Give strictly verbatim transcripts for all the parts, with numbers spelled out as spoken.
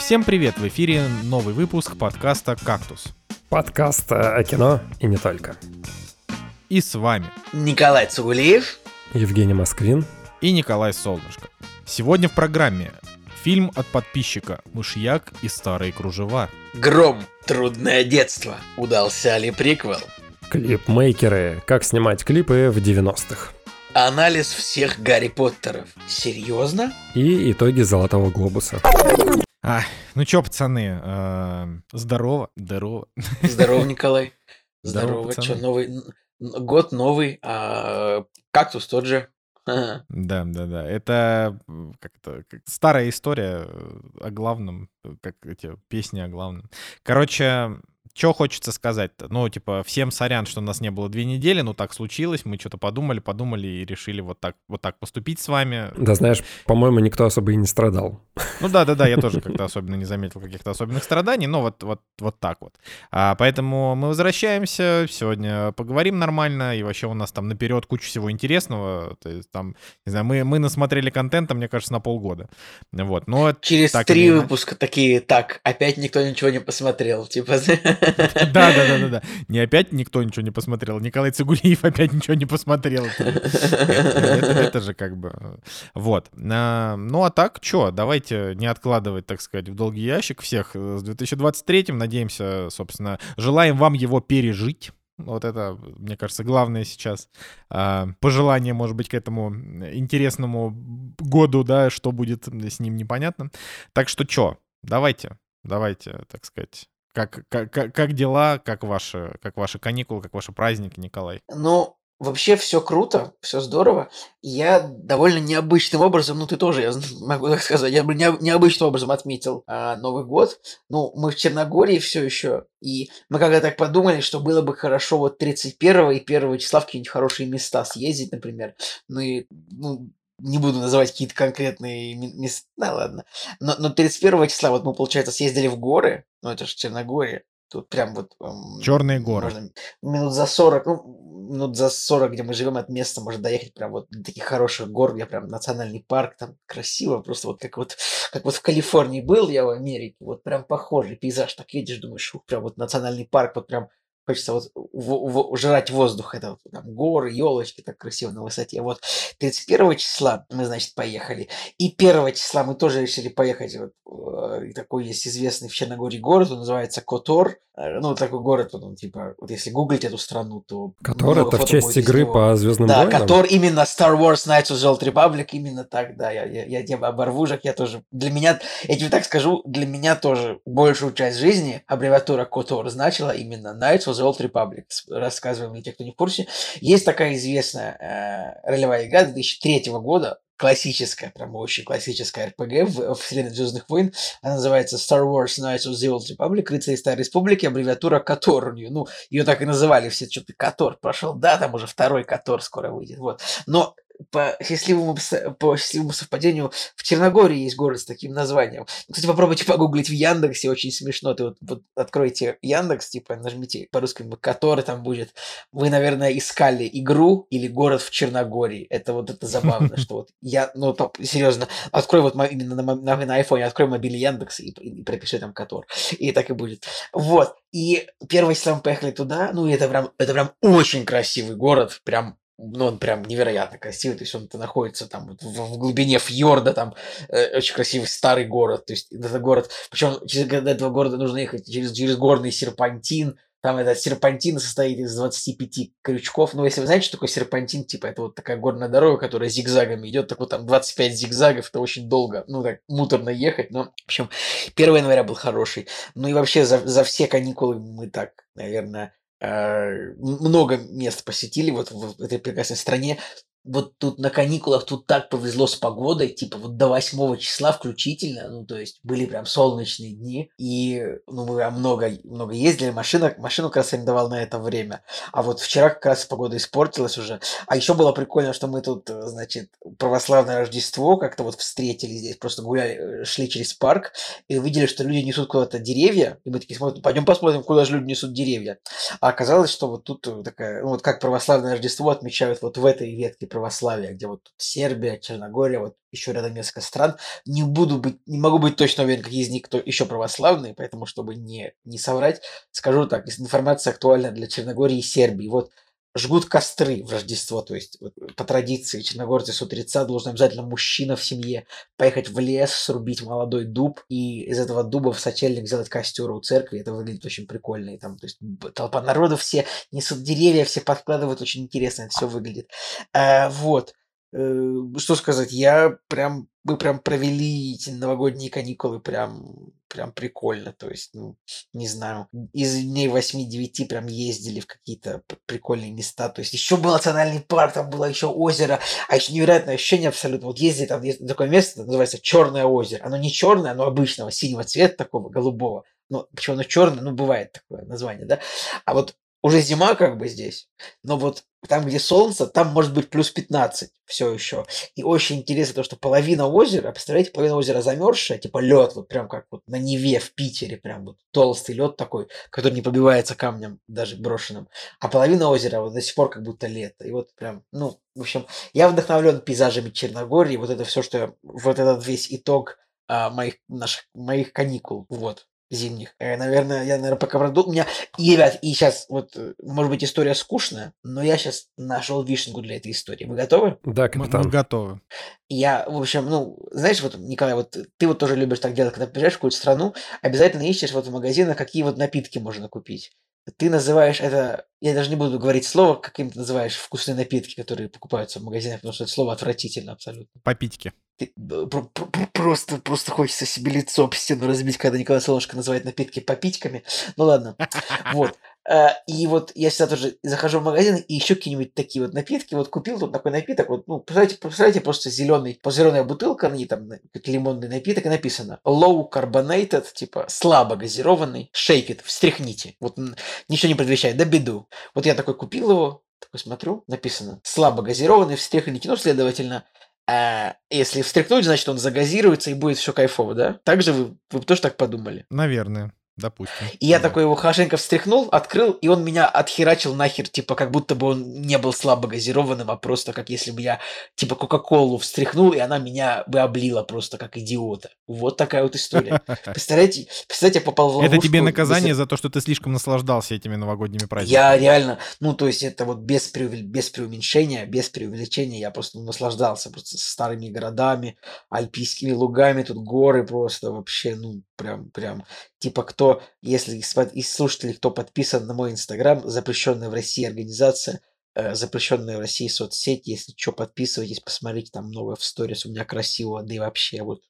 Всем привет! В эфире новый выпуск подкаста «Кактус». Подкаст о кино и не только. И с вами Николай Цугулиев, Евгений Москвин и Николай Солнышко. Сегодня в программе фильм от подписчика «Мышьяк и старые кружева». Гром. Трудное детство. Удался ли приквел? Клипмейкеры. Как снимать клипы в девяностых. Анализ всех Гарри Поттеров. Серьезно? И итоги Золотого глобуса. А, ну чё, пацаны, э, здорово, здорово. Здорово, Николай. Здорово, Здорово. Чё, пацаны. новый... н- Год новый, а кактус тот же. Ха-ха. Да, да, да. Это м, как-то как старая история э, о главном, э, как эти песни о главном. Короче, что хочется сказать-то? Ну, типа, всем сорян, что у нас не было две недели, но так случилось. Мы что-то подумали, подумали и решили вот так, вот так поступить с вами. Да знаешь, по-моему, никто особо и не страдал. Ну да, да, да, я тоже как-то особенно не заметил каких-то особенных страданий, но вот, вот, вот так вот. А, поэтому мы возвращаемся, сегодня поговорим нормально, и вообще у нас там наперед куча всего интересного. То есть там, не знаю, мы, мы насмотрели контента, мне кажется, на полгода. Вот, но Через так три или иначе. выпуска такие, так, опять никто ничего не посмотрел. Типа, Да, да, да, да, да. Не опять никто ничего не посмотрел. Николай Цигулиев опять ничего не посмотрел. Это, это- это же как бы. э, Вот. А, Ну а так, что, давайте не откладывать, так сказать, в долгий ящик всех э, с две тысячи двадцать третьим. Надеемся, собственно, желаем вам его пережить. Вот это, мне кажется, главное сейчас. А, Пожелание, может быть, к этому интересному году, да, что будет с ним, непонятно. Так что что, давайте, давайте, так сказать. Как, как, как как дела, как ваши, как ваши каникулы, как ваши праздники, Николай? Ну, вообще все круто, все здорово. Я довольно необычным образом, ну ты тоже, я зн- могу так сказать, я бы нео- необычным образом отметил а, Новый год. Ну, мы в Черногории все еще, и мы когда так подумали, что было бы хорошо вот тридцать первого и первого числа в какие-нибудь хорошие места съездить, например. Ну и, ну, не буду называть какие-то конкретные места, да ладно. Но, но тридцать первого числа вот мы, получается, съездили в горы, ну это же Черногория. Тут прям вот м, Черные горы. можно минут за сорок, ну, минут за сорок, где мы живем, от места можно доехать прям вот до таких хороших гор, где прям национальный парк, там красиво, просто вот как вот, как вот в Калифорнии был я в Америке, вот прям похожий пейзаж, так едешь, думаешь, ух, прям вот национальный парк, вот прям хочется вот в- в- жрать воздух, это вот там горы, елочки, так красиво на высоте. Вот тридцать первого числа мы, значит, поехали, и первого числа мы тоже решили поехать, вот, э, такой есть известный в Черногории город, он называется Котор. Э, Ну, такой город, вот он, типа, вот если гуглить эту страну, то Который много это в фото честь будет из игры него. по Звездным Да, войнам. Котор именно Star Wars Knights of the Old Republic, именно так, да, я, я, я тебя оборву, Жак, я тоже, для меня, я тебе так скажу, для меня тоже большую часть жизни аббревиатура Котор значила именно Knights of the Old Republic. С- Рассказываем для тех, кто не в курсе. Есть такая известная э, ролевая игра две тысячи третьего года, классическая, прям очень классическая эр пи джи в, в вселенной Звездных войн. Она называется Star Wars Knights of the Old Republic, Рыцари Старой Республики, аббревиатура Котор у неё. Ну, ее так и называли все, что-то Котор прошел. Да, там уже второй Котор скоро выйдет. Вот. Но по счастливому, пс- по счастливому совпадению в Черногории есть город с таким названием. Кстати, попробуйте погуглить в Яндексе, очень смешно. Ты вот, вот откройте Яндекс, типа нажмите по-русски, который там будет. Вы, наверное, искали игру или город в Черногории. Это вот это забавно, что вот я, ну, топ- серьезно, открой вот мо- именно на, мо- на, на айфоне, открой мобильный Яндекс и, и пропиши там Котор. И так и будет. Вот. И первого числа мы поехали туда. Ну, и это прям, это прям очень красивый город. Прям, ну, он прям невероятно красивый. То есть он находится там вот в, в глубине фьорда, там э, очень красивый старый город. То есть это город, причем через, до этого города нужно ехать через, через горный серпантин. Там этот серпантин состоит из двадцати пяти крючков. Ну, если вы знаете, что такое серпантин, типа, это вот такая горная дорога, которая зигзагами идет, так вот там двадцать пять зигзагов, это очень долго, ну, так муторно ехать, но, в общем, первого января был хороший. Ну и вообще за, за все каникулы мы так, наверное, э, м- много мест посетили вот в, в этой прекрасной стране. Вот тут на каникулах тут так повезло с погодой, типа вот до восьмого числа включительно, ну то есть были прям солнечные дни, и ну мы прям много, много ездили, машина, машину как раз арендовал на это время, а вот вчера как раз погода испортилась уже, а еще было прикольно, что мы тут, э, значит, православное Рождество, как-то вот встретили здесь, просто гуляли, шли через парк и увидели, что люди несут куда-то деревья, и мы такие смотрим, пойдем посмотрим, куда же люди несут деревья. А оказалось, что вот тут такая, ну вот как православное Рождество отмечают вот в этой ветке православия, где вот Сербия, Черногория, вот еще рядом несколько стран. Не буду быть, не могу быть точно уверен, какие из них кто еще православные, поэтому, чтобы не, не соврать, скажу так, информация актуальна для Черногории и Сербии. Вот жгут костры в Рождество, то есть вот, по традиции черногорцы с утреца должен обязательно мужчина в семье поехать в лес, срубить молодой дуб и из этого дуба в сочельник сделать костер у церкви. Это выглядит очень прикольно. И там, то есть, толпа народу, все несут деревья, все подкладывают, очень интересно это все выглядит. А, вот. Что сказать, я прям, мы прям провели эти новогодние каникулы прям, прям прикольно, то есть, ну, не знаю, из дней восьми-девяти прям ездили в какие-то прикольные места, то есть еще был национальный парк, там было еще озеро, а еще невероятное ощущение абсолютно, вот ездили, там есть такое место, называется Черное озеро, оно не черное, оно обычного синего цвета такого, голубого, но почему оно черное, ну, бывает такое название, да, а вот уже зима как бы здесь, но вот там, где солнце, там может быть плюс пятнадцать все еще. И очень интересно то, что половина озера, представляете, половина озера замерзшая, типа лед, вот прям как вот на Неве в Питере, прям вот толстый лед такой, который не пробивается камнем даже брошенным. А половина озера вот до сих пор как будто лето. И вот прям, ну, в общем, я вдохновлен пейзажами Черногории, вот это все, что я, вот этот весь итог а, моих, наших, моих каникул, вот. Зимних. Э, наверное, я, наверное, пока продул. У меня, и, ребят, и сейчас, вот, может быть, история скучная, но я сейчас нашел вишенку для этой истории. Вы готовы? Да, Мы, капитан. мы готовы. Я, в общем, ну, знаешь, вот, Николай, вот ты вот тоже любишь так делать, когда приезжаешь в какую-то страну, обязательно ищешь вот в магазинах, какие вот напитки можно купить. Ты называешь это, я даже не буду говорить слово, каким ты называешь вкусные напитки, которые покупаются в магазинах, потому что это слово отвратительно абсолютно. Попитьки. Ты, про- про- просто, просто хочется себе лицо об стену разбить, когда Николай Солнышко называет напитки попитьками. Ну ладно. Вот. А, И вот я всегда тоже захожу в магазин и еще какие-нибудь такие вот напитки. Вот купил тут такой напиток. Вот, ну, представляете, представляете, просто зеленый, зеленая бутылка, на ней там на- как лимонный напиток, и написано low carbonated, типа слабо газированный, shake it, встряхните. Вот м, ничего не предвещает, да беду. Вот я такой купил его, такой смотрю, написано слабо газированный, встряхните. Ну, следовательно, а, если встряхнуть, значит, он загазируется и будет все кайфово, да? Так же вы, вы тоже так подумали? Наверное. Допустим. И я Да. такой его хорошенько встряхнул, открыл, и он меня отхерачил нахер, типа, как будто бы он не был слабо газированным, а просто как если бы я, типа, Кока-Колу встряхнул, и она меня бы облила просто как идиота. Вот такая вот история. Представляете, представляете, я попал в ловушку. Это тебе гази- наказание за то, что ты слишком наслаждался этими новогодними праздниками. Я реально, ну, то есть это вот без, преувел- без преуменьшения, без преувеличения, я просто наслаждался просто старыми городами, альпийскими лугами, тут горы просто вообще, ну, прям, прям, типа, кто, если из под- из слушателей, кто подписан на мой инстаграм, запрещенная в России организация, э, запрещенная в России соцсеть, если что, подписывайтесь, посмотрите, там много в сторис у меня красиво, да и вообще вот.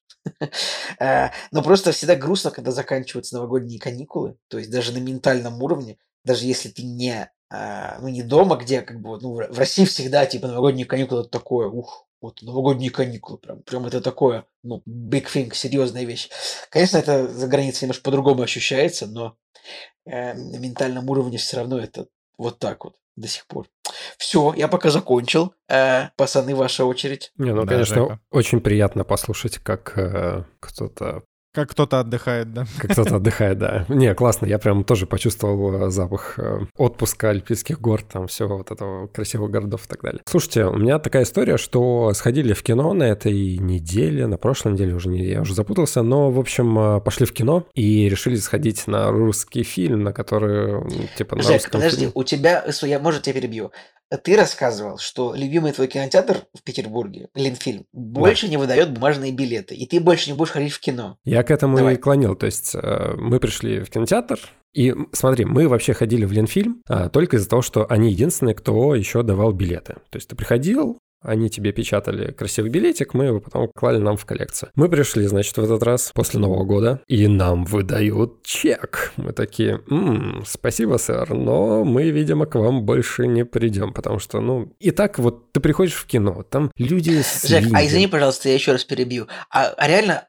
Э, Но просто всегда грустно, когда заканчиваются новогодние каникулы, то есть даже на ментальном уровне, даже если ты не, а, ну, не дома, где как бы, ну, в в России всегда, типа, новогодние каникулы это такое, ух, вот новогодние каникулы, прям, прям это такое, ну, big thing, серьезная вещь. Конечно, это за границей немножко по-другому ощущается, но э, на ментальном уровне все равно это вот так вот до сих пор. Все, я пока закончил. Э, пацаны, ваша очередь. Не, ну, Да, конечно, Жека. очень приятно послушать, как э, кто-то Как кто-то отдыхает, да? как кто-то отдыхает, да. Не, классно, я прям тоже почувствовал э, запах э, отпуска, альпийских гор, там всего вот этого красивых городов и так далее. Слушайте, у меня такая история, что сходили в кино на этой неделе, на прошлой неделе уже не, я уже запутался, но, в общем, э, пошли в кино и решили сходить на русский фильм, на который, м, типа, на Жек, русском подожди, фильме. у тебя, э, я, может, я перебью. Ты рассказывал, что любимый твой кинотеатр в Петербурге, Ленфильм, больше не выдает бумажные билеты, и ты больше не будешь ходить в кино. Я к этому Давай. и клонил. То есть э, мы пришли в кинотеатр, и м, смотри, мы вообще ходили в Ленфильм а, только из-за того, что они единственные, кто еще давал билеты. То есть ты приходил, они тебе печатали красивый билетик, мы его потом клали нам в коллекцию. Мы пришли, значит, в этот раз после Нового года, и нам выдают чек. Мы такие, «М, спасибо, сэр, но мы, видимо, к вам больше не придем, потому что, ну, и так вот ты приходишь в кино, там люди с Жек, а Индии. извини, пожалуйста, я еще раз перебью. А, а реально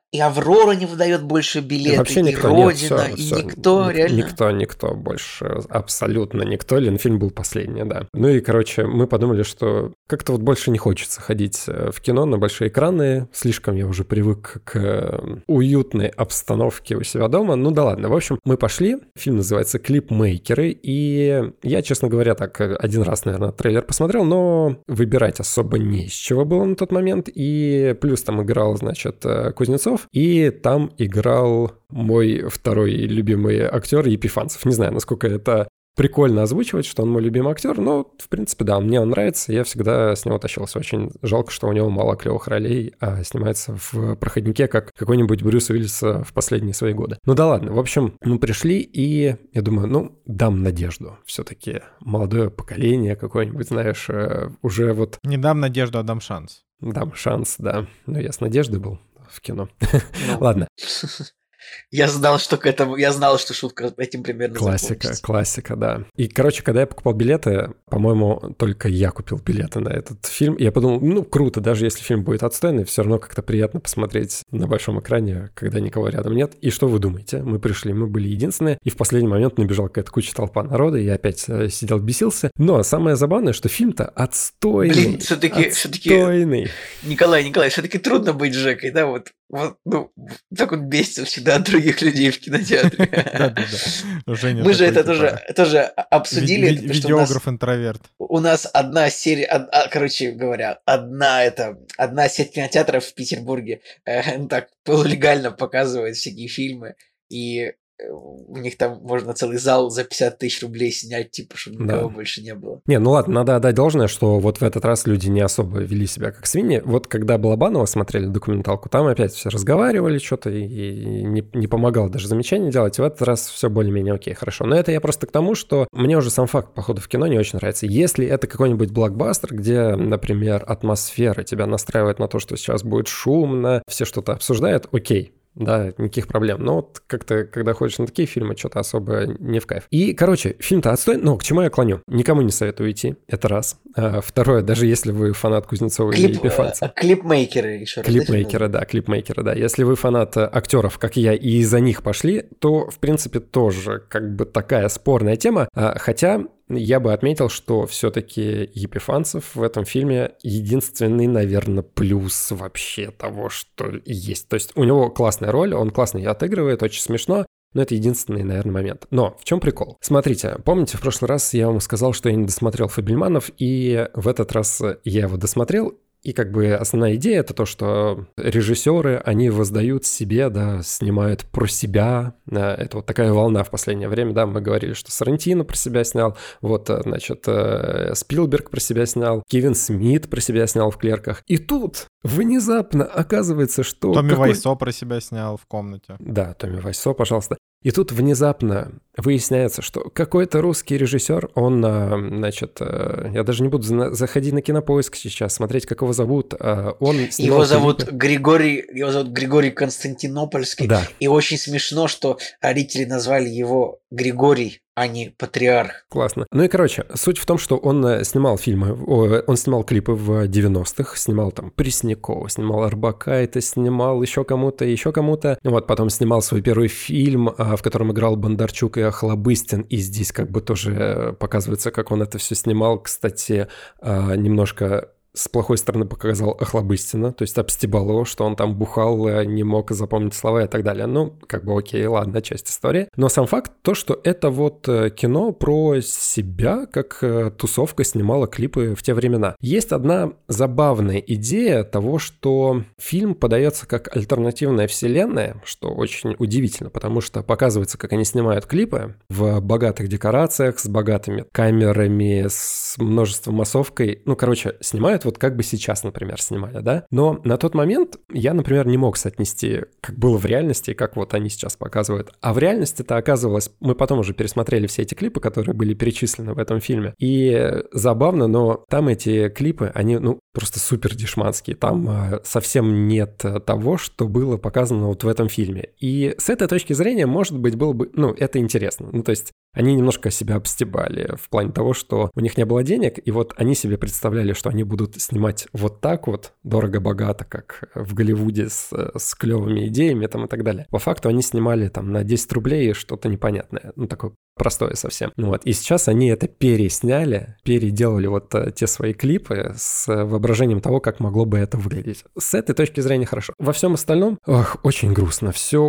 и Аврора не выдает больше билеты, и, вообще никто, и Родина, нет, и все, никто, все. реально? Никто, никто больше, абсолютно никто. Ленфильм был последний, да. Ну и, короче, мы подумали, что как-то вот больше не хочется ходить в кино на большие экраны. Слишком я уже привык к уютной обстановке у себя дома. Ну да ладно. В общем, мы пошли. Фильм называется «Клипмейкеры». И я, честно говоря, так один раз, наверное, трейлер посмотрел, но выбирать особо не из чего было на тот момент. И плюс там играл, значит, Кузнецов. И там играл мой второй любимый актер Епифанцев. Не знаю, насколько это прикольно озвучивать, что он мой любимый актер, но, в принципе, да, мне он нравится, я всегда с него тащился. Очень жалко, что у него мало клевых ролей, а снимается в «Проходнике», как какой-нибудь Брюс Уиллис в последние свои годы. Ну да ладно, в общем, мы пришли, и я думаю, ну, дам надежду. Все-таки молодое поколение какое-нибудь, знаешь, уже вот... Не дам надежду, а дам шанс. Дам шанс, да. Ну, я с надеждой был в кино. Ну, ладно. Я знал, что к этому, я знал, что шутка этим примерно Классика, закончится. классика, да. И, короче, когда я покупал билеты, по-моему, только я купил билеты на этот фильм. И я подумал, ну, круто, даже если фильм будет отстойный, все равно как-то приятно посмотреть на большом экране, когда никого рядом нет. И что вы думаете? Мы пришли, мы были единственные, и в последний момент набежала какая-то куча толпа народа, и я опять сидел, бесился. Но самое забавное, что фильм-то отстойный. Блин, все-таки, отстойный. все-таки, Николай, Николай, все-таки трудно быть Жекой, да, вот. Вот, ну, так он бесится всегда от других людей в кинотеатре. Да-да-да. Мы же это тоже, тоже обсудили. Видеограф-интроверт. У нас одна серия, короче говоря, одна это одна сеть кинотеатров в Петербурге так полулегально показывает всякие фильмы, и у них там можно целый зал за пятьдесят тысяч рублей снять, типа, чтобы никого да. больше не было. Не, ну ладно, надо отдать должное, что вот в этот раз люди не особо вели себя как свиньи. Вот когда Балабанова смотрели документалку, там опять все разговаривали что-то и, и не, не помогало даже замечания делать. В этот раз все более-менее окей, хорошо. Но это я просто к тому, что мне уже сам факт похода в кино не очень нравится. Если это какой-нибудь блокбастер, где, например, атмосфера тебя настраивает на то, что сейчас будет шумно, все что-то обсуждают, окей. Да, никаких проблем. Но вот как-то, когда ходишь на такие фильмы, что-то особо не в кайф. И, короче, фильм-то отстой, но к чему я клоню? Никому не советую идти, это раз. А, второе, даже если вы фанат Кузнецова Клип, или Епифанца. Клипмейкеры еще раз. Клипмейкеры, да, клипмейкеры, да. Если вы фанат актеров, как и я, и из-за них пошли, то, в принципе, тоже как бы такая спорная тема. А, хотя... Я бы отметил, что все-таки Епифанцев в этом фильме единственный, наверное, плюс вообще того, что есть. То есть у него классная роль, он классно ее отыгрывает, очень смешно, но это единственный, наверное, момент. Но в чем прикол? Смотрите, помните, в прошлый раз я вам сказал, что я не досмотрел «Фабельманов», и в этот раз я его досмотрел. И как бы основная идея — это то, что режиссеры, они воздают себе, да, снимают про себя. Это вот такая волна в последнее время, да, мы говорили, что Сарантино про себя снял, вот, значит, Спилберг про себя снял, Кевин Смит про себя снял в «Клерках». И тут внезапно оказывается, что... Томми какой... Вайсо про себя снял в «Комнате». Да, Томми Вайсо, пожалуйста. И тут внезапно выясняется, что какой-то русский режиссер, он, значит, я даже не буду заходить на Кинопоиск сейчас, смотреть, как его зовут. Он его зовут клипы. Григорий, его зовут Григорий Константинопольский. Да. И очень смешно, что родители назвали его Григорий, а не Патриарх. Классно. Ну и, короче, суть в том, что он снимал фильмы, он снимал клипы в девяностых, снимал там Преснякова, снимал Арбакайте, снимал еще кому-то, еще кому-то. Вот, потом снимал свой первый фильм, в котором играл Бондарчук и Охлобыстин, и здесь как бы тоже показывается, как он это все снимал. Кстати, немножко... с плохой стороны показал Охлобыстина, то есть обстебал его, что он там бухал, не мог запомнить слова и так далее. Ну, как бы окей, ладно, часть истории. Но сам факт то, что это вот кино про себя, как тусовка снимала клипы в те времена. Есть одна забавная идея того, что фильм подается как альтернативная вселенная, что очень удивительно, потому что показывается, как они снимают клипы в богатых декорациях, с богатыми камерами, с множеством массовкой. Ну, короче, снимают вот как бы сейчас, например, снимали, да? Но на тот момент я, например, не мог соотнести, как было в реальности и как вот они сейчас показывают. А в реальности это оказывалось... Мы потом уже пересмотрели все эти клипы, которые были перечислены в этом фильме. И забавно, но там эти клипы, они, ну, просто супер дешманские. Там э, совсем нет того, что было показано вот в этом фильме. И с этой точки зрения, может быть, было бы... Ну, это интересно. Ну, то есть Они немножко себя обстебали в плане того, что у них не было денег, и вот они себе представляли, что они будут снимать вот так вот, дорого-богато, как в Голливуде с, с клевыми идеями там, и так далее. По факту они снимали там на десять рублей что-то непонятное, ну такое простое совсем. Ну вот. И сейчас они это пересняли, переделали вот uh, те свои клипы с воображением того, как могло бы это выглядеть. С этой точки зрения хорошо. Во всем остальном, ох, очень грустно. Все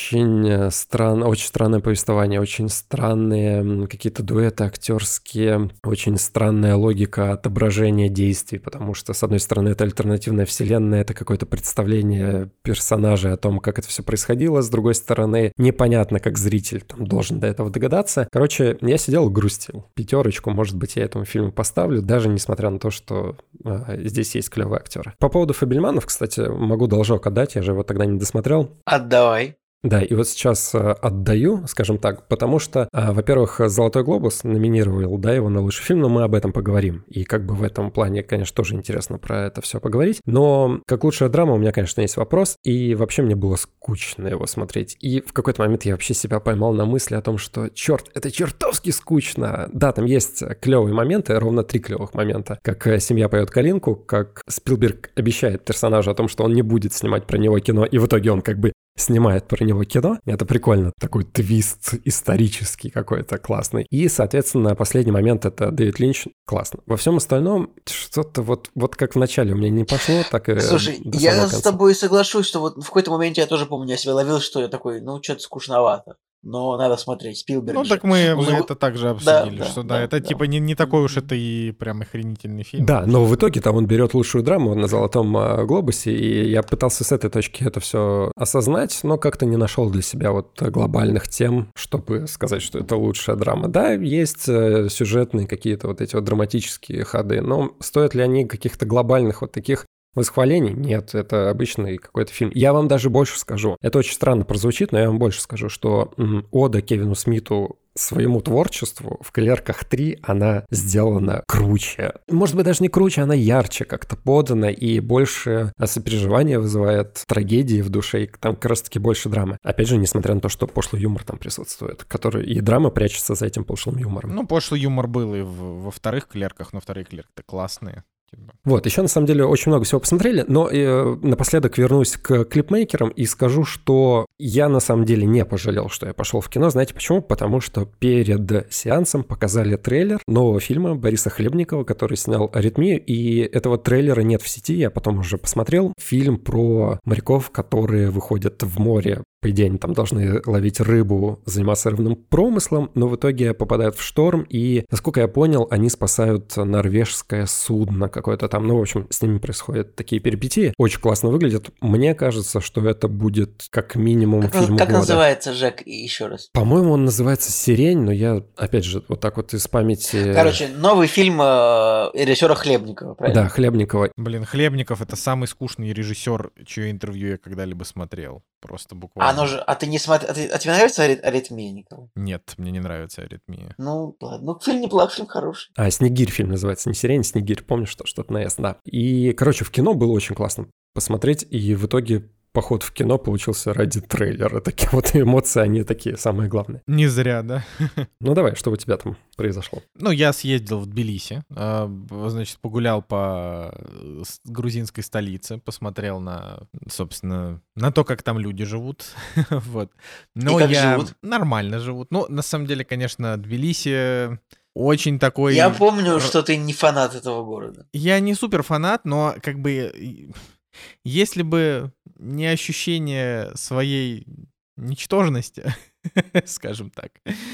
очень странно, очень странное повествование, очень странные какие-то дуэты актерские, очень странная логика отображения действий, потому что, с одной стороны, это альтернативная вселенная, это какое-то представление персонажей о том, как это все происходило, с другой стороны, непонятно, как зритель там должен до этого догадаться. Короче, я сидел и грустил. Пятерочку, может быть, я этому фильму поставлю, даже несмотря на то, что э, здесь есть клевые актеры. По поводу Фабельманов, кстати, могу должок отдать, я же его тогда не досмотрел. Отдавай. Да, и вот сейчас э, отдаю, скажем так, потому что, э, во-первых, «Золотой глобус» номинировал, да, его на лучший фильм, но мы об этом поговорим. И как бы в этом плане, конечно, тоже интересно про это все поговорить. Но как лучшая драма у меня, конечно, есть вопрос, и вообще мне было скучно его смотреть. И в какой-то момент я вообще себя поймал на мысли о том, что, черт, это чертовски скучно. Да, там есть клевые моменты, ровно три клевых момента. Как семья поет калинку, как Спилберг обещает персонажу о том, что он не будет снимать про него кино, и в итоге он как бы снимает про него кино. Это прикольно. Такой твист исторический какой-то классный. И, соответственно, последний момент — это Дэвид Линч. Классно. Во всем остальном что-то вот, вот как в начале у меня не пошло, так и Слушай, я с тобой соглашусь, что вот в какой-то момент я тоже помню, я себя ловил, что я такой, ну, что-то скучновато. Но надо смотреть, Спилберг Ну, же. так мы, мы Ну, это также обсудили, да, что да, да, это да. типа не, не такой уж это и прям охренительный фильм. Да, но в итоге там он берет лучшую драму на «Золотом а, глобусе», и я пытался с этой точки это все осознать, но как-то не нашел для себя вот глобальных тем, чтобы сказать, что это лучшая драма. Да, есть э, сюжетные какие-то вот эти вот драматические ходы, но стоят ли они каких-то глобальных вот таких восхвалений? Нет, это обычный какой-то фильм. Я вам даже больше скажу. Это очень странно прозвучит, но я вам больше скажу, что м, ода Кевину Смиту своему творчеству в «Клерках три» она сделана круче. Может быть, даже не круче, она ярче как-то подана и больше сопереживания вызывает, трагедии в душе, и там как раз-таки больше драмы. Опять же, несмотря на то, что пошлый юмор там присутствует, который и драма прячется за этим пошлым юмором. Ну, пошлый юмор был и в, во вторых «Клерках», но вторые «Клерки»-то классные. Вот, еще на самом деле очень много всего посмотрели, но э, напоследок вернусь к клипмейкерам и скажу, что я на самом деле не пожалел, что я пошел в кино. Знаете почему? Потому что перед сеансом показали трейлер нового фильма Бориса Хлебникова, который снял «Аритмию», и этого трейлера нет в сети, я потом уже посмотрел. Фильм про моряков, которые выходят в море. По идее, они там должны ловить рыбу, заниматься рыбным промыслом, но в итоге попадают в шторм, и, насколько я понял, они спасают норвежское судно какое-то там. Ну, в общем, с ними происходят такие перипетии. Очень классно выглядит. Мне кажется, что это будет как минимум Как, фильм как года. называется, Жек, еще раз? По-моему, он называется «Сирень», но я, опять же, вот так вот из памяти... Короче, новый фильм э, режиссера Хлебникова, правильно? Да, Хлебникова. Блин, Хлебников — это самый скучный режиссер, чье интервью я когда-либо смотрел. Просто буквально. А, ну же, а ты не смотри, а, ты, а тебе нравится арит, аритмия, Николай? Нет, мне не нравится «Аритмия». Ну, ладно. Ну, фильм неплохой, фильм хороший. А, «Снегирь» фильм называется, не «Сирень», «Снегирь». Помнишь, что что-то на «С», да. И, короче, в кино было очень классно посмотреть, и в итоге поход в кино получился ради трейлера. Такие вот эмоции, они такие самые главные. Не зря, да? Ну давай, что у тебя там произошло? Ну, я съездил в Тбилиси, значит, погулял по грузинской столице, посмотрел на, собственно, на то, как там люди живут. Вот. Но И как я... живут? Нормально живут. Ну, на самом деле, конечно, Тбилиси очень такой... Я помню, что ты не фанат этого города. Я не супер фанат, но как бы... Если бы не ощущение своей ничтожности, скажем так,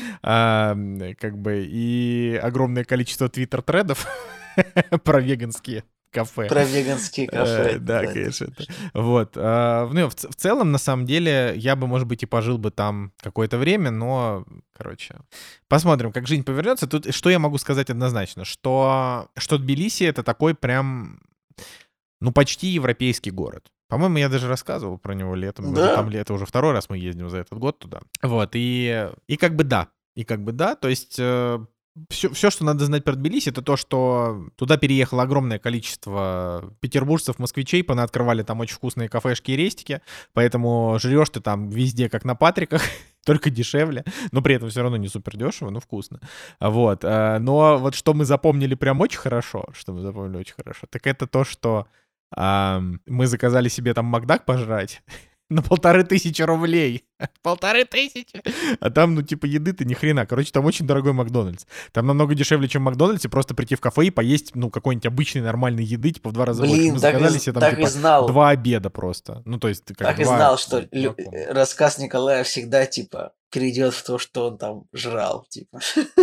а, как бы и огромное количество твиттер-тредов про веганские кафе. Про веганские кафе. Да, конечно. Вот. Ну, в целом, на самом деле, я бы, может быть, и пожил бы там какое-то время, но, короче, посмотрим, как жизнь повернется. Тут что я могу сказать однозначно, что что Тбилиси — это такой прям... Ну, почти европейский город. По-моему, я даже рассказывал про него летом. Да. Там это уже второй раз мы ездим за этот год туда. Вот, и, и как бы да. И как бы да, то есть э, все, все, что надо знать про Тбилиси, это то, что туда переехало огромное количество петербуржцев, москвичей, понаоткрывали там очень вкусные кафешки и рестики, поэтому жрешь ты там везде, как на Патриках. только дешевле, но при этом все равно не супер дешево, но вкусно. Вот. Но вот что мы запомнили прям очень хорошо, что мы запомнили очень хорошо, так это то, что а, мы заказали себе там Макдак пожрать на полторы тысячи рублей. Полторы тысячи! А там, ну, типа, еды-то ни хрена. Короче, там очень дорогой Макдональдс. Там намного дешевле, чем в Макдональдсе, просто прийти в кафе и поесть, ну, какой-нибудь обычной нормальной еды, типа, в два раза больше. Блин, Мы так, заказали и, себе там, так и типа, знал. два обеда просто. Ну, то есть, как Так и два, знал, что два лю- комнаты. рассказ Николая всегда, типа, перейдет в то, что он там жрал, типа.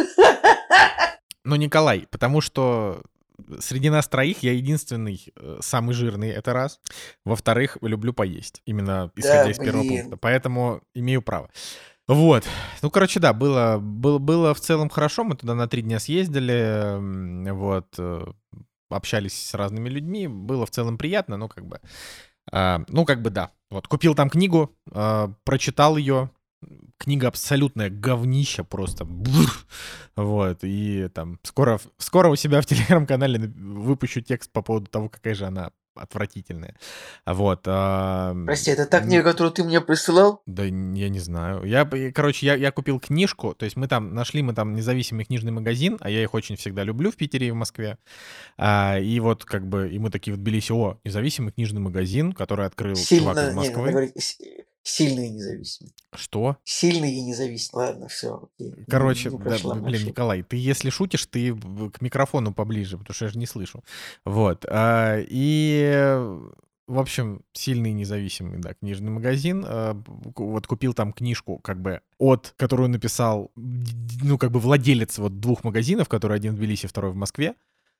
Ну, Николай, потому что среди нас троих я единственный э, самый жирный, это раз. Во-вторых, люблю поесть, именно исходя Да, из первого блин. пункта. Поэтому имею право. Вот. Ну, короче, да, было, было, было в целом хорошо. Мы туда на три дня съездили, м, вот, э, общались с разными людьми. Было в целом приятно, но как бы... а, ну, как бы да. Вот, купил там книгу, а, прочитал ее. Книга абсолютное говнище просто. Бух. Вот, и там скоро, скоро у себя в телеграм-канале выпущу текст по поводу того, какая же она отвратительная. Вот. а, Прости, это та м, книга, которую ты мне присылал? Да н- я не знаю. Я, б- короче, я, я купил книжку, то есть мы там нашли, мы там независимый книжный магазин, а я их очень всегда люблю в Питере и в Москве. А, и вот как бы, и мы такие вот в Тбилиси, о, независимый книжный магазин, который открыл чувак из Сильно, не, надо Москвы. говорить, с- сильный и независимый. Что? Сильный и независимый. Ладно, все, окей. Не, Короче, не да, прошла моя блин, шутка. Николай, ты если шутишь, ты в- к микрофону поближе, потому что я же не слышу. Вот. а, И, э, в общем, сильный независимый, да, книжный магазин. а, к- Вот купил там книжку, как бы, от, которую написал, д- ну, как бы владелец вот двух магазинов, который один в Тбилиси, второй в Москве.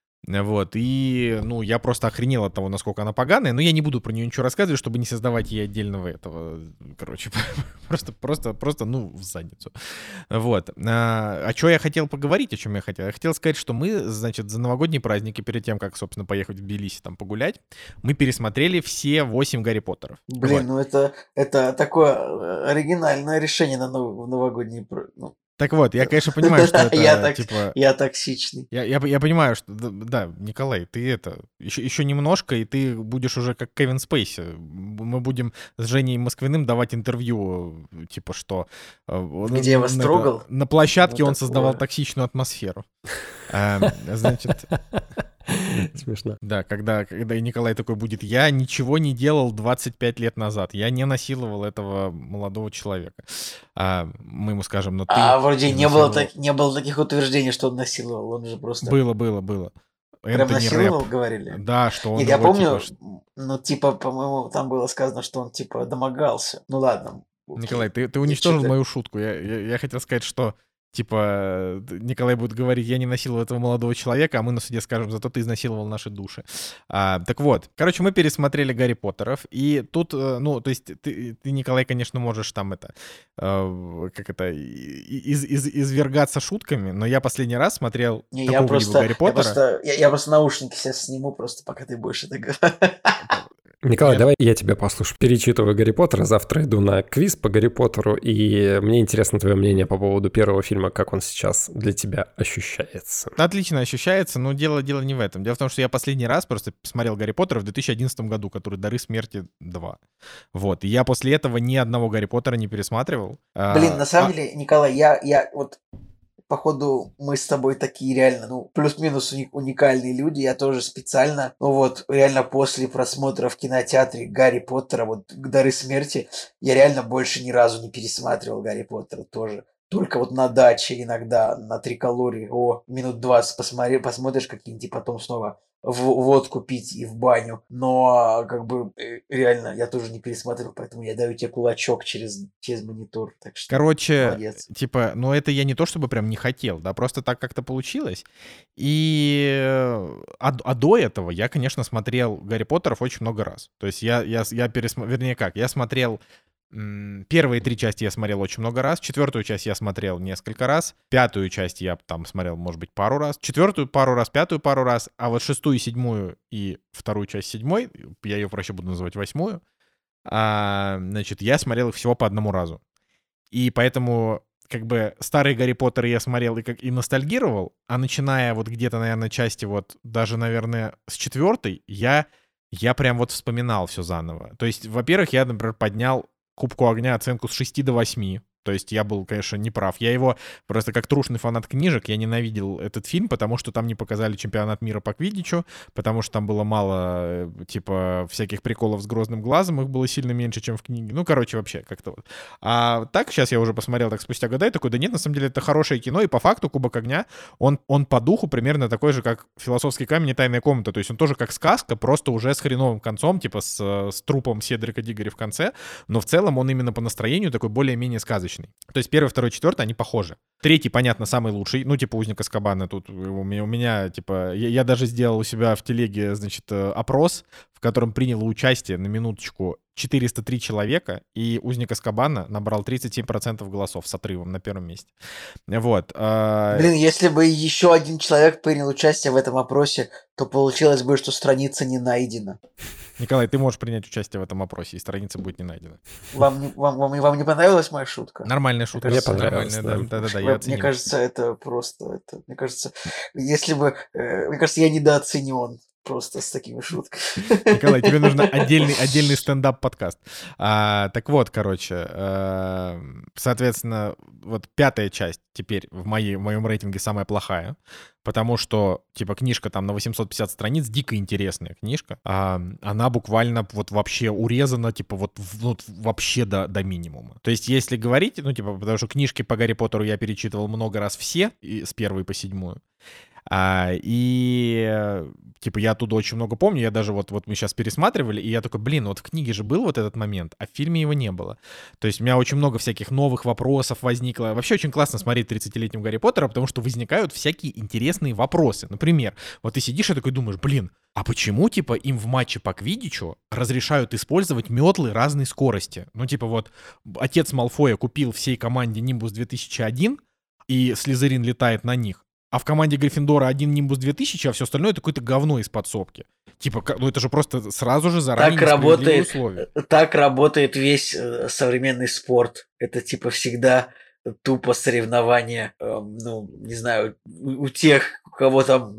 Вот, и, ну, я просто охренел от того, насколько она поганая, но я не буду про нее ничего рассказывать, чтобы не создавать ей отдельного этого, короче, просто, просто, просто, ну, в задницу. Вот. А, о чем я хотел поговорить, о чем я хотел? Я хотел сказать, что мы, значит, за новогодние праздники, перед тем, как, собственно, поехать в Тбилиси там погулять, мы пересмотрели все восемь Гарри Поттеров. Блин, Вот. ну это, это такое э, оригинальное решение на нов- в новогодний... пр- Ну, Так вот, я, конечно, понимаю, что я, это, так, типа... я токсичный. Я, я, я понимаю, что да, да, Николай, ты это еще, еще немножко, и ты будешь уже как Кевин Спейси. Мы будем с Женей Москвиным давать интервью, типа что э, он- Где я вас на, это- трогал? на площадке Ну, он создавал такое. токсичную атмосферу. Эм, Значит, Смешно. да, когда, когда и Николай такой будет, я ничего не делал двадцать пять лет назад, я не насиловал этого молодого человека. А мы ему скажем, но ты А вроде не было, изнасиловал. так, не было таких утверждений, что он насиловал. Он же просто Было, было, было. прям Энтони насиловал, Рэп. говорили. Да, что он Нет, я его, помню, типа, ш- ну, типа, по-моему, там было сказано, что он, типа, домогался. Ну, ладно. окей. Николай, ты, ты Я уничтожил чё-то- мою шутку. Я, я, я хотел сказать, что, типа, э, Николай будет говорить, я не насиловал этого молодого человека, а мы на суде скажем, зато ты изнасиловал наши души. А, так вот, короче, мы пересмотрели Гарри Поттеров, и тут, э, ну, то есть ты, ты, Николай, конечно, можешь там это, э, как это, и- и- из, из- извергаться шутками, но я последний раз смотрел Не, я какого-либо просто, Гарри я Поттера. просто, я, я просто наушники сейчас сниму, просто пока ты будешь это говорить. Николай, Я- давай я тебя послушаю. Перечитываю Гарри Поттера, завтра иду на квиз по Гарри Поттеру, и мне интересно твое мнение по поводу первого фильма, как он сейчас для тебя ощущается. Отлично ощущается, но дело, дело не в этом. Дело в том, что я последний раз просто смотрел Гарри Поттера в две тысячи одиннадцатом году, который «Дары смерти два». Вот. И я после этого ни одного Гарри Поттера не пересматривал. А, Блин, на самом а- деле, Николай, я, я вот, походу, мы с тобой такие реально, ну, плюс-минус уни- уникальные люди. Я тоже специально, ну вот, реально после просмотра в кинотеатре Гарри Поттера, вот, «Дары смерти», я реально больше ни разу не пересматривал Гарри Поттера тоже. Только вот на даче иногда, на триколоре, о, минут двадцать посмотри, посмотришь какие-нибудь, и потом снова в водку пить и в баню. Но, как бы, э, реально, я тоже не пересматривал, поэтому я даю тебе кулачок через, через монитор. Так что, Короче, молодец. типа, ну это я не то чтобы прям не хотел, да, просто так как-то получилось. И э, а, а до этого я, конечно, смотрел Гарри Поттеров очень много раз. То есть я, я, я пересмотрел, вернее как, я смотрел м, первые три части я смотрел очень много раз, четвертую часть я смотрел несколько раз, пятую часть я там смотрел, может быть, пару раз, четвертую пару раз, пятую пару раз, а вот шестую, седьмую и вторую часть седьмой, я ее проще буду называть восьмую, а, значит, я смотрел их всего по одному разу. И поэтому, как бы, старые Гарри Поттеры я смотрел и, как, и ностальгировал, а начиная вот где-то, наверное, части вот даже, наверное, с четвертой, я, я прям вот вспоминал все заново. То есть, во-первых, я, например, поднял Кубку огня оценку с шести до восьми. То есть я был, конечно, неправ. Я его просто как трушный фанат книжек, я ненавидел этот фильм, потому что там не показали чемпионат мира по квиддичу, потому что там было мало, типа, всяких приколов с грозным глазом, их было сильно меньше, чем в книге. Ну, короче, вообще как-то вот. А так, сейчас я уже посмотрел так спустя года и такой, да нет, на самом деле это хорошее кино, и по факту «Кубок огня», он, он по духу примерно такой же, как «Философский камень» и «Тайная комната». То есть он тоже как сказка, просто уже с хреновым концом, типа с, с трупом Седрика Диггори в конце, но в целом он именно по настроению такой более-менее сказочный. То есть первый, второй, четвертый, они похожи. Третий, понятно, самый лучший. Ну, типа «Узник Азкабана» тут у меня, у меня типа... Я, я даже сделал у себя в телеге, значит, опрос, в котором приняло участие, на минуточку, четыреста три человека, и «Узник Азкабана» набрал тридцать семь процентов голосов с отрывом на первом месте. Вот. Блин, если бы еще один человек принял участие в этом опросе, то получилось бы, что страница не найдена. Николай, ты можешь принять участие в этом опросе, и страница будет не найдена. Вам не, вам, вам, вам не понравилась моя шутка? Нормальная шутка. Мне понравилась, да. Да, да, да, Мне, я мне кажется, это просто... Это, мне кажется, если бы... Э, мне кажется, я недооценен просто с такими шутками. Николай, тебе нужен отдельный, отдельный стендап-подкаст. А, так вот, короче, а, соответственно, вот пятая часть теперь в, моей, в моем рейтинге самая плохая, потому что, типа, книжка там на восемьсот пятьдесят страниц, дико интересная книжка, а она буквально вот вообще урезана, типа, вот, вот вообще до, до минимума. То есть, если говорить, ну, типа, потому что книжки по Гарри Поттеру я перечитывал много раз все, и с первой по седьмую, А, и, типа, я оттуда очень много помню, я даже вот, вот мы сейчас пересматривали, и я такой, блин, вот в книге же был вот этот момент, а в фильме его не было. То есть у меня очень много всяких новых вопросов возникло. Вообще очень классно смотреть тридцатилетнего Гарри Поттера, потому что возникают всякие интересные вопросы. Например, вот ты сидишь и такой думаешь, блин, а почему, типа, им в матче по квиддичу разрешают использовать метлы разной скорости? Ну, типа, вот, отец Малфоя купил всей команде Нимбус две тысячи один, и Слизерин летает на них. А в команде Гриффиндора один Нимбус две тысячи, а все остальное это какое-то говно из подсобки. Типа, ну это же просто сразу же заранее так работает, условия. Так работает весь э, современный спорт. Это типа всегда тупо соревнования, э, ну, не знаю, у, у тех, у кого там,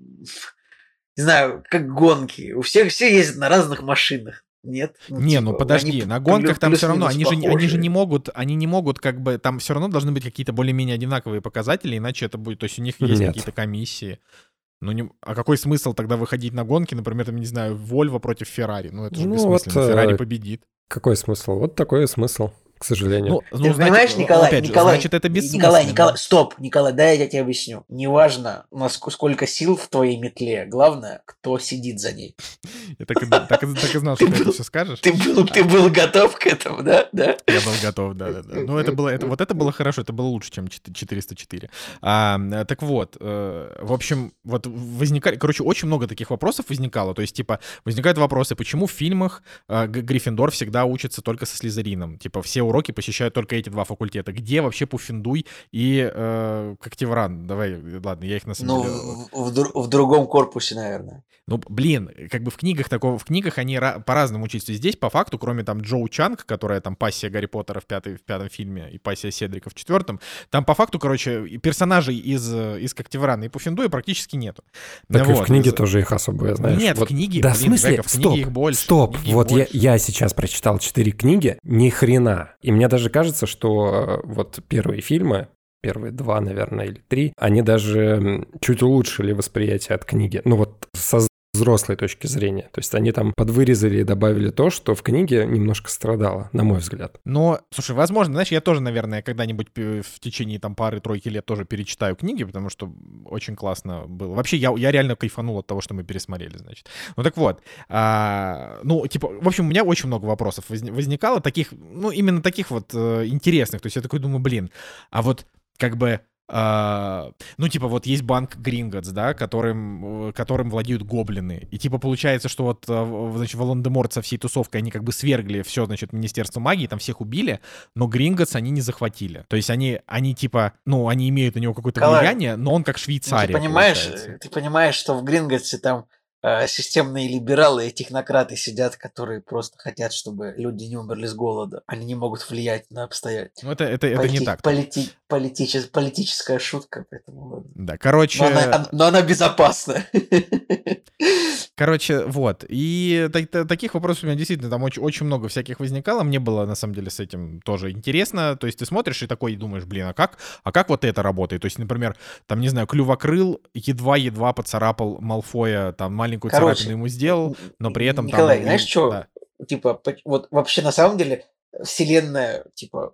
не знаю, как гонки. У всех все ездят на разных машинах. Нет? Ну, не, типа, ну подожди, на гонках там все равно, они же, они же не могут, они не могут, как бы, там все равно должны быть какие-то более-менее одинаковые показатели, иначе это будет, то есть у них есть Нет. какие-то комиссии. Ну, не, а какой смысл тогда выходить на гонки, например, там, не знаю, Вольво против Феррари? Ну, это же ну, бессмысленно, вот, Феррари победит. Какой смысл? Вот такой смысл. К сожалению. Ну, ну, Ты понимаешь, Николай, опять же, Николай, значит, это бессмысленно. Николай, Николай, стоп, Николай, дай я тебе объясню. Неважно, сколько сил в твоей метле, главное, кто сидит за ней. Я так и, так, так и знал, что ты это все скажешь. Ты был, ты был готов к этому, да? да? Я был готов, да-да-да. Ну, это было, это, вот это было хорошо, это было лучше, чем четыреста четыре. А, так вот, э, в общем, вот возникали, короче, очень много таких вопросов возникало. То есть, типа, возникают вопросы, почему в фильмах э, Гриффиндор всегда учится только со Слизерином? Типа, все уроки посещают только эти два факультета. Где вообще Пуффендуй и э, Когтевран? Давай, ладно, я их на самом деле... Ну, в, в, в другом корпусе, наверное. Ну, блин, как бы в книгах такого, в книгах они ra- по-разному учатся. Здесь, по факту, кроме там Джоу Чанг, которая там пассия Гарри Поттера в, пятой, в пятом фильме и пассия Седрика в четвертом, там по факту, короче, персонажей из, из Когтеврана и Пуффендуя практически нету. Так вот. И в книге из... тоже их особо, знаешь. Нет, вот... в книге, да, блин, в смысле? Жека, в стоп, книге их больше. Стоп, вот я, больше. я сейчас прочитал четыре книги, ни хрена. И мне даже кажется, что вот первые фильмы, первые два, наверное, или три, они даже чуть улучшили восприятие от книги. Ну вот со взрослой точки зрения. То есть они там подвырезали и добавили то, что в книге немножко страдало, на мой взгляд. Но, слушай, возможно, знаешь, я тоже, наверное, когда-нибудь в течение там пары-тройки лет тоже перечитаю книги, потому что очень классно было. Вообще, я, я реально кайфанул от того, что мы пересмотрели, значит. Ну так вот, а, ну, типа, в общем, у меня очень много вопросов возникало, таких, ну, именно таких вот э, интересных. То есть я такой думаю, блин, а вот как бы... Uh, ну, типа, вот есть банк Гринготс, да, которым, которым владеют гоблины. И, типа, получается, что вот, значит, Волан-де-Морт со всей тусовкой, они как бы свергли все, значит, Министерство магии, там всех убили, но Гринготс они не захватили. То есть они, они типа, ну, они имеют на него какое-то Николай, влияние, но он как Швейцария, ну, ты понимаешь, получается. Ты понимаешь, что в Гринготсе там э, системные либералы и технократы сидят, которые просто хотят, чтобы люди не умерли с голода. Они не могут влиять на обстоятельства. Ну, это, это, это Полити- не так. Полити- политичес- политическая шутка, поэтому ладно. Да, короче... Но она, но она безопасна. Короче, вот. И та- та- таких вопросов у меня действительно там очень, очень много всяких возникало. Мне было, на самом деле, с этим тоже интересно. То есть ты смотришь и такой думаешь, блин, а как, а как вот это работает? То есть, например, там, не знаю, Клювокрыл едва-едва поцарапал Малфоя, там маленькую царапину Короче, ему сделал, но при этом Николай, там... знаешь, и- что? да. Типа, по- вот вообще на самом деле вселенная, типа,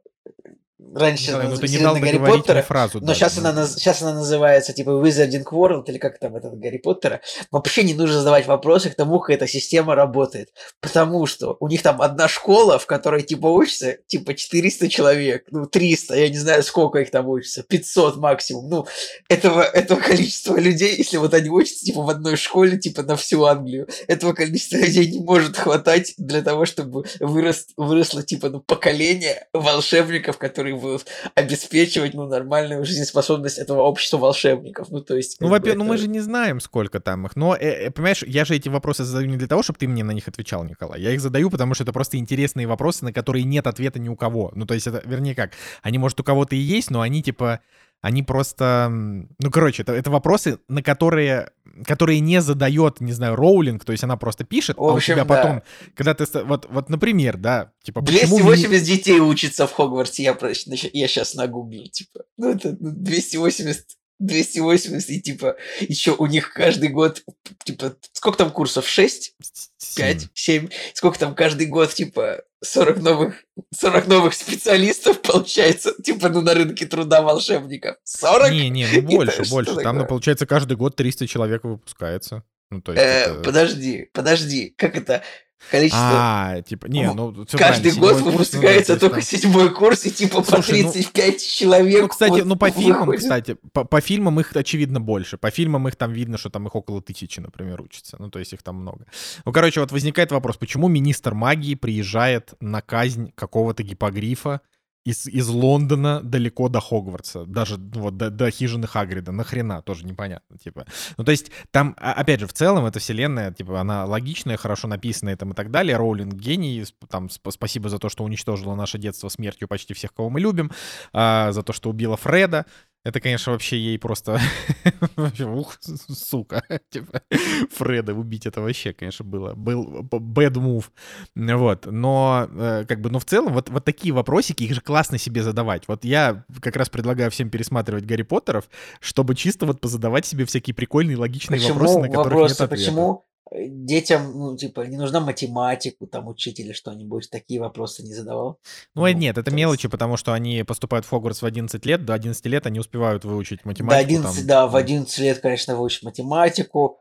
раньше Николай, ну наз- ты не дал вселенная Гарри договорить мне Поттера, фразу но дать. сейчас Ну, она, наз- сейчас она называется, типа, Wizarding World, или как там этот Гарри Поттера. Вообще не нужно задавать вопросы к тому, как эта система работает. Потому что у них там одна школа, в которой, типа, учатся, типа, четыреста человек, ну, триста, я не знаю, сколько их там учатся, пятьсот максимум. Ну, этого, этого количества людей, если вот они учатся, типа, в одной школе, типа, на всю Англию, этого количества людей не может хватать для того, чтобы вырос, выросло, типа, ну, поколение волшебников, которые будут обеспечивать, ну, нормальную жизнеспособность этого общества волшебников. Ну, то есть... Ну, как бы во-первых, ну это- мы же не знаем, сколько там их. Но, э, э, понимаешь, я же эти вопросы задаю не для того, чтобы ты мне на них отвечал, Николай. Я их задаю, потому что это просто интересные вопросы, на которые нет ответа ни у кого. Ну, то есть это, вернее, как, они, может, у кого-то и есть, но они, типа, они просто... м, Ну, короче, это, это вопросы, на которые, которые не задает, не знаю, Роулинг, то есть она просто пишет, В а у общем, тебя да. потом, когда ты... ста- Вот, вот, например, да, типа, почему... двести мини- восемьдесят детей учатся в Хогвартсе, я, про- я сейчас нагуглил, типа. Ну, это ну, двести восемьдесят, двести восемьдесят, и, типа, еще у них каждый год, типа, сколько там курсов? шесть? пять? семь? Сколько там каждый год, типа, сорок новых, сорок новых специалистов, получается, типа, ну, на рынке труда волшебников? сорок? Не, не, ну больше, Это что больше. Там, ну, такое? получается, каждый год триста человек выпускается. Ну, то есть Э, это... Подожди, подожди, как это количество... А, типа, не, Ну, ну, всё Каждый правильно, год седьмой курс, ну да, выпускается то есть только там- седьмой курс, и типа по Слушай, ну- тридцать пять человек. Ну, кстати, вот ну, по фильмам, выходит. кстати, по, по фильмам их, очевидно, больше. По фильмам их там видно, что там их около тысячи, например, учатся. Ну, то есть их там много. Ну, короче, вот возникает вопрос, почему министр магии приезжает на казнь какого-то гиппогрифа из, из Лондона далеко до Хогвартса, даже ну, вот до, до хижины Хагрида, нахрена, тоже непонятно, типа. Ну, то есть там, а- опять же, в целом эта вселенная, типа, она логичная, хорошо написанная там и так далее, Роулинг гений, сп- там, сп- спасибо за то, что уничтожила наше детство смертью почти всех, кого мы любим, а, за то, что убила Фреда. Это, конечно, вообще ей просто... вообще, ух, сука. Типа, Фреда убить, это вообще, конечно, было. Был bad move. Вот. Но, э, как бы, но в целом, вот, вот такие вопросики, их же классно себе задавать. Вот я как раз предлагаю всем пересматривать Гарри Поттеров, чтобы чисто вот позадавать себе всякие прикольные, логичные Почему вопросы, на которых вопросы, нет ответа. почему э, детям, ну, типа, не нужна математику там учить или что-нибудь, такие вопросы не задавал? Ну, э, Ну, нет, это то есть- мелочи, потому что они поступают в Хогвартс в одиннадцать лет, до одиннадцати лет они успевают выучить До математику. одиннадцати, там, да, в ну. одиннадцать лет, конечно, выучить математику,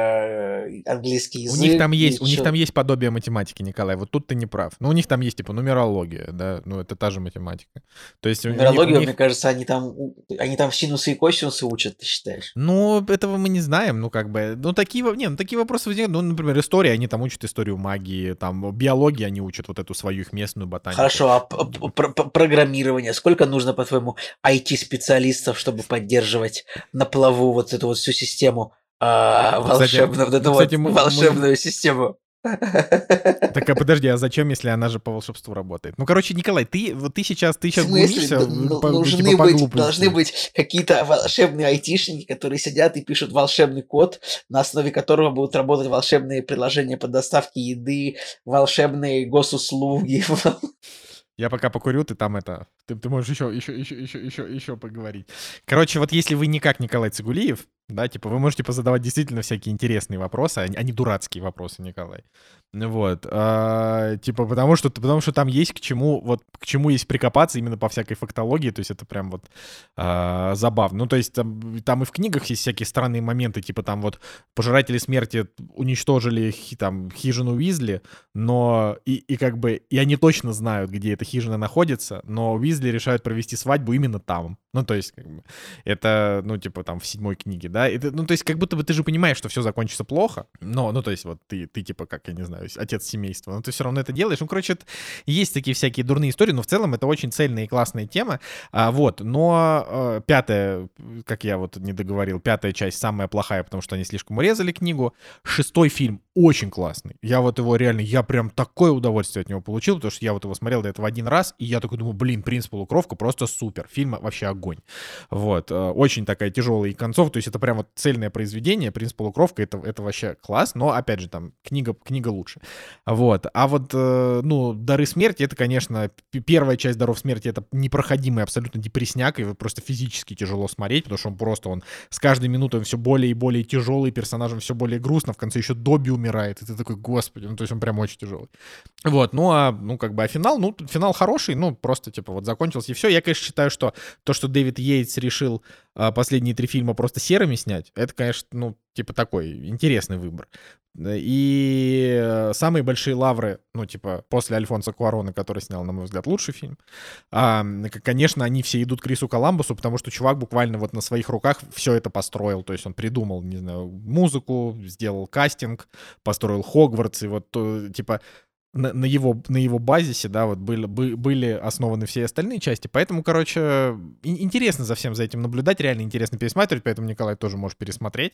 э, английский У язык. них там и есть, у них чё- там есть подобие математики, Николай. Вот тут ты не прав. Ну, у них там есть типа нумерология, да, ну это та же математика. То есть у, у них- у Нумерологию, них- мне кажется, они там, у- они там синусы и косинусы учат, ты считаешь? Ну, этого мы не знаем, ну, как бы, ну, такие, во- не, ну, такие вопросы возникают, ну, например, история, они там учат историю магии, там, биологии они учат вот эту свою их местную ботанику. Хорошо, а п- п- про- про- программирование, сколько нужно, по-твоему, ай ти-специалистов, чтобы поддерживать на плаву вот эту вот всю систему, а, Ну, кстати, волшебную, вот эту ну, кстати, вот мы- мы- волшебную систему? Так, а подожди, а зачем, если она же по волшебству работает? Ну, короче, Николай, ты, вот ты сейчас, ты В сейчас смысле, глумишься, д- э, ну, по- нужны типа, по быть, глупости. должны быть какие-то волшебные айтишники, которые сидят и пишут волшебный код, на основе которого будут работать волшебные приложения по доставке еды, волшебные госуслуги. Я пока покурю, ты там это... Ты, ты можешь еще, еще, еще, еще, еще, еще поговорить. Короче, вот если вы не как Николай Цигулиев, да, типа, вы можете позадавать действительно всякие интересные вопросы, а не, а не дурацкие вопросы, Николай. Вот. А, типа, потому что, потому что там есть к чему, вот, к чему есть прикопаться именно по всякой фактологии, то есть это прям вот а, забавно. Ну, то есть там, там и в книгах есть всякие странные моменты, типа там вот Пожиратели смерти уничтожили хи- там хижину Уизли, но и, и как бы, и они точно знают, где эта хижина находится, но Уизли решают провести свадьбу именно там. Ну, то есть, как бы, это, ну, типа, там, в седьмой книге, да? Это, ну, то есть, как будто бы ты же понимаешь, что все закончится плохо, но, ну, то есть, вот ты, ты, типа, как, я не знаю, отец семейства, но ты все равно это делаешь. Ну, короче, это, есть такие всякие дурные истории, но в целом это очень цельная и классная тема, а, вот. Но а, пятая, как я вот не договорил, пятая часть самая плохая, потому что они слишком урезали книгу. Шестой фильм очень классный. Я вот его реально, я прям такое удовольствие от него получил, потому что я вот его смотрел до этого один раз, и я такой думаю, блин, «Принц полукровка» просто супер. Фильм вообще огонь. огонь. Вот. Очень такая тяжелая и концовка, то есть это прям вот цельное произведение, «Принц полукровка», это, это вообще класс, но, опять же, там, книга, книга лучше. Вот. А вот, ну, «Дары смерти», это, конечно, первая часть «Даров смерти», это непроходимый абсолютно депрессняк, и просто физически тяжело смотреть, потому что он просто, он с каждой минутой все более и более тяжелый, персонажем все более грустно, в конце еще Добби умирает, и ты такой, господи, ну, то есть он прям очень тяжелый. Вот, ну, а, ну, как бы, а финал, ну, финал хороший, ну, просто, типа, вот закончился, и все. Я, конечно, считаю, что то, что Дэвид Йейтс решил а, последние три фильма просто серыми снять, это, конечно, ну, типа, такой интересный выбор. И самые большие лавры, ну, типа, после Альфонсо Куарона, который снял, на мой взгляд, лучший фильм, а, конечно, они все идут к Крису Коламбусу, потому что чувак буквально вот на своих руках все это построил, то есть он придумал, не знаю, музыку, сделал кастинг, построил Хогвартс, и вот, то, типа, на, на, его, на его базисе, да, вот были, были основаны все остальные части, поэтому, короче, интересно за всем за этим наблюдать, реально интересно пересматривать, поэтому, Николай, тоже можешь пересмотреть.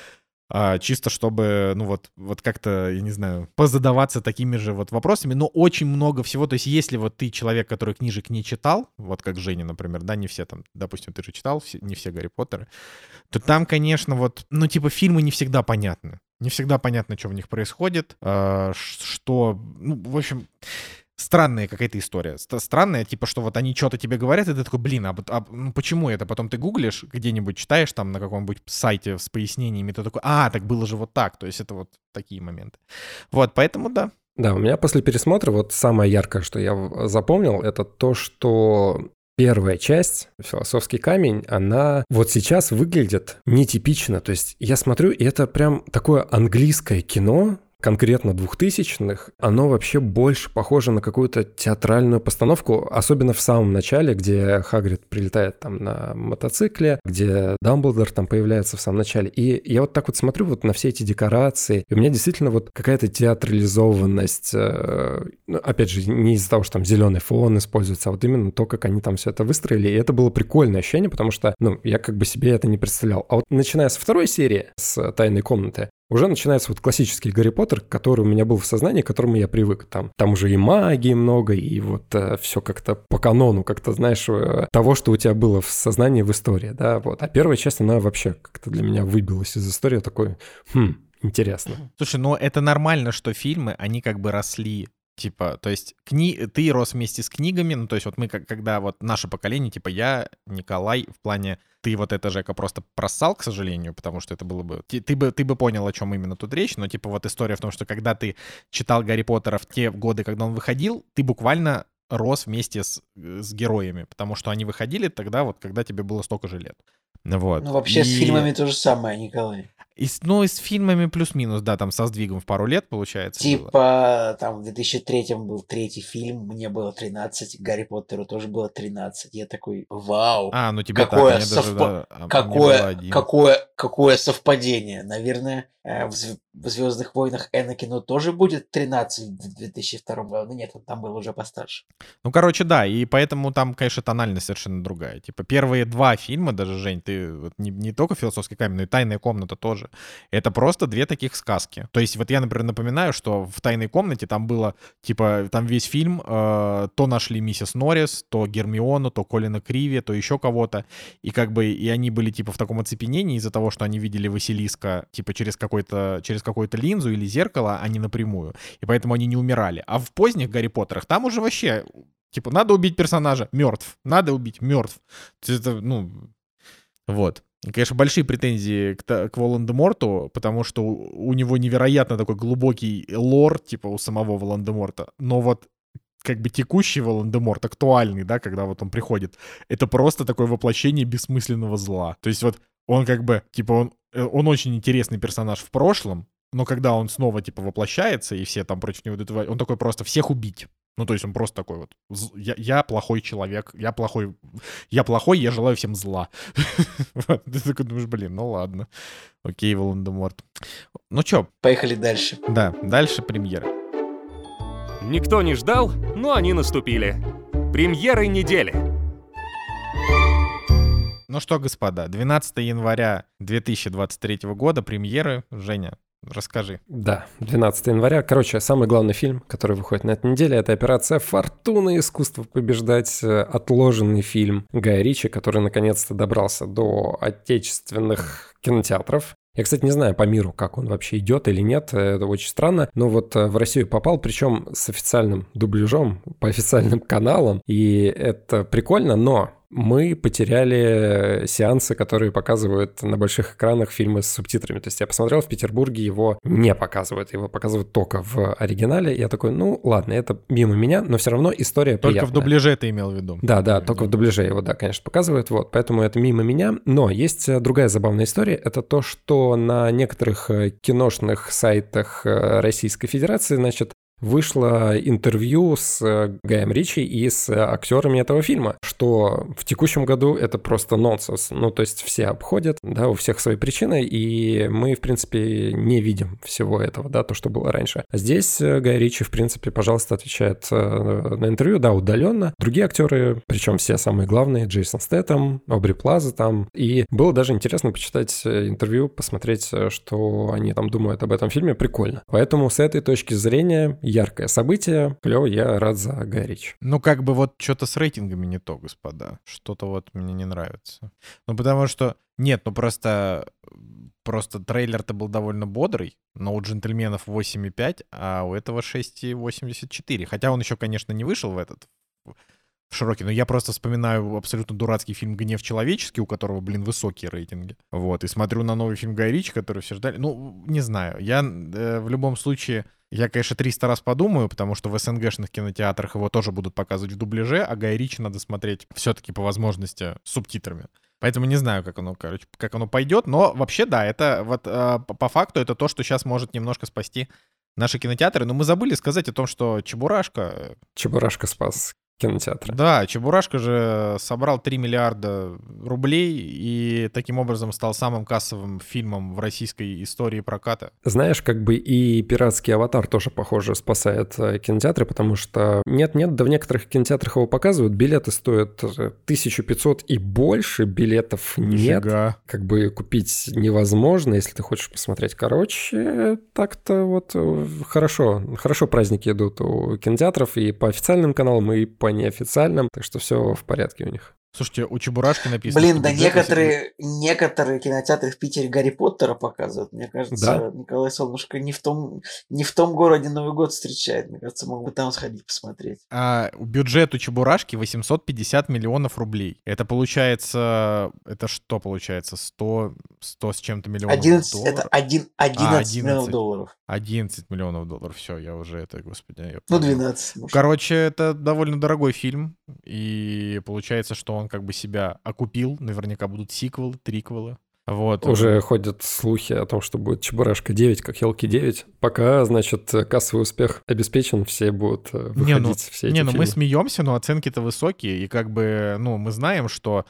А, чисто чтобы, ну вот, вот как-то, я не знаю, позадаваться такими же вот вопросами, но очень много всего, то есть если вот ты человек, который книжек не читал, вот как Женя, например, да, не все там, допустим, ты же читал, все, не все Гарри Поттеры, то там, конечно, вот, ну типа фильмы не всегда понятны, не всегда понятно, что в них происходит, а, что, ну, в общем... Странная какая-то история. Странная, типа, что вот они что-то тебе говорят, и ты такой, блин, а, а ну, почему это? Потом ты гуглишь, где-нибудь читаешь там на каком-нибудь сайте с пояснениями, ты такой, а, так было же вот так. То есть это вот такие моменты. Вот, поэтому да. Да, у меня после пересмотра вот самое яркое, что я запомнил, это то, что первая часть, «Философский камень», она вот сейчас выглядит нетипично. То есть я смотрю, и это прям такое английское кино, конкретно двухтысячных, оно вообще больше похоже на какую-то театральную постановку, особенно в самом начале, где Хагрид прилетает там на мотоцикле, где Дамблдор там появляется в самом начале. И я вот так вот смотрю вот на все эти декорации, и у меня действительно вот какая-то театрализованность, э, опять же, не из-за того, что там зеленый фон используется, а вот именно то, как они там все это выстроили. И это было прикольное ощущение, потому что, ну, я как бы себе это не представлял. А вот начиная с второй серии, с «Тайной комнаты», уже начинается вот классический Гарри Поттер, который у меня был в сознании, к которому я привык. Там, там уже и магии много, и вот э, все как-то по канону, как-то, знаешь, э, того, что у тебя было в сознании, в истории, да, вот. А первая часть, она вообще как-то для меня выбилась из истории, такой, хм, интересно. Слушай, ну это нормально, что фильмы, они как бы росли. Типа, то есть кни... ты рос вместе с книгами, ну, то есть вот мы, как, когда вот наше поколение, типа я, Николай, в плане, ты вот это, Жека, просто просал, к сожалению, потому что это было бы... Ты, ты бы... ты бы понял, о чем именно тут речь, но, типа, вот история в том, что когда ты читал Гарри Поттера в те годы, когда он выходил, ты буквально рос вместе с, с героями, потому что они выходили тогда, вот, когда тебе было столько же лет. Вот. Ну, вообще, И... с фильмами то же самое, Николай. И, ну, и с фильмами плюс-минус, да, там со сдвигом в пару лет, получается. Типа, было. Там в две тысячи третьем был третий фильм, мне было тринадцать, Гарри Поттеру тоже было тринадцать. Я такой, вау. А, ну тебе какое так, а совпа... даже, да, какое, какое, какое совпадение. Наверное, в, Зв... в «Звездных войнах» Энакину тоже будет тринадцать в две тысячи втором году. Ну нет, он там был уже постарше. Ну, короче, да, и поэтому там, конечно, тональность совершенно другая. Типа, первые два фильма, даже, Жень, ты вот не, не только «Философский камень», но и «Тайная комната» тоже. Это просто две таких сказки. То есть вот я, например, напоминаю, что в «Тайной комнате» там было, типа, там весь фильм, э, то нашли миссис Норрис, то Гермиону, то Колина Криви, то еще кого-то. И как бы, и они были, типа, в таком оцепенении из-за того, что они видели Василиска, типа, через какой-то, через какую-то линзу или зеркало, а не напрямую. И поэтому они не умирали. А в поздних Гарри Поттерах там уже вообще, типа, надо убить персонажа, мертв. Надо убить, мертв. Это, ну, вот. И, конечно, большие претензии к, к Волан-де-Морту, потому что у, у него невероятно такой глубокий лор, типа у самого Волан-де-Морта. Но вот как бы текущий Волан-де-Морт, актуальный, да, когда вот он приходит, это просто такое воплощение бессмысленного зла. То есть вот он как бы, типа, он, он очень интересный персонаж в прошлом, но когда он снова, типа, воплощается, и все там против него идут, он такой просто всех убить. Ну, то есть он просто такой вот, я, я плохой человек, я плохой, я плохой, я желаю всем зла. Ты такой думаешь, блин, ну ладно. Окей, Волан-де-Морт. Ну чё? Поехали дальше. Да, дальше премьеры. Никто не ждал, но они наступили. Премьеры недели. Ну что, господа, двенадцатого января две тысячи двадцать третьего года премьеры. Женя, Расскажи. Да, двенадцатого января. Короче, самый главный фильм, который выходит на этой неделе, это «Операция Фортуна. Искусство побеждать». Отложенный фильм Гая Ричи, который наконец-то добрался до отечественных кинотеатров. Я, кстати, не знаю по миру, как он вообще идет или нет, это очень странно, но вот в Россию попал, причем с официальным дубляжом, по официальным каналам, и это прикольно, но мы потеряли сеансы, которые показывают на больших экранах фильмы с субтитрами. То есть я посмотрел, в Петербурге его не показывают, его показывают только в оригинале. Я такой, ну ладно, это мимо меня, но все равно история только приятная. В дубляже ты имел в виду? Да, да, только в дубляже его, да, конечно, показывают, вот, поэтому это мимо меня. Но есть другая забавная история, это то, что на некоторых киношных сайтах Российской Федерации, значит, вышло интервью с Гаем Ричи и с актерами этого фильма, что в текущем году это просто нонсенс. Ну, то есть все обходят, да, у всех свои причины, и мы, в принципе, не видим всего этого, да, то, что было раньше. А здесь Гай Ричи, в принципе, пожалуйста, отвечает на интервью, да, удаленно. Другие актеры, причем все самые главные, Джейсон Стэттем, Обри Плаза там. И было даже интересно почитать интервью, посмотреть, что они там думают об этом фильме, прикольно. Поэтому с этой точки зрения яркое событие, клево, я рад за Гая Ричи. Ну, как бы вот что-то с рейтингами не то, господа. Что-то вот мне не нравится. Ну, потому что... Нет, ну просто... Просто трейлер-то был довольно бодрый, но у «Джентльменов» восемь и пять, а у этого шесть и восемьдесят четыре. Хотя он еще, конечно, не вышел в этот... в широкий, но я просто вспоминаю абсолютно дурацкий фильм «Гнев человеческий», у которого, блин, высокие рейтинги. Вот, и смотрю на новый фильм Гая Ричи, который все ждали. Ну, не знаю, я э, в любом случае... Я, конечно, триста раз подумаю, потому что в СНГшных кинотеатрах его тоже будут показывать в дубляже, а Гая Ричи надо смотреть все-таки по возможности с субтитрами. Поэтому не знаю, как оно, короче, как оно пойдет, но вообще, да, это вот э, по факту это то, что сейчас может немножко спасти наши кинотеатры. Но мы забыли сказать о том, что Чебурашка... Чебурашка спас кинотеатра. Да, Чебурашка же собрал три миллиарда рублей и таким образом стал самым кассовым фильмом в российской истории проката. Знаешь, как бы и «Пиратский аватар» тоже, похоже, спасает кинотеатры, потому что нет-нет, да в некоторых кинотеатрах его показывают, билеты стоят тысяча пятьсот и больше, билетов нет. Нифига. Как бы купить невозможно, если ты хочешь посмотреть. Короче, так-то вот хорошо, хорошо праздники идут у кинотеатров и по официальным каналам, и по неофициальным, так что все в порядке у них. Слушайте, у Чебурашки написано... Блин, да некоторые, некоторые кинотеатры в Питере Гарри Поттера показывают. Мне кажется, Да? Николай Солнышко не в том, не в том городе Новый год встречает. Мне кажется, мог бы там сходить посмотреть. А бюджет у Чебурашки восемьсот пятьдесят миллионов рублей. Это получается... Это что получается? сто, сто с чем-то миллионов одиннадцать, долларов? Это один, одиннадцать а, миллионов долларов. одиннадцать миллионов долларов. Все, я уже это, господи... Я Ну, понял. двенадцать. Может. Короче, это довольно дорогой фильм. И получается, что он как бы себя окупил. Наверняка будут сиквелы, триквелы. Вот. Уже ходят слухи о том, что будет Чебурашка девять, как Елки девять. Пока, значит, кассовый успех обеспечен, все будут выходить, не, ну, все эти Не, ну фильмы. мы смеемся, но оценки-то высокие. И как бы, ну, мы знаем, что...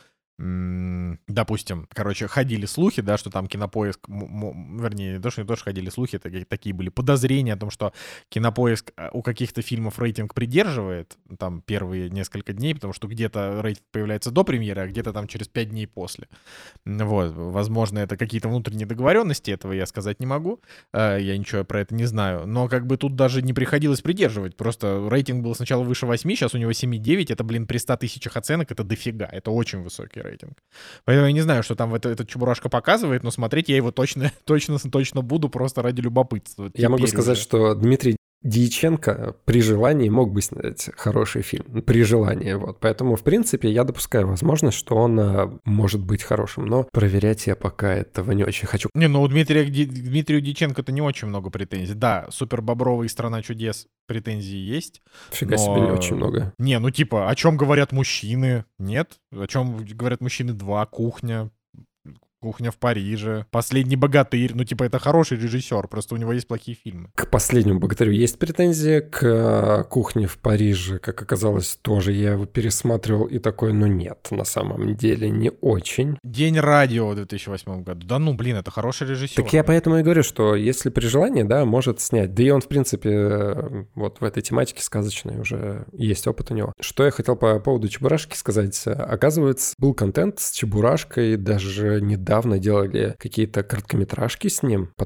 Допустим, короче, ходили слухи, да, что там Кинопоиск, вернее, не то, что не то, что ходили слухи, это такие были подозрения о том, что Кинопоиск у каких-то фильмов рейтинг придерживает, там, первые несколько дней, потому что где-то рейтинг появляется до премьеры, а где-то там через пять дней после. Вот, возможно, это какие-то внутренние договоренности, этого я сказать не могу, я ничего про это не знаю, но как бы тут даже не приходилось придерживать, просто рейтинг был сначала выше восьми, сейчас у него семь и девять, это, блин, при ста тысячах оценок, это дофига, это очень высокий рейтинг. Поэтому я не знаю, что там это, этот Чебурашка показывает, но смотреть я его точно, точно, точно буду просто ради любопытства. Я могу Теперь сказать, уже. что Дмитрий Дьяченко при желании мог бы снять хороший фильм. При желании, вот. Поэтому, в принципе, я допускаю возможность, что он а, может быть хорошим, но проверять я пока этого не очень хочу. Не, ну у Дмитрия, Дмитрию Дьяченко-то не очень много претензий. Да, Супер Бобровый и Страна чудес претензии есть. Фига но... себе, не очень много. Не, ну типа, о чем говорят мужчины? Нет. О чем говорят мужчины? Два. Кухня. «Кухня в Париже», «Последний богатырь». Ну, типа, это хороший режиссер, просто у него есть плохие фильмы. К «Последнему богатырю» есть претензии, к «Кухне в Париже», как оказалось, тоже я его пересматривал и такой, ну нет, на самом деле не очень. «День радио» в две тысячи восьмом году. Да ну, блин, это хороший режиссер. Так я поэтому и говорю, что если при желании, да, может снять. Да и он, в принципе, вот в этой тематике сказочной уже есть опыт у него. Что я хотел по поводу Чебурашки сказать. Оказывается, был контент с Чебурашкой, даже недавно делали какие-то короткометражки с ним. Потом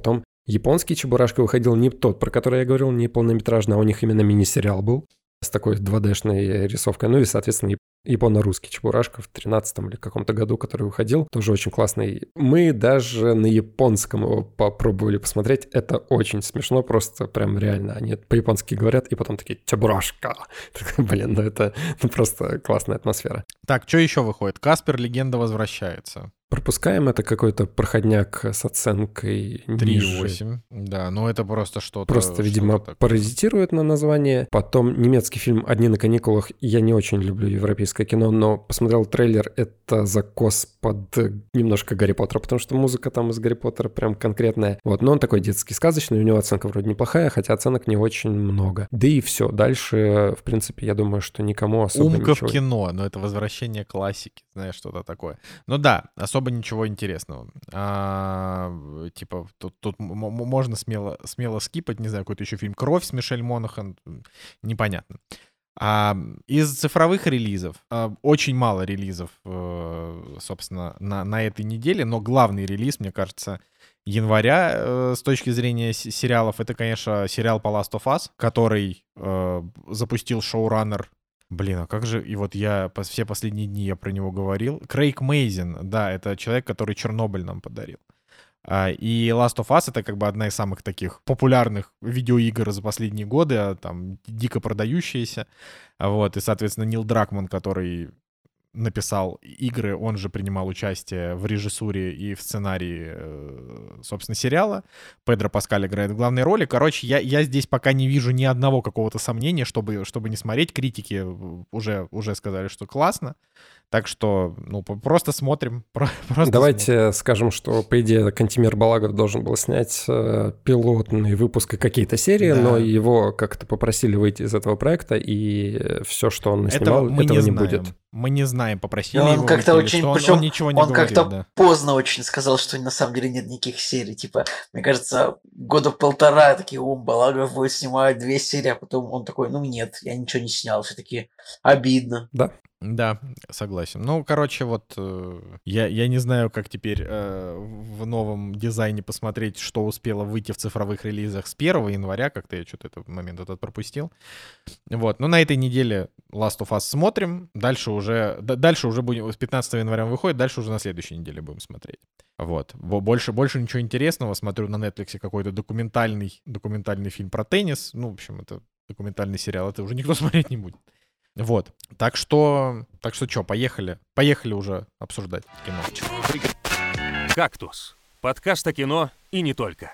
Японский Чебурашка выходил не тот, про который я говорил, не полнометражный, а у них именно мини-сериал был с такой два дэ-шной рисовкой. Ну и, соответственно, японо-русский Чебурашка в тринадцатом или каком-то году, который выходил, тоже очень классный. Мы даже на японском его попробовали посмотреть. Это очень смешно, просто прям реально. Они по-японски говорят, и потом такие «Чебурашка». Блин, ну это ну, просто классная атмосфера. Так, что еще выходит? «Каспер. Легенда возвращается». Пропускаем, это какой-то проходняк с оценкой три ниже. восемь. Да, ну это просто что-то... Просто, видимо, что-то паразитирует на название. Потом немецкий фильм «Одни на каникулах». Я не очень люблю европейское кино, но посмотрел трейлер. Это закос под немножко Гарри Поттера, потому что музыка там из Гарри Поттера прям конкретная. Вот, но он такой детский, сказочный, у него оценка вроде неплохая, хотя оценок не очень много. Да и все. Дальше, в принципе, я думаю, что никому особо Умка ничего... в кино, но это возвращение классики, знаешь, что-то такое. Ну да, особо ничего интересного. А, типа, тут, тут м- м- можно смело, смело скипать, не знаю, какой-то еще фильм «Кровь» с Мишель Монахан, непонятно. А, из цифровых релизов а, очень мало релизов, э, собственно, на, на этой неделе, но главный релиз, мне кажется, января э, с точки зрения с- сериалов, это, конечно, сериал по Last of Us, который э, запустил шоураннер. Блин, а как же... И вот я по- все последние дни я про него говорил. Крейг Мейзин, да, это человек, который Чернобыль нам подарил. А, И Last of Us — это как бы одна из самых таких популярных видеоигр за последние годы, а, там дико продающиеся. А Вот, и, соответственно, Нил Дракман, который написал игры, он же принимал участие в режиссуре и в сценарии, э, собственно, сериала. Педро Паскаль играет в главной роли. Короче, я, я здесь пока не вижу ни одного какого-то сомнения, чтобы, чтобы не смотреть. Критики уже, уже сказали, что классно. Так что, ну, по- просто смотрим. про- Просто Давайте смотрим. скажем, что, по идее, Кантемир Балагов должен был снять э, пилотный выпуск и какие-то серии, Да. но его как-то попросили выйти из этого проекта, и все, что он наснимал, Этого мы этого не не знаем. будет. Мы не знаем, попросили И он его как-то выйти или очень... что. Он, Причем он ничего не он говорил, как-то да. поздно очень сказал, что на самом деле нет никаких серий. Типа, мне кажется, года полтора такие, о, Балагов будет снимать две серии, а потом он такой, ну нет, я ничего не снял. Все-таки обидно. Да. Да, согласен. Ну, короче, вот э, я, я не знаю, как теперь э, в новом дизайне посмотреть, что успело выйти в цифровых релизах с первого января, как-то я что-то этот момент этот пропустил. Вот, но на этой неделе Last of Us смотрим, дальше уже, д- дальше уже будем, с пятнадцатого января он выходит, дальше уже на следующей неделе будем смотреть. Вот, Бо- больше, больше ничего интересного, смотрю на Netflix какой-то документальный, документальный фильм про теннис, ну, в общем, это документальный сериал, это уже никто смотреть не будет. Вот. Так что, так что что, поехали. Поехали уже обсуждать кино. «Кактус». Подкаст о кино и не только.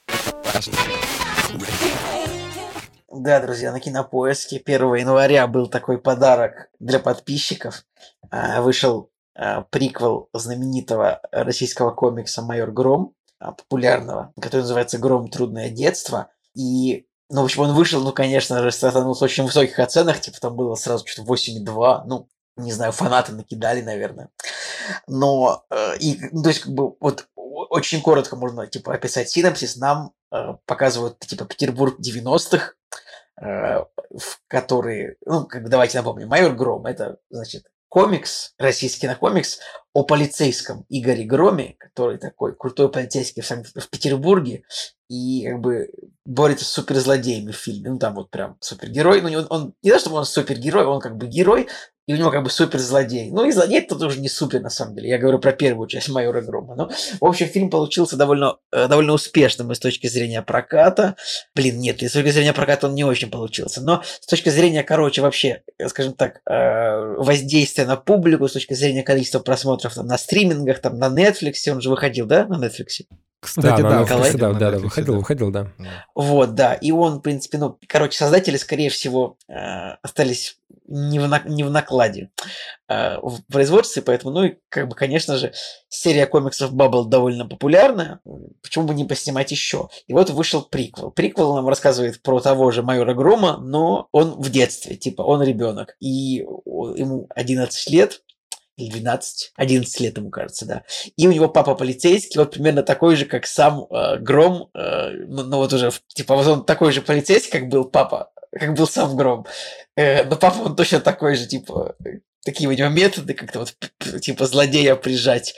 Да, друзья, на Кинопоиске первого января был такой подарок для подписчиков. А, Вышел а, приквел знаменитого российского комикса «Майор Гром», а, популярного, который называется «Гром. Трудное детство». И, ну, в общем, он вышел, ну, конечно же, стартанул с очень высоких оценок, типа там было сразу что-то восемь и два, ну, не знаю, фанаты накидали, наверное. Но, э, и, ну, то есть, как бы, вот о- очень коротко можно, типа, описать синопсис. Нам э, показывают, типа, Петербург девяностых, э, в который, ну, как бы давайте напомним, «Майор Гром» — это, значит, комикс, российский кинокомикс о полицейском Игоре Громе, который такой крутой полицейский в, Санкт- в Петербурге, и как бы борется с суперзлодеями в фильме. Ну, там вот прям супергерой. Ну, он, он не то, чтобы он супергерой, он как бы герой, и у него как бы суперзлодей. Ну, и злодей тут уже не супер, на самом деле. Я говорю про первую часть «Майора Грома». Ну, в общем, фильм получился довольно, э, довольно успешным и с точки зрения проката. Блин, нет, и с точки зрения проката он не очень получился. Но с точки зрения, короче, вообще, э, скажем так, э, воздействия на публику, с точки зрения количества просмотров там, на стримингах, там, на Netflix, он же выходил, да, на Netflix? Кстати, да, да, на Николай? Netflix, да, на да, да, Netflix, выходил, да. выходил, да. Да. Вот, да. И он, в принципе, ну, короче, создатели, скорее всего, э, остались не в, на- не в накладе э, в производстве, поэтому, ну, и, как бы, конечно же, серия комиксов Bubble довольно популярная, почему бы не поснимать еще? И вот вышел приквел. Приквел нам рассказывает про того же Майора Грома, но он в детстве, типа, он ребенок, и о- ему одиннадцать лет, или двенадцать, одиннадцать лет ему кажется, да. И у него папа полицейский, вот примерно такой же, как сам э, Гром, э, ну, ну вот уже, типа, вот он такой же полицейский, как был папа, как был сам Гром. Э, но папа он точно такой же, типа, такие у него методы, как-то вот типа злодея прижать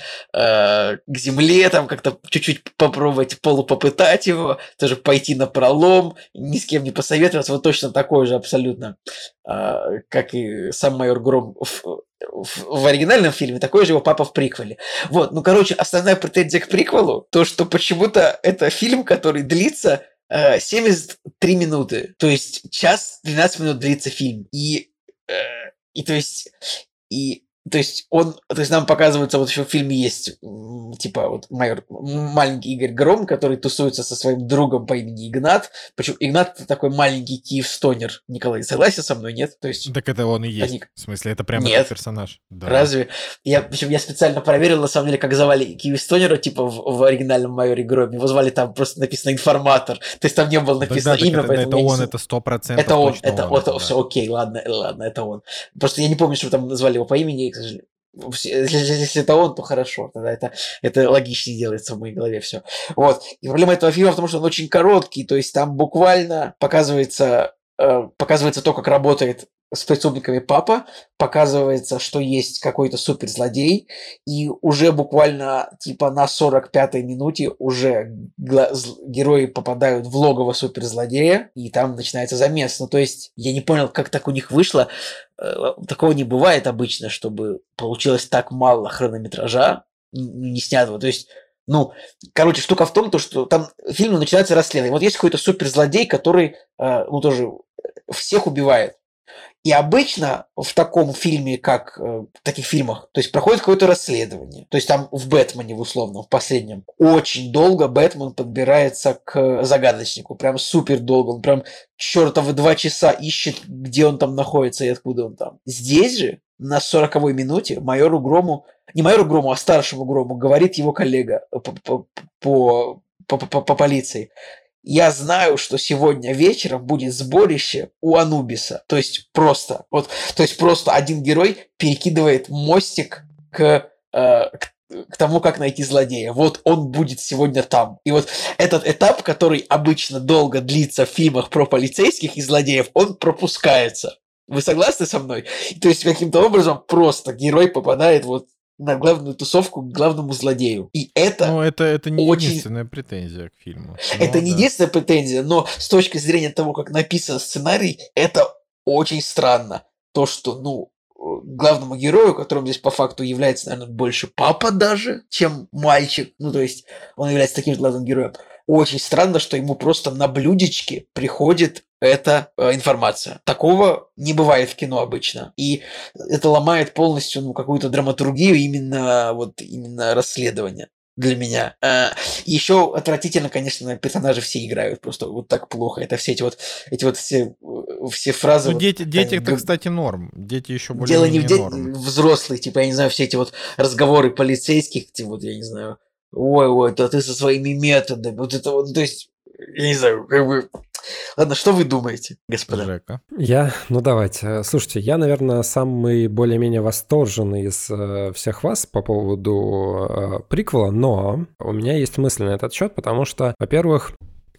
э, к земле, там как-то чуть-чуть попробовать полупопытать его, тоже пойти на пролом, ни с кем не посоветоваться, вот точно такой же абсолютно, э, как и сам майор Гром в, в, в оригинальном фильме, такой же его папа в приквеле. Вот, ну, короче, основная претензия к приквелу, то, что почему-то это фильм, который длится э, семьдесят три минуты, то есть час двенадцать минут длится фильм, и э, И то есть, и, то есть он, то есть нам показывается, вот еще в фильме есть, типа, вот майор, маленький Игорь Гром, который тусуется со своим другом по имени Игнат. Почему Игнат это такой маленький Киев-стонер. Николай, согласен со мной, нет? То есть, так это он и есть. Они... В смысле, это прям нет. этот персонаж. Да. Разве? Я, причем я специально проверил, на самом деле, как звали Киев-стонера, типа, в, в оригинальном майоре Громе. Его звали там просто написано информатор. То есть там не было написано да, имя, это, поэтому... это он, не... это сто процентов Это он, точно это, он, это, да. все, окей, ладно, ладно, это он. Просто я не помню, что там назвали его по имени, к сожалению. Если, если это он, то хорошо, тогда это, это логичнее делается в моей голове все. Вот. И проблема этого фильма в том, что он очень короткий, то есть там буквально показывается, э, показывается то, как работает с преступниками папа, показывается, что есть какой-то суперзлодей, и уже буквально типа на сорок пятой минуте уже гла- герои попадают в логово суперзлодея, и там начинается замес. Ну, то есть, я не понял, как так у них вышло. Такого не бывает обычно, чтобы получилось так мало хронометража, не снятого. То есть, ну, короче, штука в том, то, что там фильм начинается расследование. Вот есть какой-то суперзлодей, который, ну, тоже всех убивает. И обычно в таком фильме, как в таких фильмах, то есть проходит какое-то расследование. То есть там в «Бэтмене», в условном, в последнем, очень долго Бэтмен подбирается к загадочнику. Прям супер долго. Он прям чертовы два часа ищет, где он там находится и откуда он там. Здесь же, на сороковой минуте, майору Грому, не майору Грому, а старшему Грому, говорит его коллега по, по, по, по, по, по полиции: я знаю, что сегодня вечером будет сборище у Анубиса. То есть просто, вот, то есть просто один герой перекидывает мостик к, э, к, к тому, как найти злодея. Вот он будет сегодня там. И вот этот этап, который обычно долго длится в фильмах про полицейских и злодеев, он пропускается. Вы согласны со мной? То есть каким-то образом просто герой попадает вот на главную тусовку к главному злодею. И это... Ну, это, это не очень... единственная претензия к фильму. Это ну, не да. единственная претензия, но с точки зрения того, как написан сценарий, это очень странно. То, что, ну, главному герою, которым здесь по факту является, наверное, больше папа даже, чем мальчик, ну, то есть он является таким же главным героем, очень странно, что ему просто на блюдечке приходит эта э, информация. Такого не бывает в кино обычно. И это ломает полностью, ну, какую-то драматургию именно, вот, именно расследования для меня. А, еще отвратительно, конечно, персонажи все играют просто вот так плохо. Это все эти вот, эти вот все, все фразы. Ну, вот, дети, дети они, это, кстати, норм. Дети еще более дело не в де... норм. Взрослые, типа, я не знаю, все эти вот разговоры полицейских, типа, вот, я не знаю, ой-ой, да ты со своими методами, вот это вот, то есть, я не знаю, как бы... Ладно, что вы думаете, господа? Жека. Я, ну давайте. Слушайте, я, наверное, самый более-менее восторженный из э, всех вас по поводу э, приквела, но у меня есть мысли на этот счет, потому что, во-первых,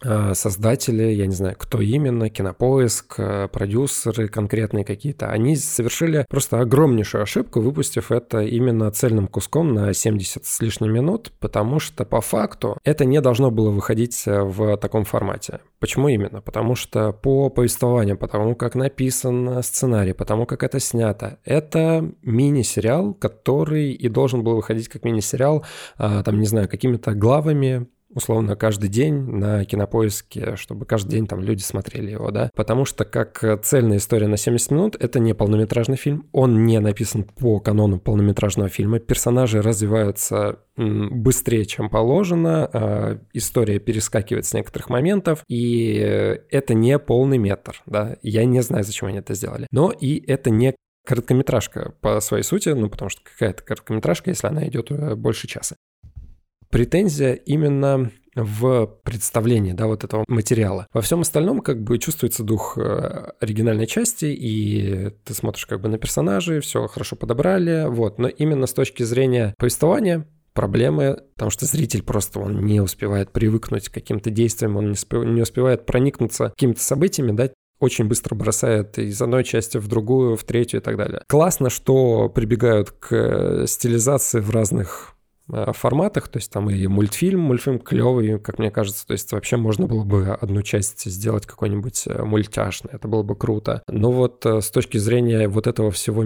создатели, я не знаю, кто именно, Кинопоиск, продюсеры конкретные какие-то, они совершили просто огромнейшую ошибку, выпустив это именно цельным куском на семьдесят с лишним минут, потому что по факту это не должно было выходить в таком формате. Почему именно? Потому что по повествованию, по тому, как написан сценарий, по тому, как это снято, это мини-сериал, который и должен был выходить как мини-сериал, там, не знаю, какими-то главами, условно, каждый день на Кинопоиске, чтобы каждый день там люди смотрели его, да. Потому что как цельная история на семьдесят минут, это не полнометражный фильм, он не написан по канону полнометражного фильма, персонажи развиваются быстрее, чем положено, история перескакивает с некоторых моментов, и это не полный метр, да. Я не знаю, зачем они это сделали. Но и это не короткометражка по своей сути, ну, потому что какая-то короткометражка, если она идет больше часа. Претензия именно в представлении, да, вот этого материала. Во всем остальном как бы чувствуется дух оригинальной части, и ты смотришь как бы на персонажей, все хорошо подобрали, вот. Но именно с точки зрения повествования проблемы, потому что зритель просто он не успевает привыкнуть к каким-то действиям, он не, успев, не успевает проникнуться какими-то событиями, да. очень быстро бросает из одной части в другую, в третью и так далее. Классно, что прибегают к стилизации в разных форматах, то есть там и мультфильм, мультфильм клевый, как мне кажется, то есть вообще можно было бы одну часть сделать какой-нибудь мультяшный, это было бы круто. Но вот с точки зрения вот этого всего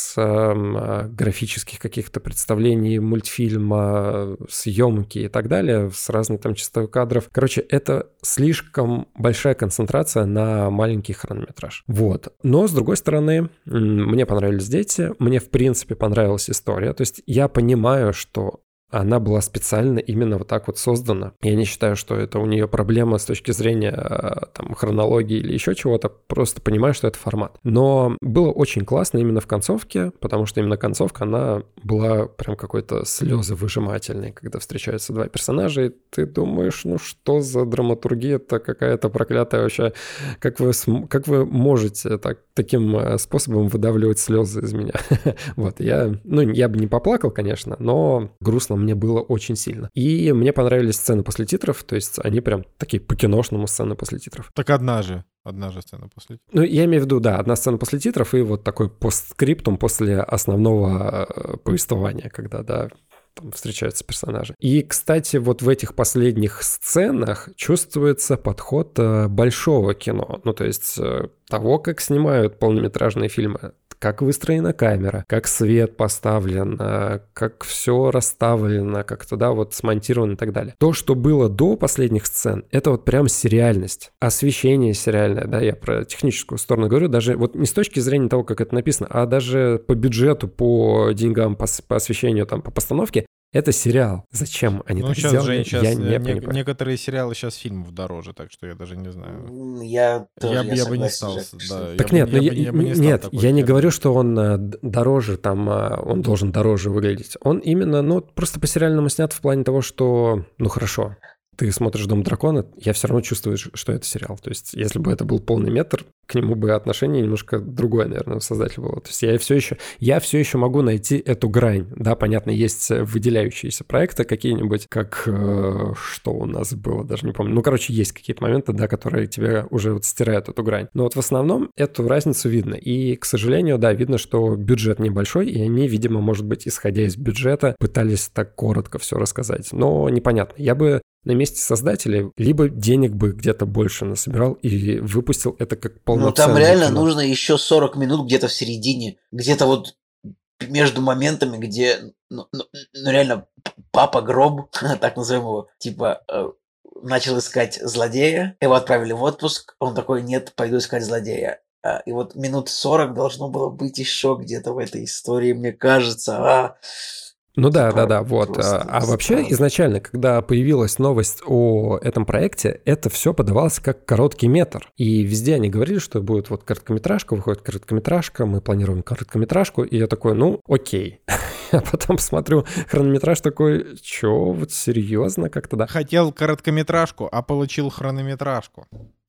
микса графических каких-то представлений, мультфильма, съемки и так далее, с разной там частотой кадров, короче, это слишком большая концентрация на маленький хронометраж. Вот. Но, с другой стороны, мне понравились дети, мне, в принципе, понравилась история, то есть я понимаю, что она была специально именно вот так вот создана. Я не считаю, что это у нее проблема с точки зрения там, хронологии или еще чего-то, просто понимаю, что это формат. Но было очень классно именно в концовке, потому что именно концовка, она была прям какой-то слезовыжимательной, когда встречаются два персонажа, и ты думаешь, ну что за драматургия-то какая-то проклятая вообще, как вы, как вы можете так, таким способом выдавливать слезы из меня? Вот, я, ну, я бы не поплакал, конечно, но грустно мне было очень сильно. И мне понравились сцены после титров, то есть они прям такие по-киношному сцены после титров. Так одна же, одна же сцена после титров. Ну, я имею в виду, да, одна сцена после титров и вот такой постскриптум после основного повествования, когда, да, там встречаются персонажи. И, кстати, вот в этих последних сценах чувствуется подход большого кино, ну, то есть того, как снимают полнометражные фильмы, как выстроена камера, как свет поставлен, как все расставлено, как туда вот смонтировано и так далее. То, что было до последних сцен, это вот прям сериальность. Освещение сериальное, да, я про техническую сторону говорю, даже вот не с точки зрения того, как это написано, а даже по бюджету, по деньгам, по, по освещению, там, по постановке. Это сериал. Зачем они ну, так сейчас, сделали, Жень, сейчас я не не, понимаю. Некоторые сериалы сейчас фильмов дороже, так что я даже не знаю. Я тоже, я, я, я бы не стал. Жек, да, так я нет, бы, ну, я, я, я, я бы не нет, стал я не фильм. говорю, что он дороже, там, он должен дороже выглядеть. Он именно, ну, просто по-сериальному снят в плане того, что, ну, хорошо, ты смотришь «Дом дракона», я все равно чувствую, что это сериал. То есть, если бы это был полный метр, к нему бы отношение немножко другое, наверное, у создателя было. То есть, я все еще, я все еще могу найти эту грань. Да, понятно, есть выделяющиеся проекты какие-нибудь, как э, что у нас было, даже не помню. Ну, короче, есть какие-то моменты, да, которые тебе уже вот стирают эту грань. Но вот в основном эту разницу видно. И, к сожалению, да, видно, что бюджет небольшой, и они, видимо, может быть, исходя из бюджета, пытались так коротко все рассказать. Но непонятно. Я бы на месте создателей либо денег бы где-то больше насобирал и выпустил это как полноценное Ну, там реально кино. нужно еще сорок минут где-то в середине, где-то вот между моментами, где, ну, ну, ну реально, папа Гроб, так назовем его, типа, э, начал искать злодея, его отправили в отпуск, он такой, нет, пойду искать злодея. И вот минут сорок должно было быть еще где-то в этой истории, мне кажется. А... Ну да, да, да, вот. А, а вообще странно. изначально, когда появилась новость о этом проекте, это все подавалось как короткий метр. И везде они говорили, что будет вот короткометражка, выходит короткометражка, мы планируем короткометражку. И я такой, ну, окей. А потом смотрю хронометраж такой, чё, вот серьезно как-то, да? Хотел короткометражку, а получил хронометражку.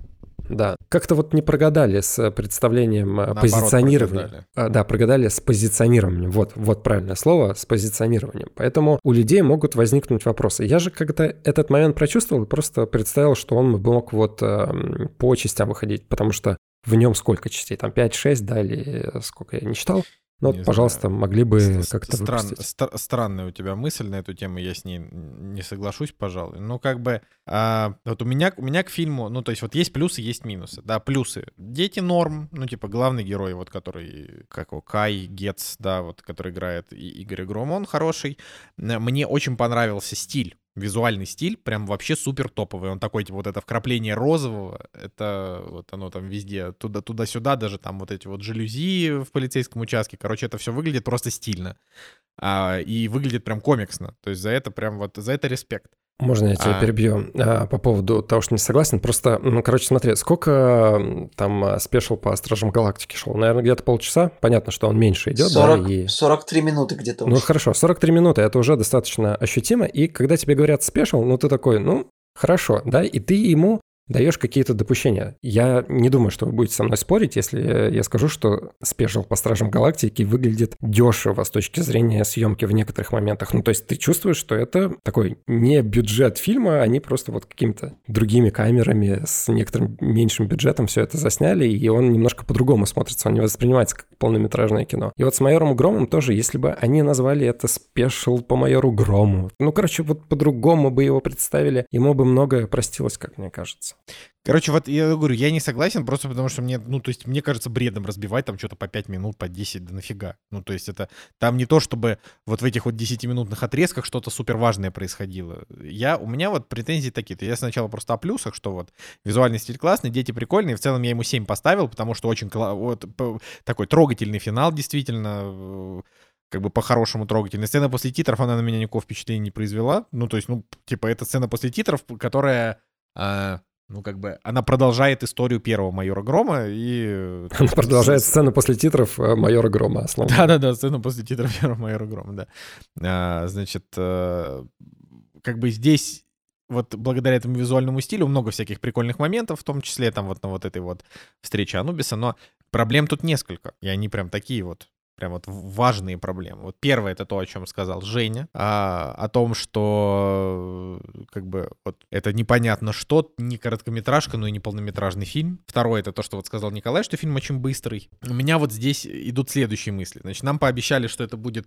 Да, как-то вот не прогадали с представлением Наоборот, позиционирования. прогадали. А, да, прогадали с позиционированием. Вот, вот правильное слово, с позиционированием. Поэтому у людей могут возникнуть вопросы. Я же когда этот момент прочувствовал и просто представил, что он мог вот э, по частям выходить, потому что в нем сколько частей? Там пять-шесть, да, или сколько я не читал. Ну вот, пожалуйста, знаю. могли бы С- как-то стран- выпустить. стра- Странная у тебя мысль на эту тему, я с ней не соглашусь, пожалуй. Ну, как бы, а, вот у меня, у меня к фильму, ну, то есть вот есть плюсы, есть минусы. Да, плюсы. Дети норм, ну, типа, главный герой, вот, который, как его, Кай Гетц, да, вот, который играет и Игорь Гром, он хороший. Мне очень понравился стиль. Визуальный стиль прям вообще супер топовый. Он такой, типа, вот это вкрапление розового, это вот оно там везде, туда, туда-сюда, даже там вот эти вот жалюзи в полицейском участке. Короче, это все выглядит просто стильно. А, и выглядит прям комиксно. То есть за это прям вот, за это респект. Можно я тебя А. перебью а, по поводу того, что не согласен? Просто, ну, короче, смотри, сколько м, там а, спешл по Стражам Галактики шел? Наверное, где-то полчаса. Понятно, что он меньше идет, сорок, да? И... сорок три минуты где-то. Ну, уж. хорошо, сорок три минуты, это уже достаточно ощутимо. И когда тебе говорят спешл, ну, ты такой, ну, хорошо, да? И ты ему даешь какие-то допущения. Я не думаю, что вы будете со мной спорить, если я скажу, что спешл по Стражам Галактики выглядит дешево с точки зрения съемки в некоторых моментах. Ну, то есть ты чувствуешь, что это такой не бюджет фильма, они просто вот какими-то другими камерами с некоторым меньшим бюджетом все это засняли, и он немножко по-другому смотрится, он не воспринимается как полнометражное кино. И вот с «Майором Громом» тоже, если бы они назвали это спешл по «Майору Грому», ну, короче, вот по-другому бы его представили, ему бы многое простилось, как мне кажется. Короче, вот я говорю, я не согласен, просто потому что мне, ну, то есть мне кажется бредом разбивать там что-то по пять минут, по десять, да нафига. Ну, то есть это там не то, чтобы вот в этих вот десятиминутных отрезках что-то супер важное происходило. Я, у меня вот претензии такие. То я сначала просто о плюсах, что вот визуальный стиль классный, дети прикольные, в целом я ему семь поставил, потому что очень вот, такой трогательный финал, действительно, как бы по-хорошему трогательный. Сцена после титров, она на меня никакого впечатления не произвела. Ну, то есть, ну, типа, это сцена после титров, которая... А, ну, как бы, она продолжает историю первого «Майора Грома» и... Она продолжает сцену после титров «Майора Грома». Да-да-да, сцену после титров первого «Майора Грома», да. А, значит, а, как бы здесь вот благодаря этому визуальному стилю много всяких прикольных моментов, в том числе там вот на вот этой вот встрече Анубиса, но проблем тут несколько, и они прям такие вот. Прям вот важные проблемы. Вот первое — это то, о чем сказал Женя, а, о том, что как бы вот это непонятно что, не короткометражка, но и не полнометражный фильм. Второе — это то, что вот сказал Николай, что фильм очень быстрый. У меня вот здесь идут следующие мысли. Значит, нам пообещали, что это будет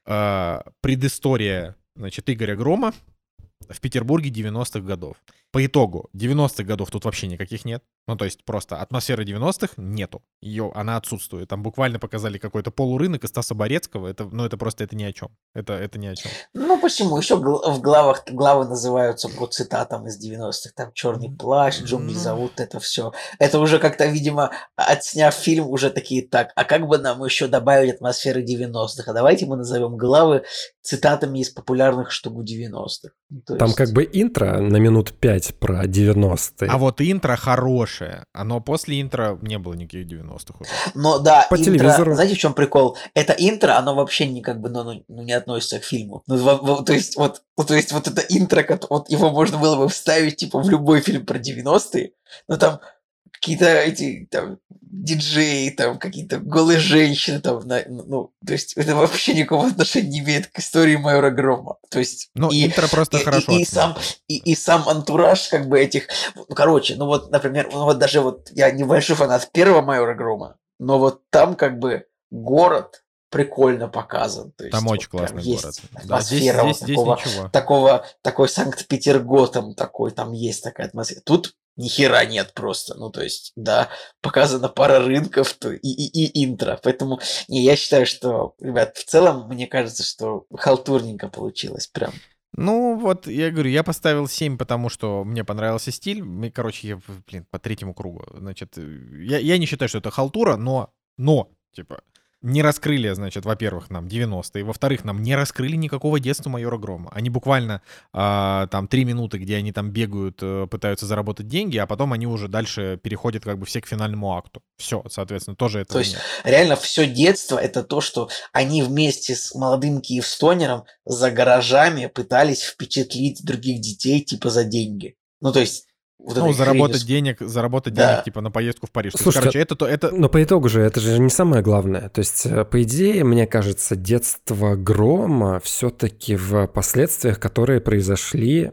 а, предыстория, значит, Игоря Грома в Петербурге девяностых годов. По итогу девяностых годов тут вообще никаких нет. Ну, то есть просто атмосферы девяностых нету. Ее, она отсутствует. Там буквально показали какой-то полурынок из Стаса Борецкого. Это, ну, это просто это ни о чем. Это, это ни о чем. Ну, почему? Еще в главах главы называются по цитатам из девяностых. Там «Черный плащ», «Джунгли зовут», это все. Это уже как-то, видимо, отсняв фильм, уже такие так. А как бы нам еще добавить атмосферы девяностых? А давайте мы назовем главы цитатами из популярных штук девяностых. То Там есть... как бы интро на минут пять про девяностые. А вот интро хорошее. Оно после интро не было никаких девяностых уже. Но да, по интро, телевизору. Знаете, в чем прикол? Это интро, оно вообще не как бы, ну, ну, ну не относится к фильму. Ну, в, в, то есть вот, ну, то есть вот это интро, вот его можно было бы вставить типа в любой фильм про девяностые. Но там какие-то эти там диджеи, там какие-то голые женщины, там, на, ну, то есть это вообще никакого отношения не имеет к истории «Майора Грома». То есть... Ну, и, интро просто и, хорошо. И, и, сам, и, и сам антураж как бы этих... Ну, короче, ну вот, например, ну вот даже вот я небольшой фанат первого «Майора Грома», но вот там как бы город прикольно показан. То есть, там очень вот, классный есть город. атмосфера Да, вот здесь, здесь, такого, здесь ничего. такого, такой Санкт-Петергоф такой, там есть такая атмосфера. Тут ни хера нет просто. Ну, то есть, да, показана пара рынков то, и, и, и интро. Поэтому, не, я считаю, что, ребят, в целом, мне кажется, что халтурненько получилось прям. Ну, вот, я говорю, я поставил семь, потому что мне понравился стиль. Короче, я, блин, по третьему кругу. Значит, я, я не считаю, что это халтура, но, но, типа, не раскрыли, значит, во-первых, нам девяностые, во-вторых, нам не раскрыли никакого детства «Майора Грома». Они буквально э, там три минуты, где они там бегают, э, пытаются заработать деньги, а потом они уже дальше переходят как бы все к финальному акту. Все, соответственно, тоже это. То есть реально все детство — это то, что они вместе с молодым Киевстонером за гаражами пытались впечатлить других детей типа за деньги. Ну, то есть... Вот ну, заработать хрень... денег, заработать да. денег, типа, на поездку в Париж. Слушай, есть, короче, это, то, это... но по итогу же, это же не самое главное. То есть, по идее, мне кажется, детство Грома все-таки в последствиях, которые произошли,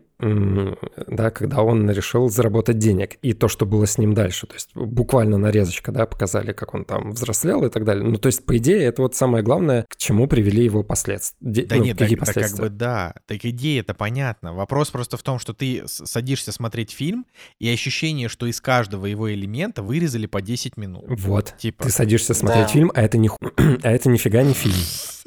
да, когда он решил заработать денег, и то, что было с ним дальше. То есть, буквально нарезочка, да, показали, как он там взрослел и так далее. Ну, то есть, по идее, это вот самое главное, к чему привели его последствия. Да ну, нет, какие так, последствия? Так как бы да. Так идея это понятно. Вопрос просто в том, что ты садишься смотреть фильм, и ощущение, что из каждого его элемента вырезали по десять минут. Вот. Типа... Ты садишься смотреть да. фильм, а это, не... а это нифига не фильм.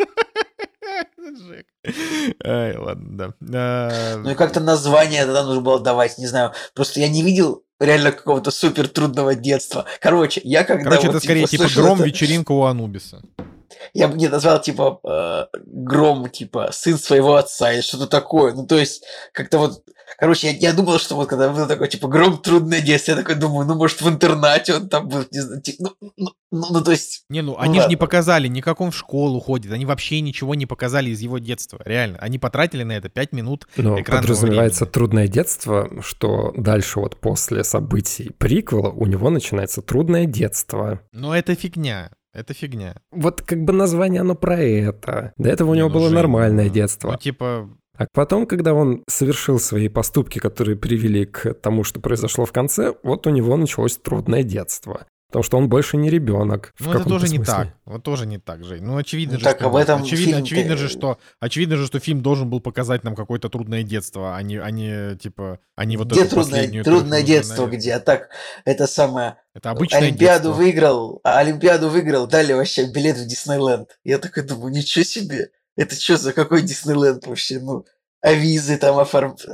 Ай, ладно, да. Ну и как-то название тогда нужно было давать, не знаю. Просто я не видел реально какого-то супер трудного детства. Короче, я когда... Короче, вот, это скорее типа «Гром. Это... Вечеринка у Анубиса». Я бы не назвал, типа, э, Гром, типа, сын своего отца или что-то такое. Ну, то есть, как-то вот Короче, я, я думал, что вот когда был такой, типа, Гром трудное детство, я такой думаю, ну, может, в интернате он там был, не знаю, типа, ну, ну, ну, ну, то есть... Не, ну, ну, они же не ладно. показали, ни как он в школу ходит, они вообще ничего не показали из его детства, реально. Они потратили на это пять минут Но экранного подразумевается времени. трудное детство, что дальше вот после событий приквела у него начинается трудное детство. Но это фигня, это фигня. Вот как бы название оно про это. До этого у Не, него ну, было Жень, нормальное ну, детство. Ну, типа, А потом, когда он совершил свои поступки, которые привели к тому, что произошло в конце, вот у него началось трудное детство. Потому что он больше не ребенок. в ну это каком-то тоже не смысле. так. Вот тоже не так, Жень. Ну, очевидно Ну, же, так, что об нет. этом очевидно, фильм-то- очевидно же, что очевидно же, что фильм должен был показать нам какое-то трудное детство, а не, а не типа, а не вот Где эту трудное, последнюю трудное трехминутную детство, нарезку. где? А так, это самое... Это обычное Олимпиаду детство. выиграл, а Олимпиаду выиграл, дали вообще билет в Диснейленд. Я такой думаю, ничего себе, это что за какой Диснейленд вообще, ну, а визы там оформ...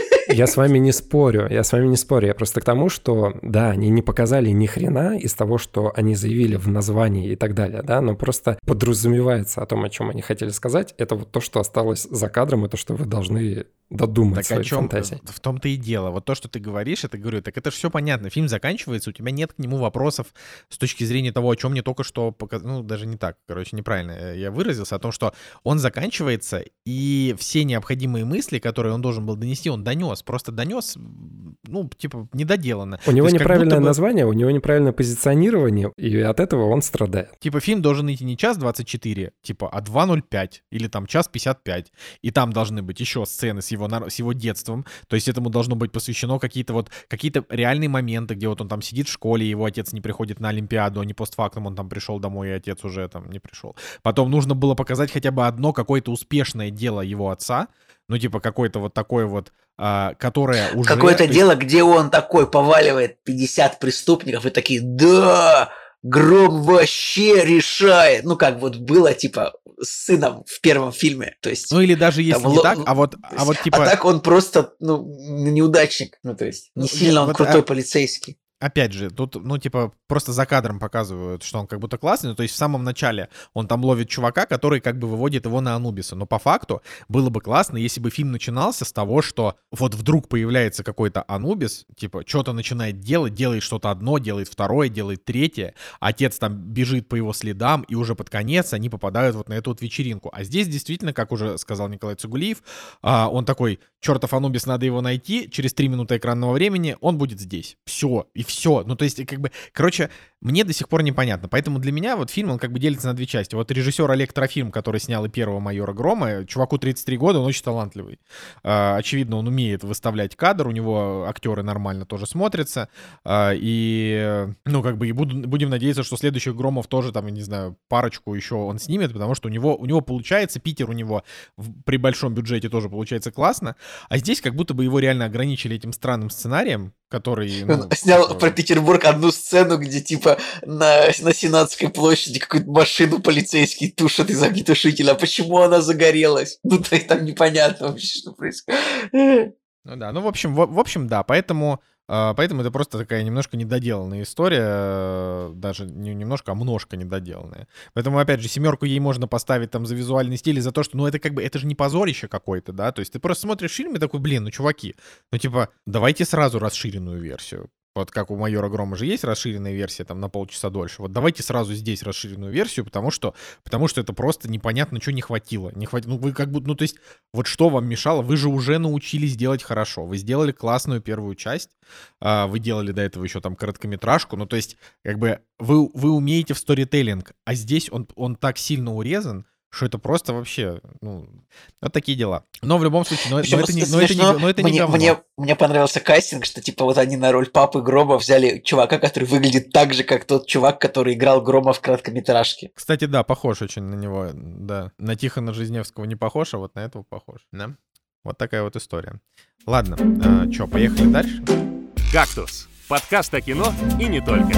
Я с вами не спорю, я с вами не спорю. Я просто к тому, что, да, они не показали ни хрена из того, что они заявили в названии и так далее, да, но просто подразумевается о том, о чем они хотели сказать. Это вот то, что осталось за кадром, и то, что вы должны додумать Так о своей чем? фантазией. В том-то и дело. Вот то, что ты говоришь, это говорю, так это же все понятно. Фильм заканчивается, у тебя нет к нему вопросов с точки зрения того, о чем мне только что показали. Ну, даже не так, короче, неправильно я выразился, о том, что он заканчивается, и все необходимые мысли, которые он должен был донести, он донес. Просто донес, ну, типа, недоделанно. У него То есть как неправильное будто бы, название, у него неправильное позиционирование, и от этого он страдает. типа, фильм должен идти не час двадцать четыре, типа, а два ноль пять или там час пятьдесят пять. И там должны быть еще сцены с его, нар- с его детством. То есть этому должно быть посвящено какие-то вот какие-то реальные моменты, где вот он там сидит в школе, его отец не приходит на Олимпиаду, а не постфактум он там пришел домой, и отец уже там не пришел. Потом нужно было показать хотя бы одно какое-то успешное дело его отца, ну, типа, какое-то вот такое вот, а, которое уже... Какое-то то есть- дело, где он такой поваливает пятьдесят преступников и такие, да, Гром вообще решает. Ну, как вот было, типа, с сыном в первом фильме. То есть... Ну, или даже если Там не ло- так, а вот, то а есть- вот типа... А так он просто, ну, неудачник. Ну, то есть, не Ну, сильно я- он вот, крутой а- полицейский. Опять же, тут, ну, типа, просто за кадром показывают, что он как будто классный. Ну, то есть в самом начале он там ловит чувака, который как бы выводит его на Анубиса. Но по факту было бы классно, если бы фильм начинался с того, что вот вдруг появляется какой-то Анубис, типа, что-то начинает делать, делает что-то одно, делает второе, делает третье. Отец там бежит по его следам, и уже под конец они попадают вот на эту вот вечеринку. А здесь действительно, как уже сказал Николай Цугулиев, а, он такой, чертов Анубис, надо его найти, через три минуты экранного времени он будет здесь. Все, и все. Ну, то есть, как бы, короче, мне до сих пор непонятно. Поэтому для меня вот фильм, он как бы делится на две части. Вот режиссер Олег Трофим, который снял и первого «Майора Грома», чуваку тридцать три года, он очень талантливый. А, очевидно, он умеет выставлять кадр, у него актеры нормально тоже смотрятся. А, и, ну, как бы, и буду, будем надеяться, что следующих Громов тоже, там, я не знаю, парочку еще он снимет, потому что у него, у него получается, Питер у него в- при большом бюджете тоже получается классно. А здесь как будто бы его реально ограничили этим странным сценарием, который... ну, Он снял типа, про Петербург одну сцену, где типа на, на Сенатской площади какую-то машину полицейский тушат из огнетушителя. А почему она загорелась? Ну, то есть там непонятно вообще, что происходит. Ну да, ну в общем, в, в общем, да, поэтому, э, поэтому это просто такая немножко недоделанная история, э, даже не немножко, а множко недоделанная. Поэтому, опять же, семерку ей можно поставить там за визуальный стиль и за то, что, ну это как бы, это же не позорище какое-то, да, то есть ты просто смотришь фильм и такой, блин, ну чуваки, ну типа, давайте сразу расширенную версию. Вот как у «Майора Грома» же есть расширенная версия там на полчаса дольше. Вот давайте сразу здесь расширенную версию, потому что, потому что это просто непонятно, что не хватило. Не хватило. Ну, вы как будто, ну, то есть, вот что вам мешало? Вы же уже научились делать хорошо. Вы сделали классную первую часть. а, Вы делали до этого еще там короткометражку. Ну, то есть, как бы, вы, вы умеете в сторителлинг, а здесь он, он так сильно урезан, что это просто вообще, ну, вот такие дела. Но в любом случае, но, но Причем это, не, но это, не, смешно, но это не мне, говно. мне, мне понравился кастинг, что типа вот они на роль папы Грома взяли чувака, который выглядит так же, как тот чувак, который играл Грома в короткометражке. Кстати, да, похож очень на него, да. На Тихона Жизневского не похож, а вот на этого похож, да. Вот такая вот история. Ладно, а, чё, поехали дальше? «Кактус» — подкаст о кино и не только.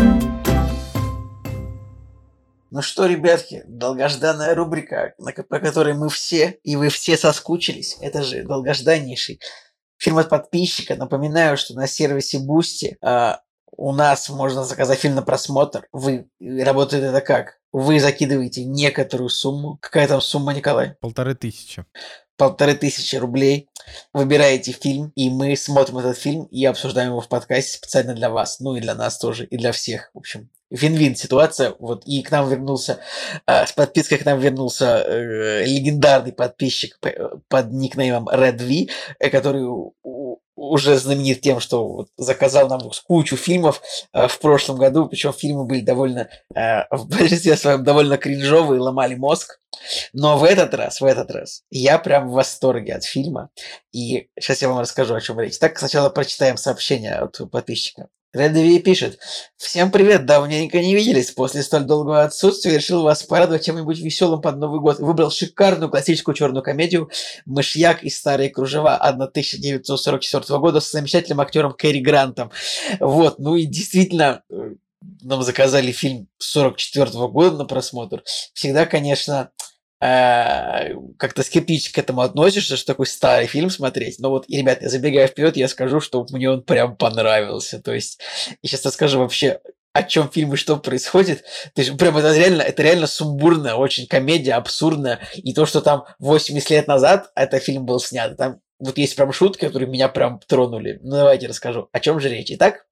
Ну что, ребятки, долгожданная рубрика, на ко- по которой мы все, и вы все соскучились. Это же долгожданнейший фильм от подписчика. Напоминаю, что на сервисе Boosty а, у нас можно заказать фильм на просмотр. Вы работает это как? Вы закидываете некоторую сумму. Какая там сумма, Николай? Полторы тысячи. полторы тысячи рублей, выбираете фильм, и мы смотрим этот фильм и обсуждаем его в подкасте специально для вас, ну и для нас тоже, и для всех, в общем. Вин-вин ситуация, вот, и к нам вернулся, э, с подпиской к нам вернулся э, легендарный подписчик под никнеймом Red V, э, который у, у, уже знаменит тем, что вот заказал нам кучу фильмов э, в прошлом году, причем фильмы были довольно, э, в большинстве своем довольно кринжовые, ломали мозг, но в этот раз, в этот раз я прям в восторге от фильма, и сейчас я вам расскажу, о чем речь. Так, сначала прочитаем сообщение от подписчика. Редви пишет: «Всем привет, давненько не виделись. После столь долгого отсутствия решил вас порадовать чем-нибудь веселым под Новый год. Выбрал шикарную классическую черную комедию «Мышьяк и старые кружева» тысяча девятьсот сорок четвёртого года с замечательным актером Кэрри Грантом». Вот, ну и действительно, нам заказали фильм сорок четвёртого года на просмотр. Всегда, конечно, как-то скептически к этому относишься, что такой старый фильм смотреть. Но вот, и, ребят, я забегая вперед, я скажу, что мне он прям понравился. То есть, я сейчас расскажу вообще, о чем фильм и что происходит. То есть, прям это реально, это реально сумбурная, очень комедия, абсурдная. И то, что там восемьдесят лет назад этот фильм был снят, там вот есть прям шутки, которые меня прям тронули. Ну, давайте расскажу, о чем же речь. Итак,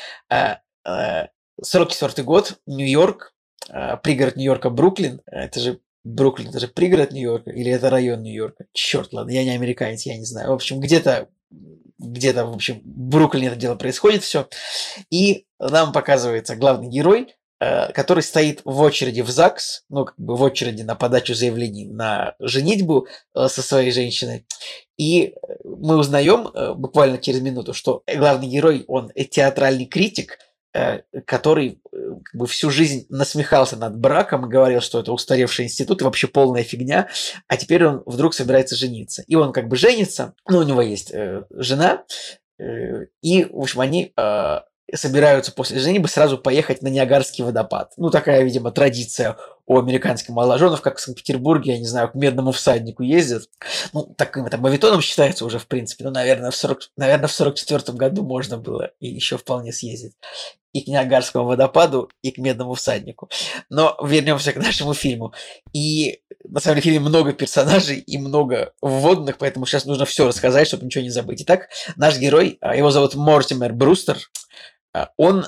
сорок четвёртый год, Нью-Йорк, пригород Нью-Йорка Бруклин. Это же Бруклин, это же пригород Нью-Йорка или это район Нью-Йорка? Черт, ладно, я не американец, я не знаю. В общем, где-то, где-то, в общем, в Бруклине это дело происходит все. И нам показывается главный герой, который стоит в очереди в ЗАГС, ну, как бы в очереди на подачу заявлений на женитьбу со своей женщиной. И мы узнаем буквально через минуту, что главный герой, он театральный критик, который как бы всю жизнь насмехался над браком и говорил, что это устаревший институт и вообще полная фигня, а теперь он вдруг собирается жениться. И он как бы женится, ну, у него есть э, жена, э, и, в общем, они э, собираются после женитьбы сразу поехать на Ниагарский водопад. Ну, такая, видимо, традиция у американских молодоженов, как в Санкт-Петербурге, я не знаю, к Медному всаднику ездят. Ну, таким это мавитоном считается уже, в принципе. Ну, наверное, в, сорок, наверное, в сорок четвёртом году можно было и еще вполне съездить. И к Ниагарскому водопаду, и к Медному всаднику. Но вернемся к нашему фильму. И на самом деле в фильме много персонажей и много вводных, поэтому сейчас нужно все рассказать, чтобы ничего не забыть. Итак, наш герой, его зовут Мортимер Брустер, он,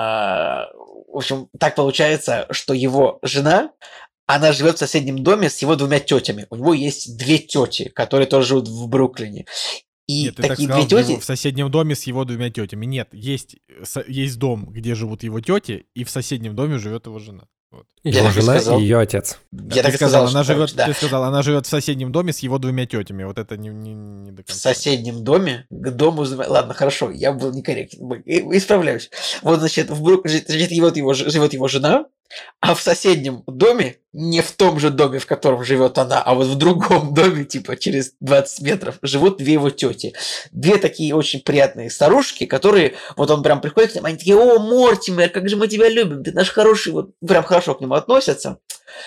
в общем, так получается, что его жена, она живет в соседнем доме с его двумя тетями. У него есть две тети, которые тоже живут в Бруклине. И Нет, ты такие так сказал, две тети... в соседнем доме с его двумя тетями. Нет, есть, есть дом, где живут его тети, и в соседнем доме живет его жена. Вот. Его жена сказал. И ее отец. Я ты так сказал, сказал, она что, живет, да. Ты сказал, она живет в соседнем доме с его двумя тетями. Вот это не, не, не до конца. В соседнем доме к дому... Ладно, хорошо, я был некорректен. Исправляюсь. Вот, значит, в Брук... значит его, его, живет его жена, а в соседнем доме, не в том же доме, в котором живет она, а вот в другом доме, типа через двадцать метров, живут две его тети. Две такие очень приятные старушки, которые, вот он прям приходит к ним, они такие: «О, Мортимер, как же мы тебя любим, ты наш хороший», вот прям хорошо к нему относятся,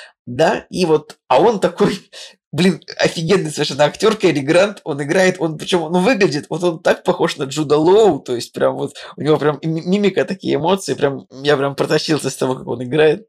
да, и вот, а он такой... Блин, офигенный совершенно актер Кэрри Грант, он играет, он причем, ну, выглядит, вот он так похож на Джуда Лоу, то есть прям вот у него прям мимика, такие эмоции, прям я прям протащился с того, как он играет.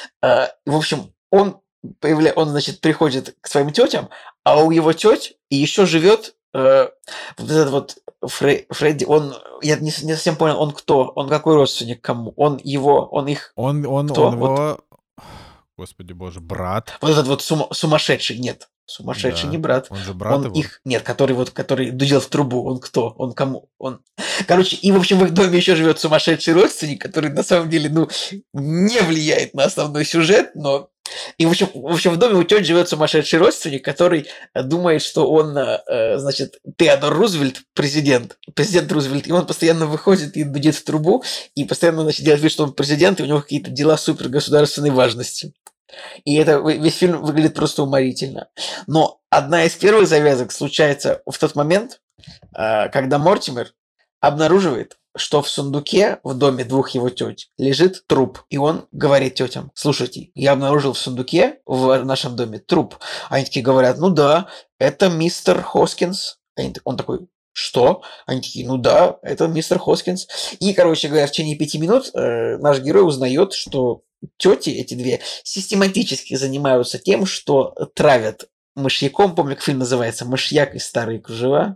А, в общем, он появля... он, значит, приходит к своим тетям, а у его теть еще живет э, вот этот вот Фре... Фредди, он, я не, не совсем понял, он кто, он какой родственник кому, он его, он их, он, он, кто? Он его... Вот. Господи боже, брат. Вот этот вот сум... сумасшедший, нет. Сумасшедший, да, не брат. Он же брат он его. Их, нет, который вот, который дудел в трубу. Он кто? Он кому? Он... Короче, и, в общем, в их доме еще живет сумасшедший родственник, который, на самом деле, ну, не влияет на основной сюжет, но... И, в общем, в общем, в доме у тети живет сумасшедший родственник, который думает, что он, значит, Теодор Рузвельт, президент, президент Рузвельт, и он постоянно выходит и дудит в трубу, и постоянно, значит, делает вид, что он президент, и у него какие-то дела супергосударственной важности. И это весь фильм выглядит просто уморительно. Но одна из первых завязок случается в тот момент, когда Мортимер обнаруживает, что в сундуке в доме двух его теть лежит труп. И он говорит тетям: слушайте, я обнаружил в сундуке в нашем доме труп. Они такие говорят: ну да, это мистер Хоскинс. Он такой: что? Они такие: ну да, это мистер Хоскинс. И, короче говоря, в течение пяти минут э, наш герой узнает, что тети эти две систематически занимаются тем, что травят мышьяком, помню, как фильм называется «Мышьяк и старые кружева»,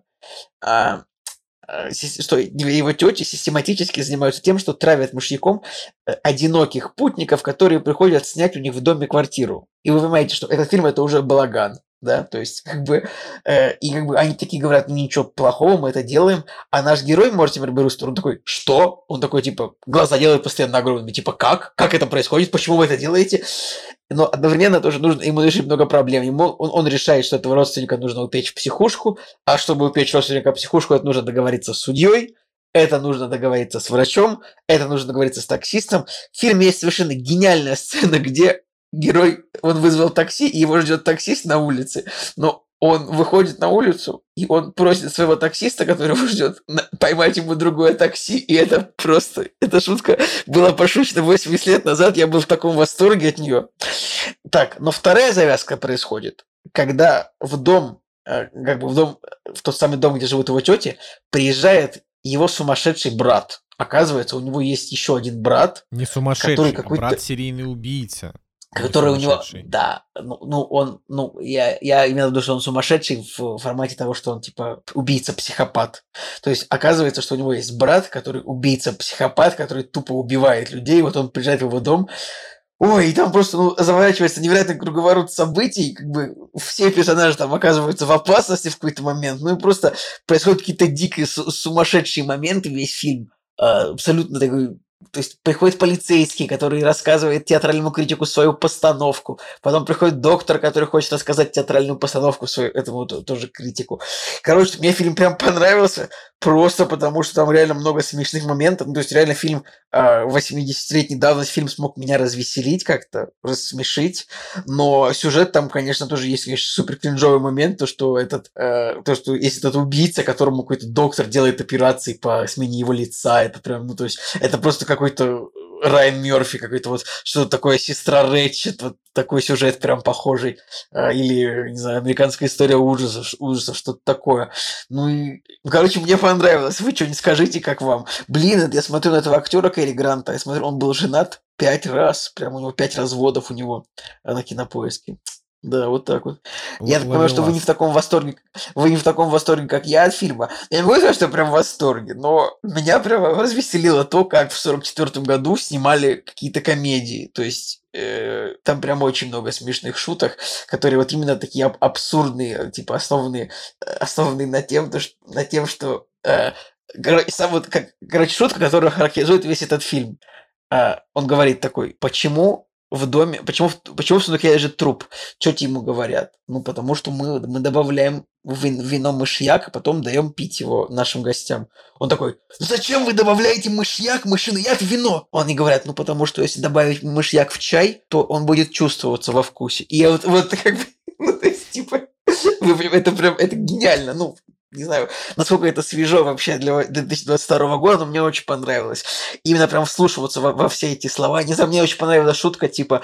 а, а, сис- что его тети систематически занимаются тем, что травят мышьяком э, одиноких путников, которые приходят снять у них в доме квартиру. И вы понимаете, что этот фильм это уже балаган. Да, то есть, как бы, э, и как бы они такие говорят, ну ничего плохого, мы это делаем, а наш герой Мортимер Брюстер, он такой, что? Он такой, типа, глаза делает постоянно огромными, типа, как? Как это происходит? Почему вы это делаете? Но одновременно тоже нужно ему решить много проблем. Ему, он, он решает, что этого родственника нужно упечь в психушку, а чтобы упечь родственника в психушку, это нужно договориться с судьей, это нужно договориться с врачом, это нужно договориться с таксистом. В фильме есть совершенно гениальная сцена, где герой, он вызвал такси, и его ждет таксист на улице, но он выходит на улицу, и он просит своего таксиста, который его ждет, на- поймать ему другое такси, и это просто, эта шутка была пошучена восемьдесят лет назад, я был в таком восторге от нее. Так, но вторая завязка происходит, когда в дом, э, как бы в дом, в тот самый дом, где живут его тети, приезжает его сумасшедший брат. Оказывается, у него есть еще один брат, Не который сумасшедший, а какой-то... брат серийный убийца. Не Который у него, сумасшедший. да, ну, ну он, ну, я, я имел в виду, что он сумасшедший в формате того, что он, типа, убийца-психопат. То есть, оказывается, что у него есть брат, который убийца-психопат, который тупо убивает людей, вот он приезжает в его дом, ой, и там просто, ну, заворачивается невероятный круговорот событий, как бы все персонажи там оказываются в опасности в какой-то момент, ну, и просто происходят какие-то дикие су- сумасшедшие моменты, весь фильм, а, абсолютно такой. То есть приходит полицейский, который рассказывает театральному критику свою постановку. Потом приходит доктор, который хочет рассказать театральную постановку свою, этому то- тоже критику. Короче, мне фильм прям понравился, просто потому что там реально много смешных моментов. Ну, то есть реально фильм а, восьмидесятилетней давности, фильм смог меня развеселить как-то, рассмешить. Но сюжет там, конечно, тоже есть, конечно, супер кринжовый момент, то, что этот, э, то, что есть этот убийца, которому какой-то доктор делает операции по смене его лица, это прям, ну, то есть, это просто какой-то Райан Мерфи, какой-то вот что-то такое, сестра Рэтчет, вот такой сюжет прям похожий, а, или, не знаю, американская история ужасов, ш- ужасов, что-то такое. Ну и, ну, короче, мне понравилось. Вы что, не скажите, как вам? Блин, это я смотрю на этого актера Кэрри Гранта, я смотрю, он был женат пять раз, прям у него пять разводов у него а, на Кинопоиске. Да, вот так вот. Я так понимаю, что вы не в Ловелас. таком восторге, вы не в таком восторге, как я от фильма. Я не могу сказать, что я прям в восторге, но меня прям развеселило то, как в сорок четвёртом году снимали какие-то комедии. То есть э, там прям очень много смешных шуток, которые вот именно такие аб- абсурдные, типа основанные, э, основанные на тем, то, что, на тем, что э, коро- сам вот как, короче, шутка, которая характеризует весь этот фильм. А, он говорит такой, почему в доме, почему, в- почему в сундуке лежит труп? Что ему говорят? Ну, потому что мы, мы добавляем в вин- в вино мышьяк, а потом даем пить его нашим гостям. Он такой, зачем вы добавляете мышьяк, мышиный яд в вино? Они говорят, ну, потому что если добавить мышьяк в чай, то он будет чувствоваться во вкусе. И я вот, вот как бы, ну, то есть, типа, вы понимаете, это прям, это гениально, ну, не знаю, насколько это свежо вообще для две тысячи двадцать второго года, но мне очень понравилось. Именно прям вслушиваться во, во все эти слова. Не знаю, мне очень понравилась шутка, типа,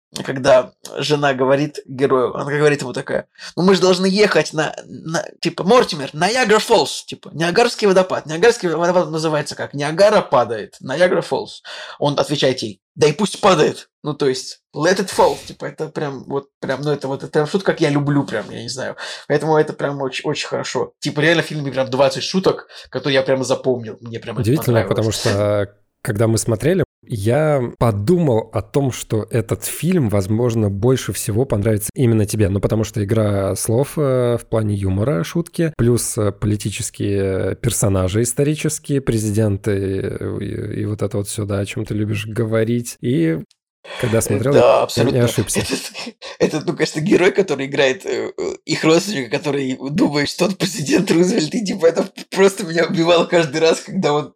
когда жена говорит герою, она говорит ему такая, ну мы же должны ехать на, на типа, Мортимер, Ниагара Фоллс, типа, Ниагарский водопад. Ниагарский водопад называется как? Ниагара падает, Ниагара Фоллс. Он отвечает ей, да и пусть падает. Ну, то есть, let it fall, типа, это прям, вот, прям, ну, это вот, это прям шутка, как я люблю, прям, я не знаю. Поэтому это прям очень, очень хорошо. Типа, реально в фильме прям двадцать шуток, которые я прям запомнил, мне прям это Удивительно, понравилось. потому что когда мы смотрели, я подумал о том, что этот фильм, возможно, больше всего понравится именно тебе. Ну, потому что игра слов э, в плане юмора, шутки, плюс э, политические персонажи исторические, президенты э, и, и вот это вот сюда, о чем ты любишь говорить. И когда смотрел, Да, я не абсолютно. ошибся. Этот, этот, ну, конечно, герой, который играет э, э, их родственника, который думает, что он президент Рузвельт, и типа это просто меня убивало каждый раз, когда он...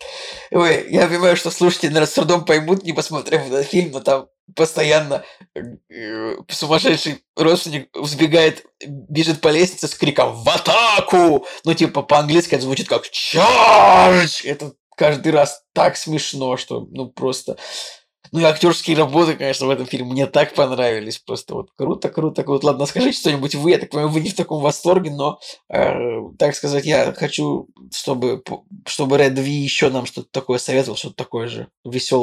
Ой, я понимаю, что слушатели, наверное, с трудом поймут, не посмотрев этот фильм, но там постоянно э, сумасшедший родственник взбегает, бежит по лестнице с криком «В атаку!» Ну, типа, по-английски это звучит как «Charge!» Это каждый раз так смешно, что, ну, просто... Ну и актерские работы, конечно, в этом фильме мне так понравились. Просто вот круто, круто, круто. Ладно, скажите что-нибудь вы. Я так понимаю, вы не в таком восторге, но, э, так сказать, я хочу, чтобы, п- чтобы Red V еще нам что-то такое советовал, что-то такое же весело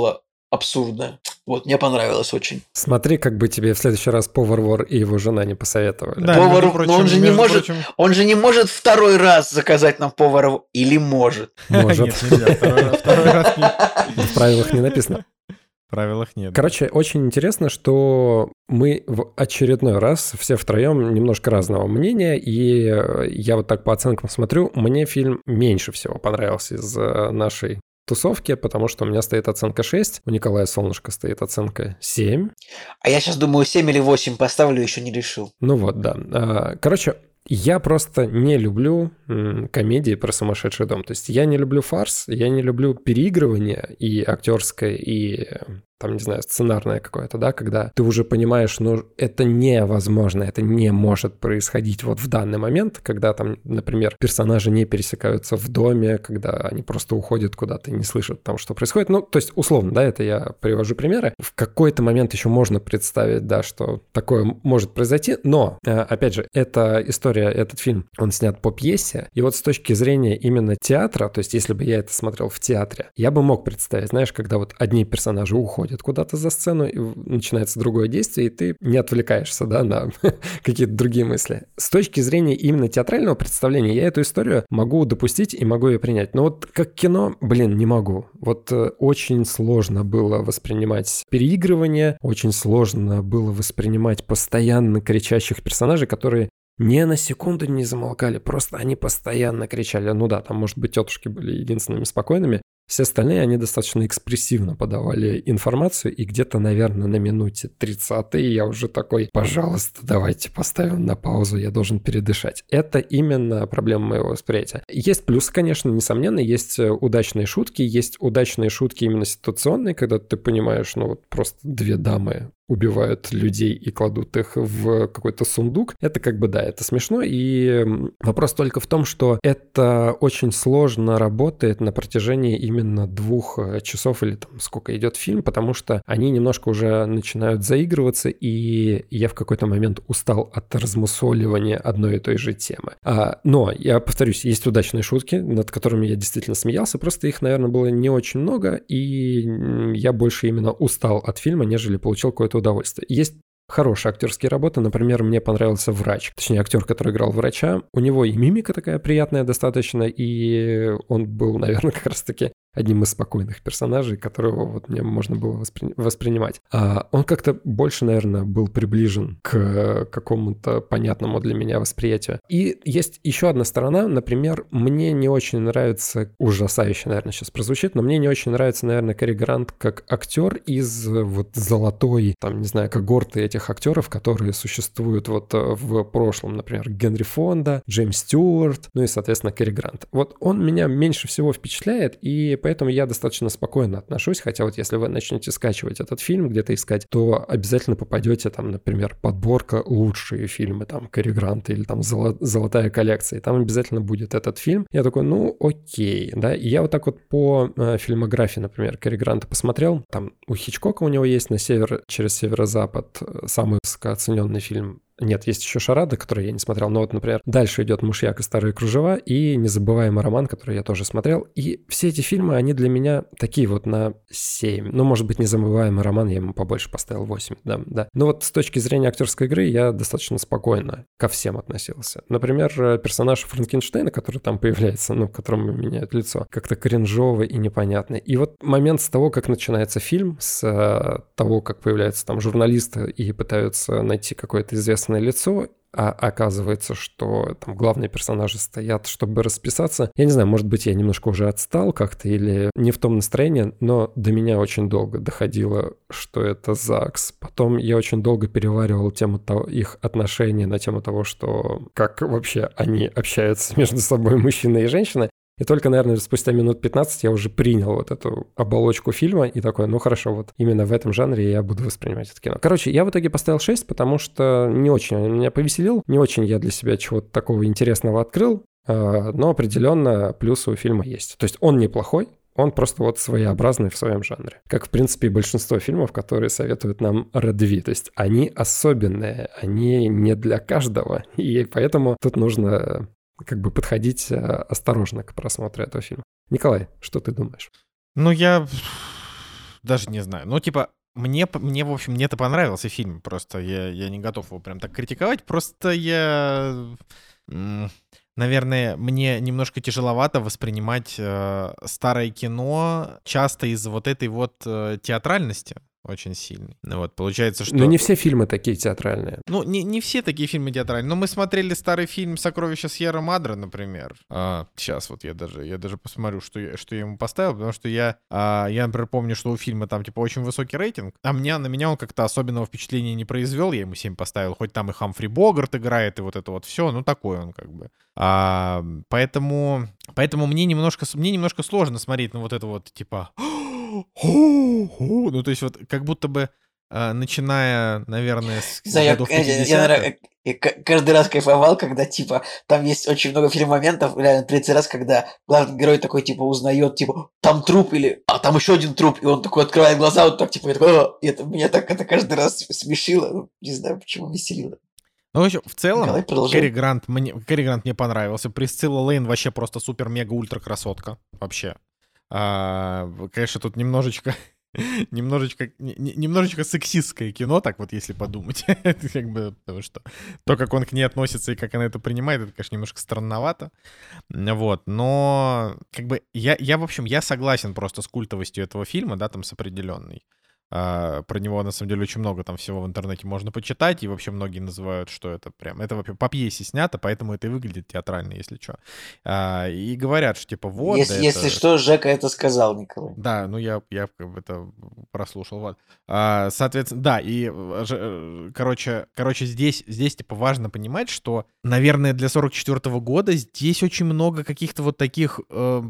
абсурдная. Вот, мне понравилось очень. Смотри, как бы тебе в следующий раз Повар Вор и его жена не посоветовали. Да, Повар, между прочим, но он же не между может, прочим- он же не может второй раз заказать нам повара или может. Может, Нет, нельзя. Второй раз- второй раз не- в правилах не написано. В правилах нет. Короче, очень интересно, что мы в очередной раз все втроем немножко разного мнения, и э, я вот так по оценкам смотрю, мне фильм меньше всего понравился из э, нашей тусовки, потому что у меня стоит оценка шесть, у Николая Солнышко стоит оценка семь. А я сейчас думаю, семь или восемь поставлю, еще не решил. Ну вот, да. А, Короче, я просто не люблю м, комедии про сумасшедший дом. То есть я не люблю фарс, я не люблю переигрывание и актерское, и э, там, не знаю, сценарное какое-то, да, когда ты уже понимаешь, ну, это невозможно, это не может происходить вот в данный момент, когда там, например, персонажи не пересекаются в доме, когда они просто уходят куда-то и не слышат там, что происходит. Ну, то есть, условно, да, это я привожу примеры. В какой-то момент еще можно представить, да, что такое может произойти, но, э, опять же, эта история, этот фильм, он снят по пьесе, и вот с точки зрения именно театра, то есть, если бы я это смотрел в театре, я бы мог представить, знаешь, когда вот одни персонажи уходят куда-то за сцену, и начинается другое действие, и ты не отвлекаешься, да, на какие-то другие мысли. С точки зрения именно театрального представления я эту историю могу допустить и могу ее принять. Но вот как кино, блин, не могу. Вот э, очень сложно было воспринимать переигрывание, очень сложно было воспринимать постоянно кричащих персонажей, которые ни на секунду не замолкали, просто они постоянно кричали. Ну да, там, может быть, тетушки были единственными спокойными. Все остальные, они достаточно экспрессивно подавали информацию, и где-то, наверное, на минуте тридцатой я уже такой, пожалуйста, давайте поставим на паузу, я должен передышать. Это именно проблема моего восприятия. Есть плюсы, конечно, несомненно, есть удачные шутки, есть удачные шутки именно ситуационные, когда ты понимаешь, ну вот просто две дамы убивают людей и кладут их в какой-то сундук. Это как бы, да, это смешно. И вопрос только в том, что это очень сложно работает на протяжении именно двух часов или там сколько идет фильм, потому что они немножко уже начинают заигрываться, и я в какой-то момент устал от размусоливания одной и той же темы. А, но, я повторюсь, есть удачные шутки, над которыми я действительно смеялся, просто их, наверное, было не очень много, и я больше именно устал от фильма, нежели получил какое-то удовольствие. Есть хорошие актерские работы. Например, мне понравился «Врач». Точнее, актер, который играл врача. У него и мимика такая приятная достаточно, и он был, наверное, как раз-таки одним из спокойных персонажей, которого вот мне можно было воспри... воспринимать. А он как-то больше, наверное, был приближен к какому-то понятному для меня восприятию. И есть еще одна сторона. Например, мне не очень нравится, ужасающе, наверное, сейчас прозвучит, но мне не очень нравится, наверное, Кэрри Грант как актер из вот золотой, там, не знаю, когорты этих актеров, которые существуют вот в прошлом. Например, Генри Фонда, Джеймс Стюарт, ну и, соответственно, Кэрри Грант. Вот он меня меньше всего впечатляет, и поэтому я достаточно спокойно отношусь, хотя вот если вы начнете скачивать этот фильм, где-то искать, то обязательно попадете там, например, подборка лучшие фильмы, там, Кэрри Гранта или там золо- золотая коллекция, и там обязательно будет этот фильм. Я такой, ну, окей, да, и я вот так вот по э, фильмографии, например, Кэрри Гранта посмотрел, там у Хичкока у него есть «На север через северо-запад» самый высокооцененный фильм. Нет, есть еще «Шарада», который я не смотрел, но вот, например, дальше идет «Мышьяк и старые кружева» и «Незабываемый роман», который я тоже смотрел. И все эти фильмы, они для меня такие вот на семь. Ну, может быть, «Незабываемый роман» я ему побольше поставил восемь, да, да. Но вот с точки зрения актерской игры я достаточно спокойно ко всем относился. Например, персонаж Франкенштейна, который там появляется, ну, которому меняют лицо, как-то кринжовый и непонятный. И вот момент с того, как начинается фильм, с того, как появляются там журналисты и пытаются найти какое-то известное лицо, а оказывается, что там главные персонажи стоят, чтобы расписаться. Я не знаю, может быть, я немножко уже отстал как-то или не в том настроении, но до меня очень долго доходило, что это ЗАГС. Потом я очень долго переваривал тему того, их отношений на тему того, что как вообще они общаются между собой, мужчина и женщина. И только, наверное, спустя минут пятнадцать я уже принял вот эту оболочку фильма и такой, ну хорошо, вот именно в этом жанре я буду воспринимать это кино. Короче, я в итоге поставил шесть, потому что не очень он меня повеселил, не очень я для себя чего-то такого интересного открыл, но определенно плюсы у фильма есть. То есть он неплохой, он просто вот своеобразный в своем жанре. Как, в принципе, и большинство фильмов, которые советуют нам Редви. То есть они особенные, они не для каждого, и поэтому тут нужно как бы подходить осторожно к просмотру этого фильма. Николай, что ты думаешь? Ну, я... даже не знаю. Ну, типа, мне, п- мне, в общем, мне-то понравился фильм. Просто я, я не готов его прям так критиковать. Просто я... м, Наверное, мне немножко тяжеловато воспринимать э, старое кино часто из-за вот этой вот э, театральности очень сильной. Ну вот, получается, что... Но не все фильмы такие театральные. Ну, не, не все такие фильмы театральные. Но мы смотрели старый фильм «Сокровища Сьерра Мадре», например. А, сейчас вот я даже, я даже посмотрю, что я, что я ему поставил, потому что я, а, я, например, помню, что у фильма там, типа, очень высокий рейтинг, а меня, на меня он как-то особенного впечатления не произвел, я ему семь поставил, хоть там и Хамфри Богарт играет, и вот это вот все, ну, такой он как бы. А, поэтому, поэтому мне немножко, с- мне немножко сложно смотреть на вот это вот, типа... Ну, то есть вот как будто бы а, начиная, наверное, с Не знаю, я, годов я- я, пятидесятых. наверное, я к- каждый раз кайфовал, когда, типа, там есть очень много фильм-моментов, реально, третий раз, когда главный герой такой, типа, узнает, типа, там труп или, а там еще один труп, и он такой открывает глаза, вот так, типа, и такой, «О!» И это меня так это каждый раз смешило, ну, не знаю, почему веселило. Ну, в общем, в целом, Николай, продолжай. Кэрри Грант мне, Кэрри Грант мне понравился. Присцилла Лейн вообще просто супер-мега-ультра-красотка. Вообще. А, конечно, тут немножечко... Немножечко, не- не- немножечко сексистское кино, так вот, если подумать. Это как бы, потому что то, как он к ней относится и как она это принимает, это, конечно, немножко странновато. Вот, но как бы я, я, в общем, я согласен просто с культовостью этого фильма, да, там с определенной. А, про него, на самом деле, очень много там всего в интернете можно почитать, и вообще многие называют, что это прям... Это вообще по пьесе снято, поэтому это и выглядит театрально, если что. И говорят, что типа вот, Если, да если это... что, Жека это сказал, Николай. Да, ну я, я как бы это прослушал, вот. А, соответственно, да, и, э, же, э, короче, короче здесь, здесь, типа, важно понимать, что, наверное, для сорок четвёртого года здесь очень много каких-то вот таких, э,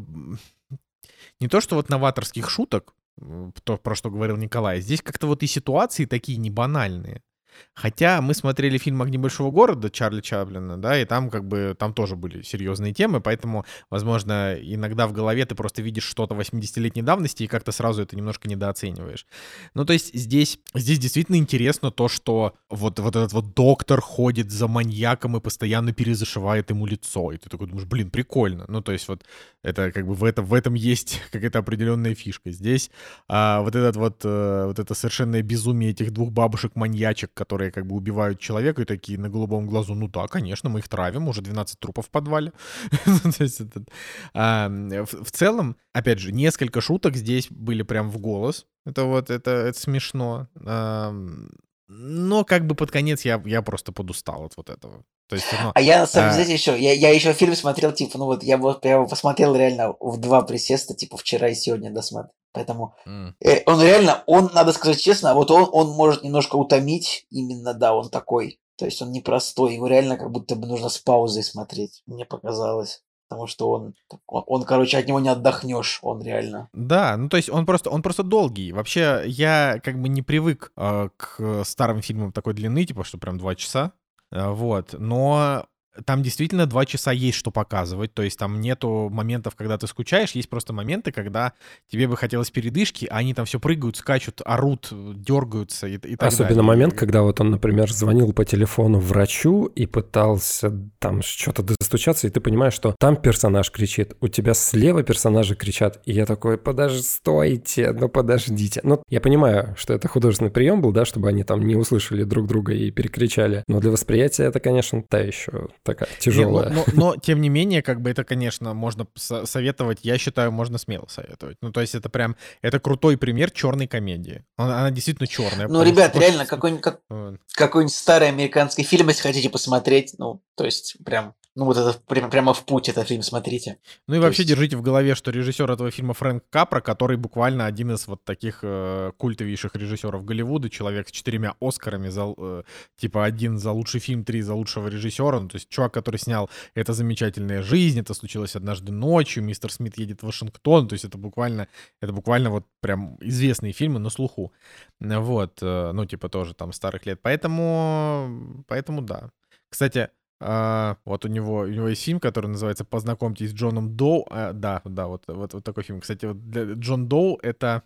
не то что вот новаторских шуток, м, то, про что говорил Николай, здесь как-то вот и ситуации такие не банальные. Хотя мы смотрели фильм «Огни большого города» Чарли Чаплина, да, и там как бы, там тоже были серьезные темы, поэтому, возможно, иногда в голове ты просто видишь что-то восьмидесятилетней давности и как-то сразу это немножко недооцениваешь. Ну, то есть здесь, здесь действительно интересно то, что вот, вот этот вот доктор ходит за маньяком и постоянно перезашивает ему лицо, и ты такой думаешь, блин, прикольно. Ну, то есть вот это как бы в этом, в этом есть какая-то определенная фишка. Здесь а, вот этот вот, э, вот это совершенное безумие этих двух бабушек-маньячек, которые как бы убивают человека и такие на голубом глазу, ну да, конечно, мы их травим, уже двенадцать трупов в подвале. То есть это, а, в, в целом, опять же, несколько шуток здесь были прям в голос. Это вот, это, это смешно. А, но как бы под конец я, я просто подустал от вот этого. То есть, ну, А я, на самом а, деле, еще, я, я еще фильм смотрел, типа, ну вот, я вот я его посмотрел реально в два присеста, типа, вчера и сегодня досмотрел. Поэтому м. э, он реально, он, надо сказать честно, вот он, он может немножко утомить, именно, да, он такой. То есть он непростой, его реально как будто бы нужно с паузой смотреть, мне показалось. Потому что он, он, он, короче, от него не отдохнешь, он реально. Да, ну то есть он просто, он просто долгий. Вообще я как бы не привык э, к старым фильмам такой длины, типа что прям два часа. Э, вот, но там действительно два часа есть что показывать, то есть там нету моментов, когда ты скучаешь, есть просто моменты, когда тебе бы хотелось передышки, а они там все прыгают, скачут, орут, дергаются и, и так Особенно далее. момент, когда вот он, например, звонил по телефону врачу и пытался там что-то достучаться, и ты понимаешь, что там персонаж кричит, у тебя слева персонажи кричат, и я такой, подожди, стойте, ну подождите. Ну, я понимаю, что это художественный прием был, да, чтобы они там не услышали друг друга и перекричали, но для восприятия это, конечно, та еще такая тяжелая. Не, но, но, но, тем не менее, как бы это, конечно, можно со- советовать, я считаю, можно смело советовать. Ну, то есть это прям, это крутой пример черной комедии. Она, она действительно черная. Ну, ребят, реально, какой-нибудь как, Вот. какой-нибудь старый американский фильм, если хотите посмотреть, ну, то есть прям, ну, вот это прям, прямо в путь этот фильм смотрите. Ну и То вообще есть- держите в голове, что режиссер этого фильма Фрэнк Капра, который буквально один из вот таких э, культовейших режиссеров Голливуда, человек с четырьмя Оскарами, за, э, типа один за лучший фильм, три за лучшего режиссера. Ну, то есть чувак, который снял «Это замечательная жизнь», «Это случилось однажды ночью», «Мистер Смит едет в Вашингтон». То есть это буквально, это буквально вот прям известные фильмы на слуху. Вот, э, ну типа тоже там старых лет. Поэтому, поэтому да. Кстати, а, вот у него, у него есть фильм, который называется «Познакомьтесь с Джоном Доу». А, да, да, вот, вот, вот такой фильм. Кстати, вот для, Джон Доу — это,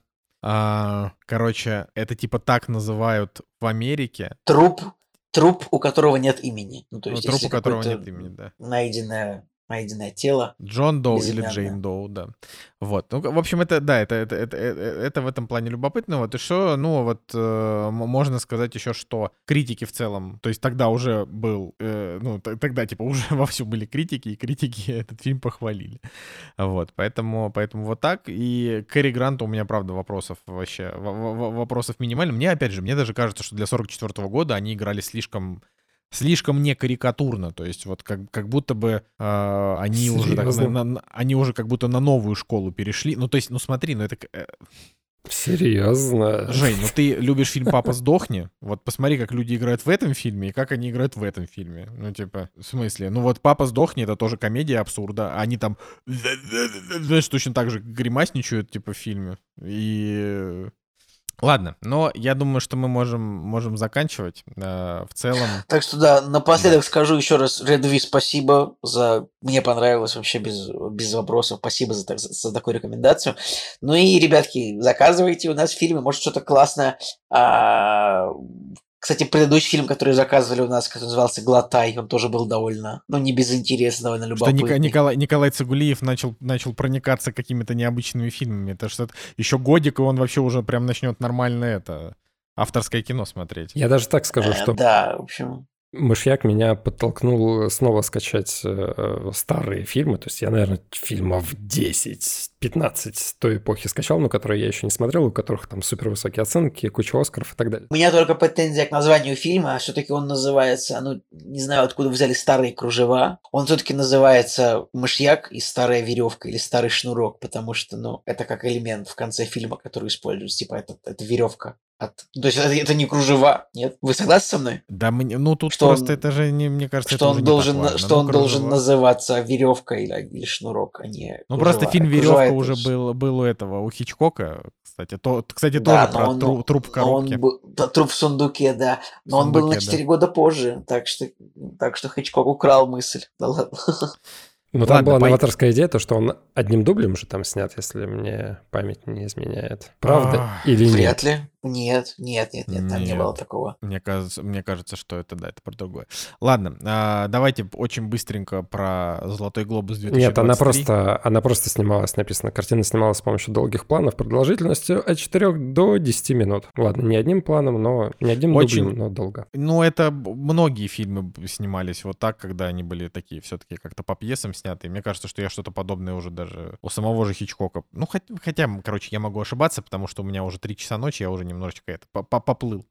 а, короче, это типа так называют в Америке. Труп, труп, у которого нет имени. Ну, то Ну, есть, труп, если у которого какое-то нет имени, да. найденное найденное тело. Джон Доу или Безымянное. Джейн Доу, да. Вот. Ну, в общем, это, да, это, это, это, это, это в этом плане любопытно. Вот и что, ну, вот э, м- можно сказать еще, что критики в целом, то есть тогда уже был, э, ну, т- тогда, типа, уже вовсю были критики, и критики этот фильм похвалили. Вот, поэтому, поэтому вот так. И Кэрри Гранту у меня, правда, вопросов вообще, в- в- вопросов минимально. Мне, опять же, мне даже кажется, что для сорок четвёртого года они играли слишком слишком не карикатурно, то есть вот как, как будто бы э, они уже так, на- Серьезно? на- они уже как будто на новую школу перешли. Ну, то есть, ну смотри, ну это... к- э, Серьезно? Жень, ну ты любишь фильм «Папа, сдохни», вот посмотри, как люди играют в этом фильме и как они играют в этом фильме. Ну, типа, в смысле? Ну вот «Папа, сдохни» — это тоже комедия абсурда, а они там, знаешь, точно так же гримасничают, типа, в фильме. И... Ладно, но я думаю, что мы можем, можем заканчивать. Э, В целом, Так что да, да. напоследок скажу еще раз, Редви, спасибо за... Мне понравилось вообще без, без вопросов. Спасибо за, так- за такую рекомендацию. Ну и, ребятки, заказывайте у нас фильмы, может что-то классное. А, Кстати, предыдущий фильм, который заказывали у нас, который назывался «Глотай», он тоже был довольно, ну, не безинтересный, довольно Что Ника- любопытный. Николай, Николай Цигулиев начал, начал проникаться какими-то необычными фильмами. Это что еще годик, и он вообще уже прям начнет нормально это авторское кино смотреть. Я даже так скажу, Э, что Да, в общем... мышьяк меня подтолкнул снова скачать э, старые фильмы. То есть я, наверное, фильмов десять-пятнадцать той эпохи скачал, но которые я еще не смотрел, у которых там супер высокие оценки, куча Оскаров и так далее. У меня только претензия к названию фильма, все-таки он называется, ну, не знаю, откуда взяли старые кружева, он все-таки называется «Мышьяк» и «Старая веревка» или «Старый шнурок», потому что, ну, это как элемент в конце фильма, который используется, типа, это, это веревка. От... То есть это, это не кружева, нет? Вы согласны со мной? Да, мне, ну тут Что просто он- это же, не, мне кажется, Что это он уже не должен, так на- важно. что Ну, он должен кружева- называться веревка или, или шнурок, а не Ну, кружева. просто фильм Кружева «Веревка» это уже ж- был, был у этого, у Хичкока, кстати. То, кстати, Да, тоже но про он- тру- труп в но он коробке. был- да, труп в сундуке, да. Но он был на сундуке, да. четыре года позже, так что, так что Хичкок украл мысль. Да ладно. Но там Ладно, была пой- новаторская идея, то, что он одним дублем же там снят, если мне память не изменяет. Правда Ах, или нет? Вряд ли. Нет, нет, нет, нет, там не Нет. было такого. Мне кажется, мне кажется, что это, да, это про другое. Ладно, а, давайте очень быстренько про «Золотой глобус» две тысячи двадцать три. Нет, она просто, она просто снималась, написано, картина снималась с помощью долгих планов продолжительностью от четырёх до десяти минут. Ладно, не одним планом, но не одним Очень- дублем, но долго. Ну, это б- многие фильмы б- снимались вот так, когда они были такие все-таки как-то по пьесам сняты. Мне кажется, что я что-то подобное уже даже у самого же Хичкока. Ну, хоть- хотя, короче, я могу ошибаться, потому что у меня уже три часа ночи, я уже немножечко это по- по- поплыл.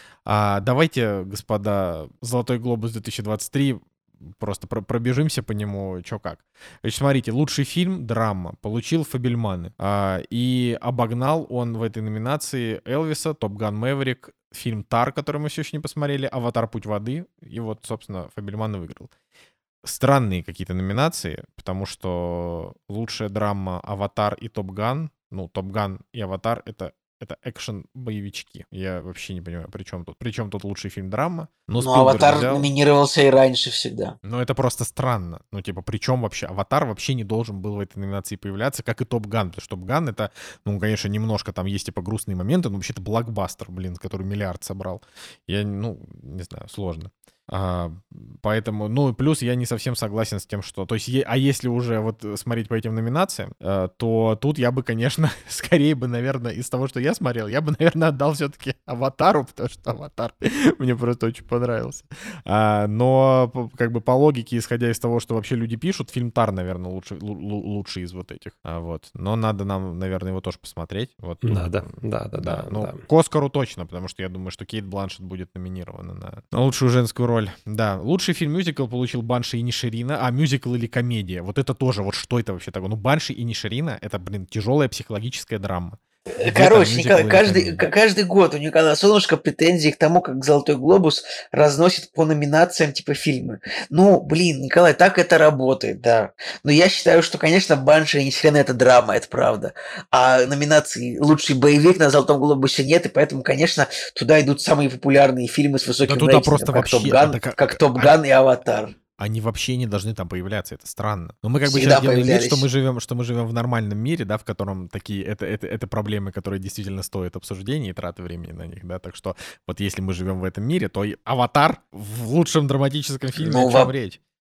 А, давайте, господа, «Золотой глобус» две тысячи двадцать три, просто про- пробежимся по нему, чё как. Значит, смотрите, лучший фильм, драма, получил «Фабельманы». А, и обогнал он в этой номинации Элвиса, «Топ Ган Мэверик», фильм «Тар», который мы все еще не посмотрели, «Аватар. Путь воды». И вот, собственно, «Фабельманы» выиграл. Странные какие-то номинации, потому что лучшая драма «Аватар» и «Топ Ган». Ну, «Топ Ган» и «Аватар» — это это экшен-боевички. Я вообще не понимаю, при чем тут, при чем тут лучший фильм драма. Но Но Спилберг «Аватар» взял. номинировался и раньше всегда. Но это просто странно. Ну, типа, при чем вообще? «Аватар» вообще не должен был в этой номинации появляться, как и «Топ Ган». Потому что «Топ Ган» — это, ну, конечно, немножко там есть, типа, грустные моменты, но вообще-то блокбастер, блин, который миллиард собрал. Я, ну, не знаю, сложно. А, поэтому, ну, и плюс я не совсем согласен с тем, что... То есть, е- а если уже вот смотреть по этим номинациям, э, то тут я бы, конечно, скорее бы, наверное, из того, что я смотрел, я бы, наверное, отдал все-таки «Аватару», потому что «Аватар» мне просто очень понравился. А, но, п- как бы, по логике, исходя из того, что вообще люди пишут, фильм «Тар», наверное, лучший, лу- лу- лучший из вот этих. А, вот. Но надо нам, наверное, его тоже посмотреть. Вот тут, Надо, да, да, да. ну, да. к «Оскару» точно, потому что я думаю, что Кейт Бланшетт будет номинирована на, на лучшую женскую роль. Да, лучший фильм-мюзикл получил «Банши и Ниширина», а мюзикл или комедия. Вот это тоже, вот что это вообще такое? Ну, «Банши и Ниширина» — это, блин, тяжелая психологическая драма. Где Короче, там Николай, мюзикл или каждый, комедия? к- каждый год у Николая Солнышко претензии к тому, как «Золотой глобус» разносит по номинациям типа фильмы. Ну, блин, Николай, так это работает, да. Но я считаю, что, конечно, «Банши» и «Нихрена» — это драма, это правда. А номинации «Лучший боевик» на «Золотом глобусе» нет, и поэтому, конечно, туда идут самые популярные фильмы с высоким Да туда рейтингом, просто как вообще- «Топ Ган», да как- как «Топ Ган» и «Аватар». Они вообще не должны там появляться, это странно. Но мы как бы Всегда сейчас делаем вид, появлялись. что мы живем, что мы живем в нормальном мире, да, в котором такие это, это, это проблемы, которые действительно стоят обсуждения и траты времени на них, да. Так что вот если мы живем в этом мире, то и «Аватар» в лучшем драматическом фильме, Ну, о чем во- речь?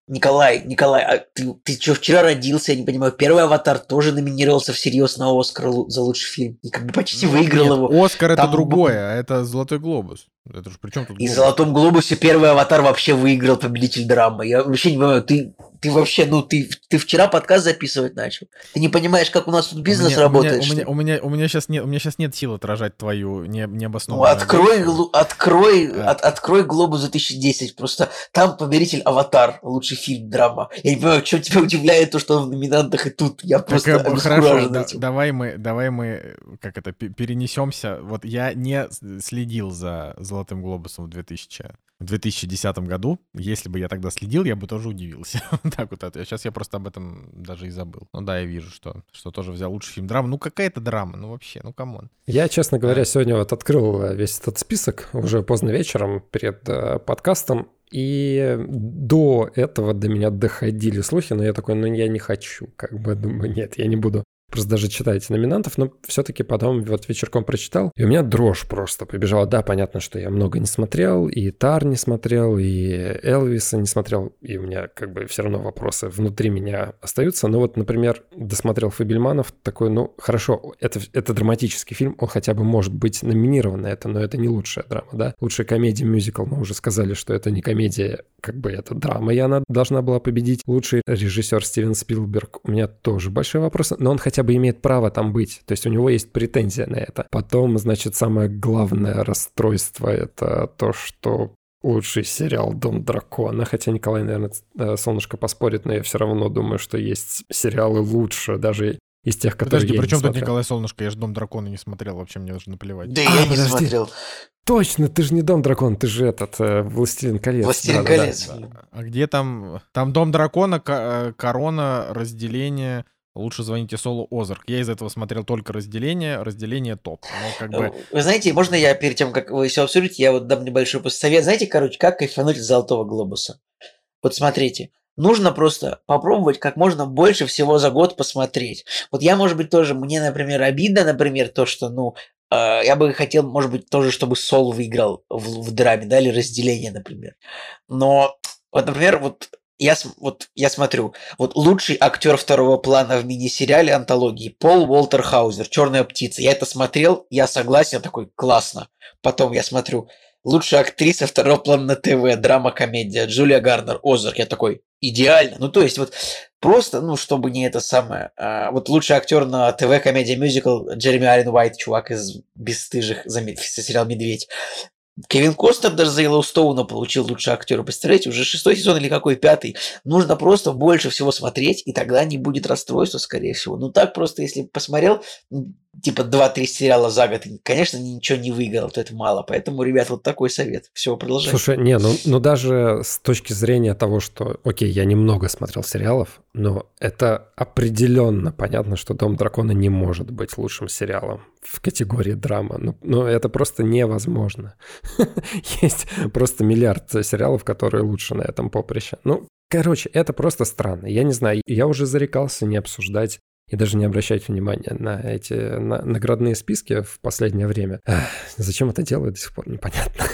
Николай, Николай, а ты, ты что, вчера родился, я не понимаю, первый «Аватар» тоже номинировался всерьез на «Оскар» за лучший фильм, и как бы почти Ну, выиграл нет, его. «Оскар» это Там другое, а это «Золотой глобус». Это же при чем тут И в глобус? «Золотом глобусе» первый «Аватар» вообще выиграл победитель драмы. Я вообще не понимаю, ты, ты вообще, ну, ты, ты вчера подкаст записывать начал. Ты не понимаешь, как у нас тут бизнес у меня, работает. У меня, что у меня, у меня, у меня сейчас нет, у меня сейчас нет сил отражать твою не, Ну, необоснованную. открой, глу- открой, А. от- открой «Глобус» две тысячи десять, просто там победитель «Аватар», лучший фильм, драма. Я не понимаю, что тебя удивляет то, что он в номинантах и тут. Я Так, просто э, хорошо, обескуражен да- этим. давай мы, давай мы, как это, пе- перенесемся. Вот я не с- следил за «Золотым глобусом» в две тысячи в две тысячи десятом году. Если бы я тогда следил, я бы тоже удивился. Так вот, это. Сейчас я просто об этом даже и забыл. Ну да, я вижу, что, что тоже взял лучший фильм драма. Ну какая-то драма, ну вообще, ну камон. Я, честно говоря, Да. сегодня вот открыл э, весь этот список уже поздно вечером перед э, подкастом, и до этого до меня доходили слухи, но я такой, ну я не хочу, как бы думаю, нет, я не буду просто даже читать эти номинантов, но все-таки потом вот вечерком прочитал, и у меня дрожь просто побежала. Да, понятно, что я много не смотрел, и Тар не смотрел, и Элвиса не смотрел, и у меня как бы все равно вопросы внутри меня остаются. Но вот, например, досмотрел Фабельманов, такой, ну, хорошо, это, это драматический фильм, он хотя бы может быть номинирован на это, но это не лучшая драма, да? Лучшая комедия, мюзикл, мы уже сказали, что это не комедия, как бы это драма, и она должна была победить. Лучший режиссер Стивен Спилберг, у меня тоже большие вопросы, но он хотя бы имеет право там быть, то есть у него есть претензия на это. Потом, значит, самое главное расстройство — это то, что лучший сериал «Дом дракона», хотя Николай, наверное, солнышко поспорит, но я все равно думаю, что есть сериалы лучше, даже из тех, которые Подожди, я при не чем тут смотрел. Николай Солнышко? Я же «Дом дракона» не смотрел, вообще мне даже наплевать. Да А, я не подожди. смотрел. Точно, ты же не «Дом дракона», ты же этот, э, «Властелин колец». «Властелин Да-да-да. колец». А где там? Там «Дом дракона», ко- э, «Корона», «Разделение», «Лучше звоните Солу», «Озарк». Я из этого смотрел только «Разделение», «Разделение» топ. Но как бы... Вы знаете, можно я перед тем, как вы все обсудите, я вот дам небольшой совет. Знаете, короче, как кайфануть с «Золотого глобуса»? Вот смотрите, нужно просто попробовать как можно больше всего за год посмотреть. Вот я, может быть, тоже, мне, например, обидно, например, то, что, ну, э, я бы хотел, может быть, тоже, чтобы Сол выиграл в, в драме, да, или «Разделение», например. Но, вот, например, вот я, см- вот я смотрю, вот лучший актер второго плана в мини-сериале антологии Пол Уолтер Хаузер, «Черная птица». Я это смотрел, я согласен, такой, классно. Потом я смотрю, лучшая актриса второго плана на ТВ, драма-комедия, Джулия Гарнер, «Озарк». Я такой, идеально. Ну, то есть, вот просто, ну, чтобы не это самое. а, вот лучший актер на ТВ, комедия, мюзикл, Джереми Аллен Уайт, чувак из «Бесстыжих», за ме- сериал «Медведь». Кевин Костнер даже за Йеллоустоуна получил лучший актер. Представляете, уже шестой сезон или какой, пятый. Нужно просто больше всего смотреть, и тогда не будет расстройства, скорее всего. Ну так просто, если посмотрел, м, типа два-три сериала за год, и, конечно, ничего не выиграл, то это мало. Поэтому, ребят, вот такой совет. Все, продолжаем. Слушай, не, ну, ну даже с точки зрения того, что, окей, я немного смотрел сериалов, но это определенно понятно, что «Дом дракона» не может быть лучшим сериалом в категории драма. Ну, ну это просто невозможно. Есть просто миллиард сериалов, которые лучше на этом поприще. Ну, короче, это просто странно. Я не знаю, я уже зарекался не обсуждать и даже не обращать внимания на эти на- наградные списки в последнее время. Ах, зачем это делают, до сих пор непонятно.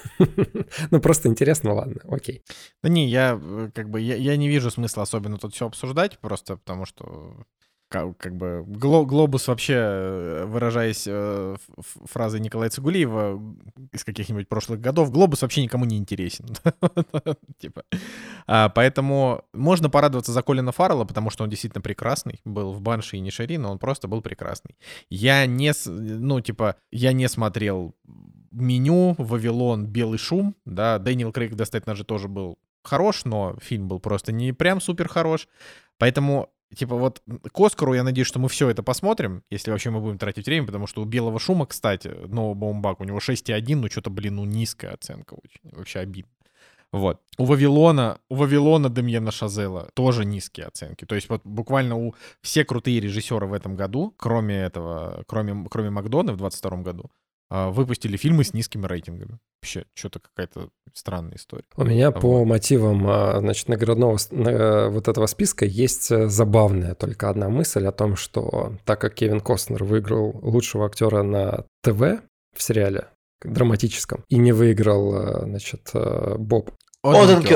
Ну, просто интересно, ладно, окей. Да не, я э, как бы я, я не вижу смысла особенно тут все обсуждать, просто потому что ка- как бы гло- глобус вообще, э, выражаясь э, ф- ф- фразой Николая Цигулиева из каких-нибудь прошлых годов, глобус вообще никому не интересен. Типа. А, Поэтому можно порадоваться за Колина Фаррелла, потому что он действительно прекрасный. Был в «Банши» и «Нишири», но он просто был прекрасный. Я не, с- ну, типа, я не смотрел «Меню», «Вавилон», «Белый шум», да, Дэниел Крейг достаточно же тоже был хорош, но фильм был просто не прям супер хорош, поэтому, типа, вот к «Оскару» я надеюсь, что мы все это посмотрим, если вообще мы будем тратить время, потому что у «Белого шума», кстати, Ноа Баумбак, у него шесть и один, ну, что-то, блин, ну, низкая оценка очень, вообще обидно. Вот. У «Вавилона», у «Вавилона» Демьена Шазела тоже низкие оценки. То есть вот буквально у все крутые режиссеры в этом году, кроме этого, кроме, кроме Макдона в двадцать втором году, а, выпустили фильмы с низкими рейтингами. Вообще, что-то какая-то странная история. У меня по Вот. мотивам, а, значит, наградного с- на- вот этого списка есть э, забавная только одна мысль о том, что так как Кевин Костнер выиграл лучшего актера на ТВ в сериале драматическом и не выиграл, э, значит, э, Боб Оденкёрк.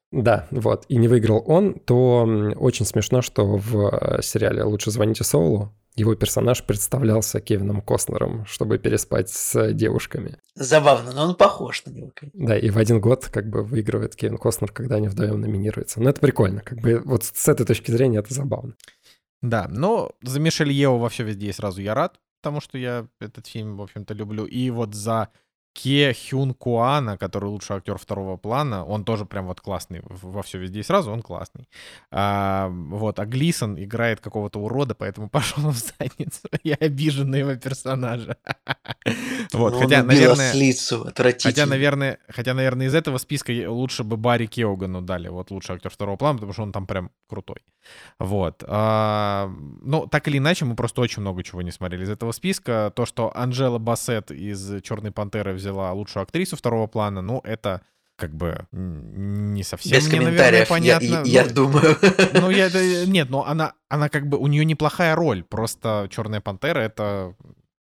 Да, вот, и не выиграл он, то очень смешно, что в сериале «Лучше звоните Соулу» его персонаж представлялся Кевином Костнером, чтобы переспать с девушками. Забавно, но он похож на него. Да, и в один год как бы выигрывает Кевин Костнер, когда они вдвоем номинируются. Но это прикольно, как бы вот с этой точки зрения это забавно. Да, но за Мишель Ео во все везде и сразу я рад, потому что я этот фильм, в общем-то, люблю. И вот за Ке Хюн Куана, который лучший актер второго плана, он тоже прям вот классный во все везде и сразу, он классный. А, вот, а Глисон играет какого-то урода, поэтому пошел в задницу. Я обижен на его персонажа. Вот, хотя, наверное, хотя, наверное, хотя, наверное, из этого списка лучше бы Барри Кеогану дали, вот лучший актер второго плана, потому что он там прям крутой. Вот. А, ну, так или иначе, мы просто очень много чего не смотрели из этого списка. То, что Анджела Бассет из «Черной пантеры» взяла лучшую актрису второго плана, ну, это как бы не совсем без мне, комментариев, наверное, понятно. Я, я, я ну, думаю. Ну, я, нет, но она, она как бы, у нее неплохая роль, просто «Черная пантера» — это...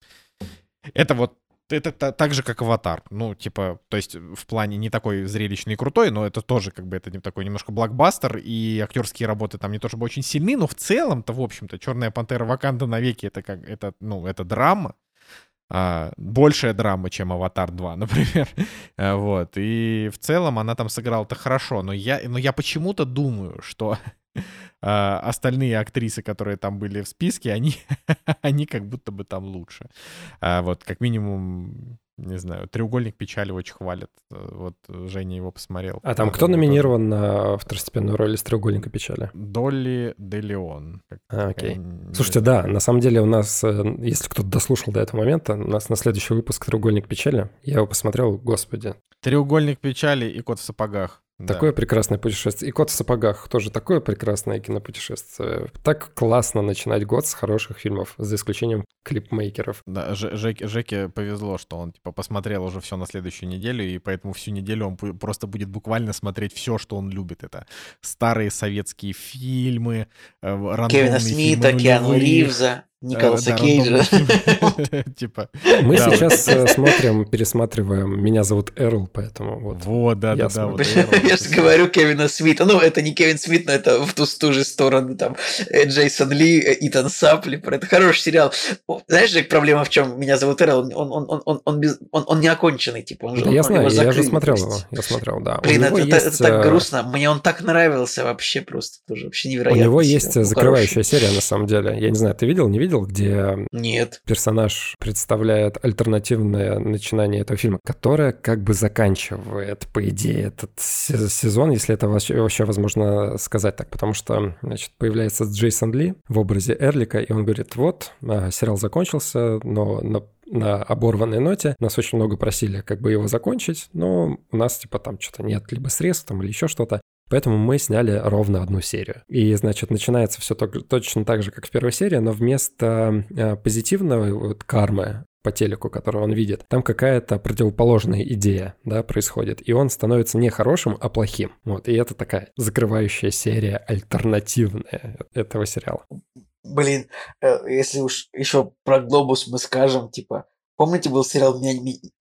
Это вот это так же, как «Аватар». Ну, типа, то есть в плане не такой зрелищный и крутой, но это тоже как бы это не такой немножко блокбастер, и актерские работы там не то чтобы очень сильны, но в целом-то, в общем-то, «Черная пантера» Ваканда навеки — это как, это, ну, это драма. А, большая драма, чем «Аватар два», например. А, вот. И в целом она там сыграла-то хорошо. Но я, но я почему-то думаю, что а, остальные актрисы, которые там были в списке, они, они как будто бы там лучше. А, вот, как минимум, не знаю, «Треугольник печали» очень хвалят. Вот Женя его посмотрел. А там кто номинирован на второстепенную роль из «Треугольника печали»? Долли де Леон. А, окей. Слушайте, да, на самом деле у нас, если кто-то дослушал до этого момента, у нас на следующий выпуск «Треугольник печали». Я его посмотрел, господи. «Треугольник печали» и «Кот в сапогах». Такое да. прекрасное путешествие. И «Кот в сапогах» тоже такое прекрасное кинопутешествие. Так классно начинать год с хороших фильмов, за исключением клипмейкеров. Да, Ж- Жеке, Жеке повезло, что он типа посмотрел уже все на следующую неделю, и поэтому всю неделю он просто будет буквально смотреть все, что он любит. Это старые советские фильмы, рандомные Кевина Смита, фильмы Киану нулевых. Ривза, Николаса Да, Кейджа. Типа. Мы да, сейчас вот смотрим, пересматриваем «Меня зовут Эрл», поэтому вот. Вот, да, да, да. Вот Эрл, я же говорю Кевина Смита. Ну, это не Кевин Смит, но это в ту, ту же сторону. Там Джейсон Ли, Итан Саплипер. Это хороший сериал. Знаешь, Жек, проблема в чем? «Меня зовут Эрл». Он, он, он, он, он, без, он, он не оконченный, типа. Он, Да, он, я он, знаю, его я закрыли, же смотрел то его. есть. Я смотрел, да. Блин, это, есть, это, это так грустно. Мне он так нравился вообще просто. Тоже вообще невероятно. У него сериал. есть Ну, закрывающая хороший. серия, на самом деле. Я не знаю, ты видел, не видел, где Нет. персонаж представляет альтернативное начинание этого фильма, которое как бы заканчивает, по идее, этот сезон, если это вообще, вообще возможно сказать так, потому что, значит, появляется Джейсон Ли в образе Эрлика, и он говорит, вот, сериал закончился, но на на оборванной ноте. Нас очень много просили как бы его закончить, но у нас типа там что-то нет либо средств там или еще что-то. Поэтому мы сняли ровно одну серию. И, значит, начинается все точно так же, как в первой серии, но вместо э, позитивного вот, кармы по телеку, которую он видит, там какая-то противоположная идея, да, происходит. И он становится не хорошим, а плохим. Вот. И это такая закрывающая серия, альтернативная этого сериала. Блин, если уж еще про «Глобус» мы скажем, типа, помните, был сериал «Меня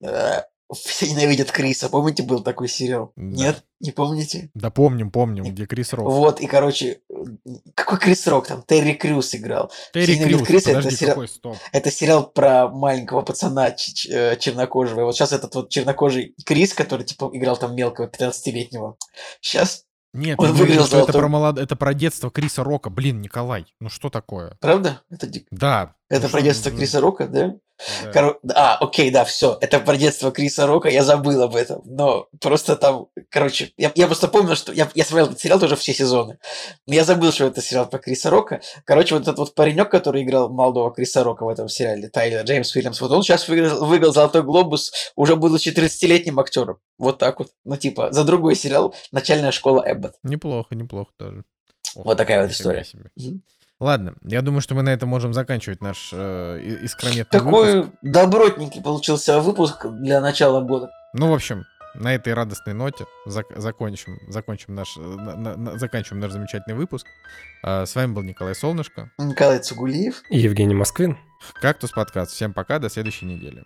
все ненавидят Криса»? Помните, был такой сериал? Да. Нет? Не помните? Да помним, помним, где Крис Рок. Вот, и, короче, какой Крис Рок там? Терри Крюс играл. Терри Крюс, Криса, подожди, это сериал, какой, стоп. это сериал про маленького пацана чернокожего. И вот сейчас этот вот чернокожий Крис, который, типа, играл там мелкого пятнадцатилетнего, сейчас... Нет, он ну, выиграл это, это, золотой... про молод... это про детство Криса Рока. Блин, Николай, ну что такое? Правда? Это, да. это ну, про что... детство Криса Рока, да? Да. Коро... А, окей, да, все. Это про детство Криса Рока, я забыл об этом. Но просто там, короче, я, я просто помню, что я, я смотрел этот сериал тоже все сезоны. Но я забыл, что это сериал про Криса Рока. Короче, вот этот вот паренек, который играл молодого Криса Рока в этом сериале, Тайлер Джеймс Уильямс, вот он сейчас выиграл, выиграл «Золотой глобус», уже будучи тридцатилетним актером. Вот так вот. Ну, типа, за другой сериал «Начальная школа Эббот». Неплохо, неплохо тоже. Вот Ох, такая вот история. Угу. Ладно, я думаю, что мы на этом можем заканчивать наш э, искрометный Такой выпуск. добротненький получился выпуск для начала года. Ну, в общем, на этой радостной ноте зак- закончим, закончим наш, на, на, на, заканчиваем наш замечательный выпуск. Э, с вами был Николай Солнышко. Николай Цугулиев. И Евгений Москвин. Кактус подкаст. Всем пока, до следующей недели.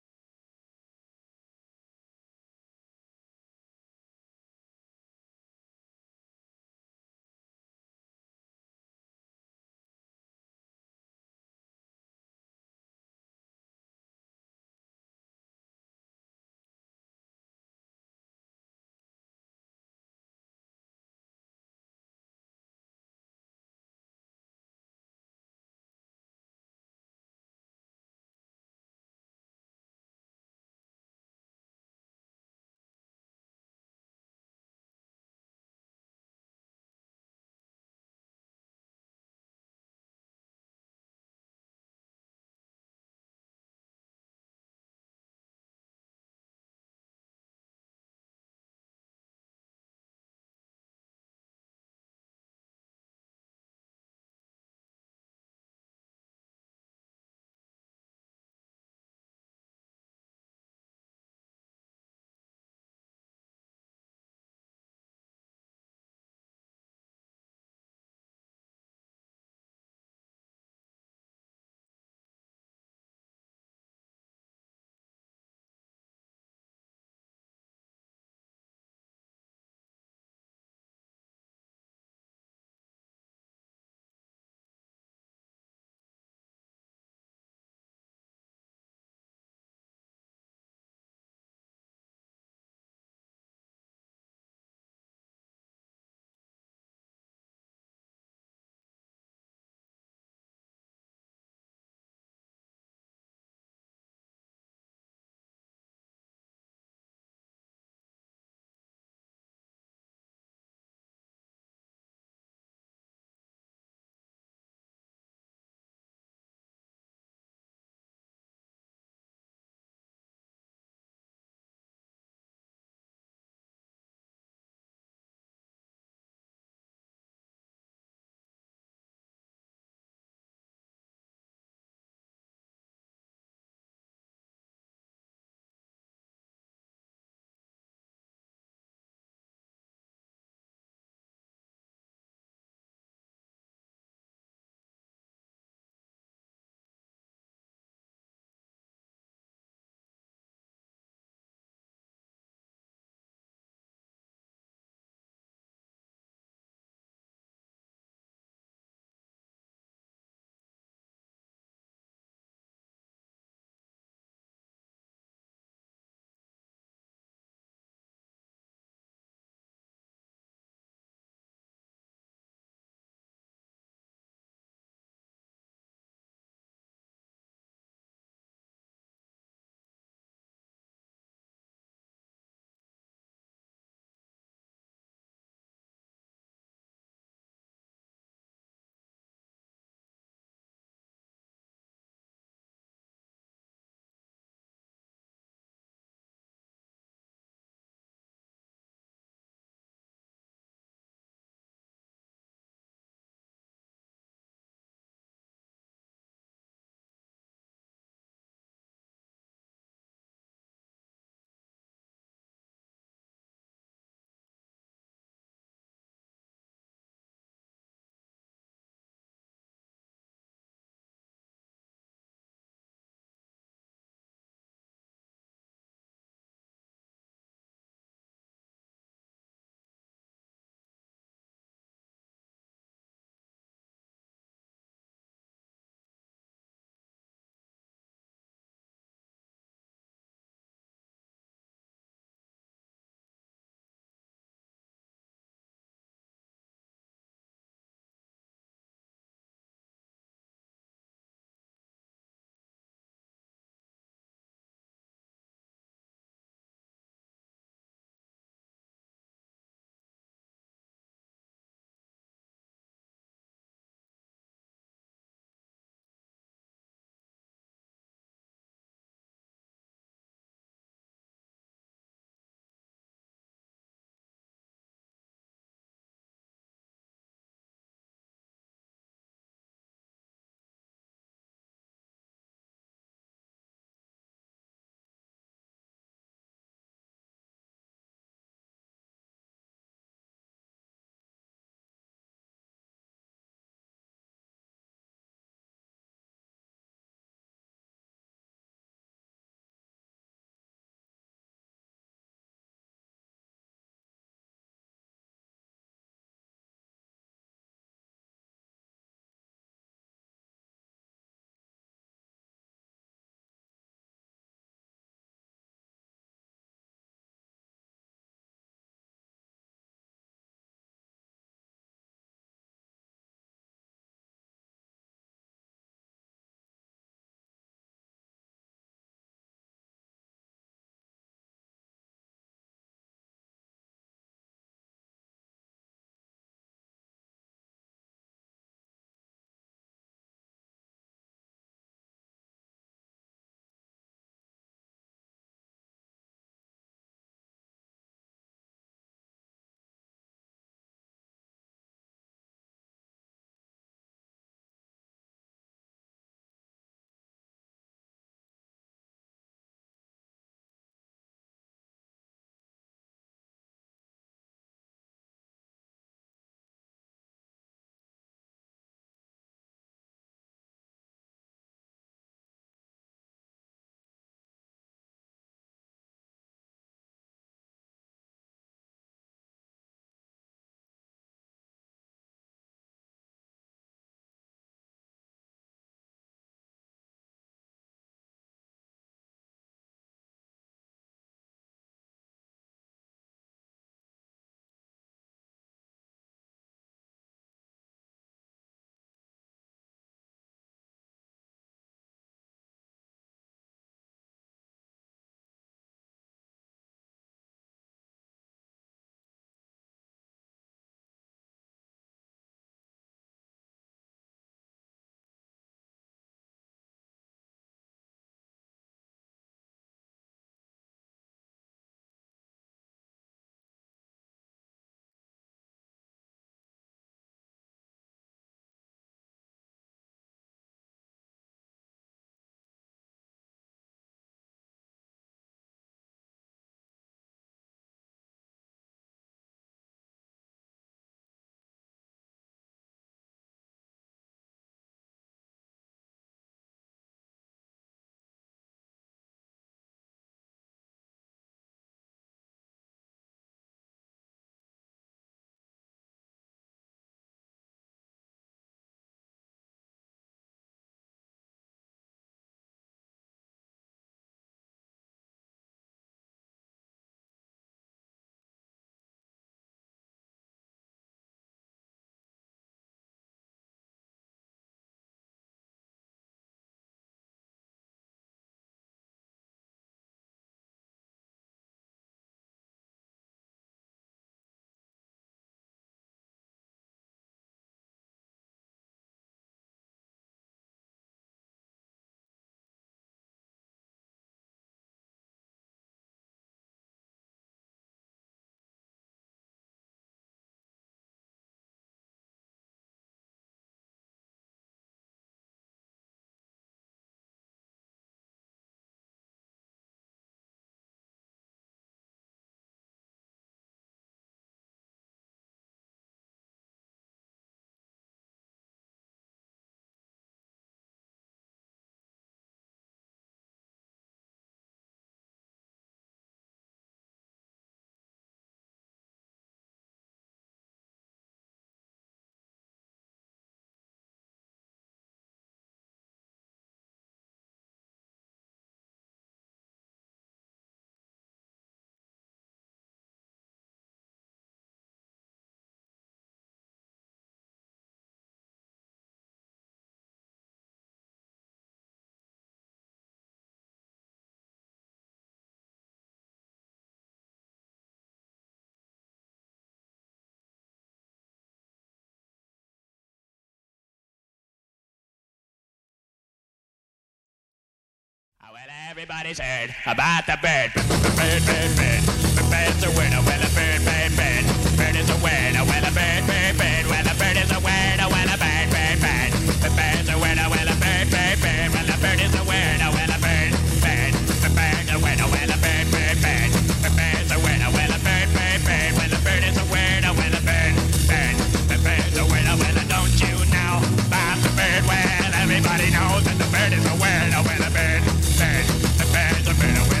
Everybody's heard about the bird. Bird, bird, bird. The bird's a winner. Well, a bird, bird, bird. Bird is a winner. Well, a bird, bird, bird. Well, a bird is a winner. Well, a bird, bird, bird. The bird's a winner. Well, a bird, bird, bird. Well, a bird is a winner. Well, a bird, bird. The bird's a winner. Well, a bird, bird, bird. The bird's a winner. Well, a bird, bird, bird. Well, a bird is a winner. Well, a bird, bird. The bird's a winner. Well, don't you know about the bird? Well, everybody knows that the bird is a winner. Well, a bird, bird. The bird's a winner. Well,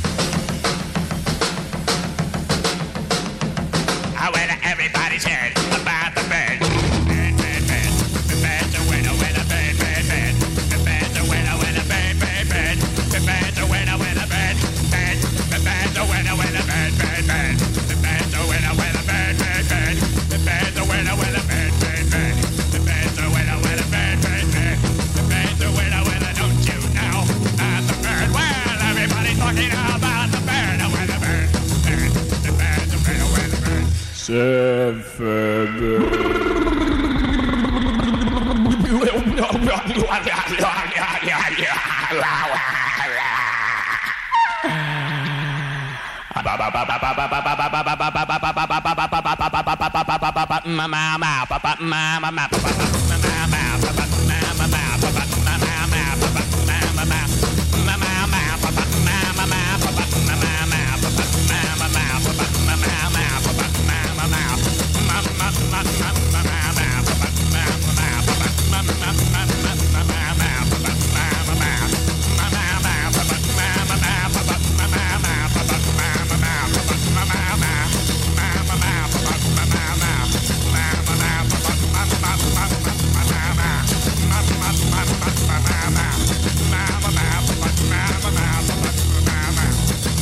oh, well, everybody's heard about the bird. Bird, bird, bird. The bird's a winner. Well, a bird, bird, bird. The bird's a winner. Well, a bird, bird, bird. The bird's a winner. Well, a bird, bird. The bird's a winner. Well, a bird, bird, bird. The bird's a winner. Well, a bird, bird, bird. The bird's a winner. Well, a bird, bird, bird. The bird's a winner. Well, a bird, bird, bird. The bird's a winner. Well, don't you know about the bird? Well, everybody's talking about the bird. Well, the bird, bird. The bird's a winner. Well, the bird.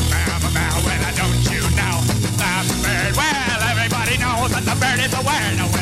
Well, everybody knows that the bird is a winner.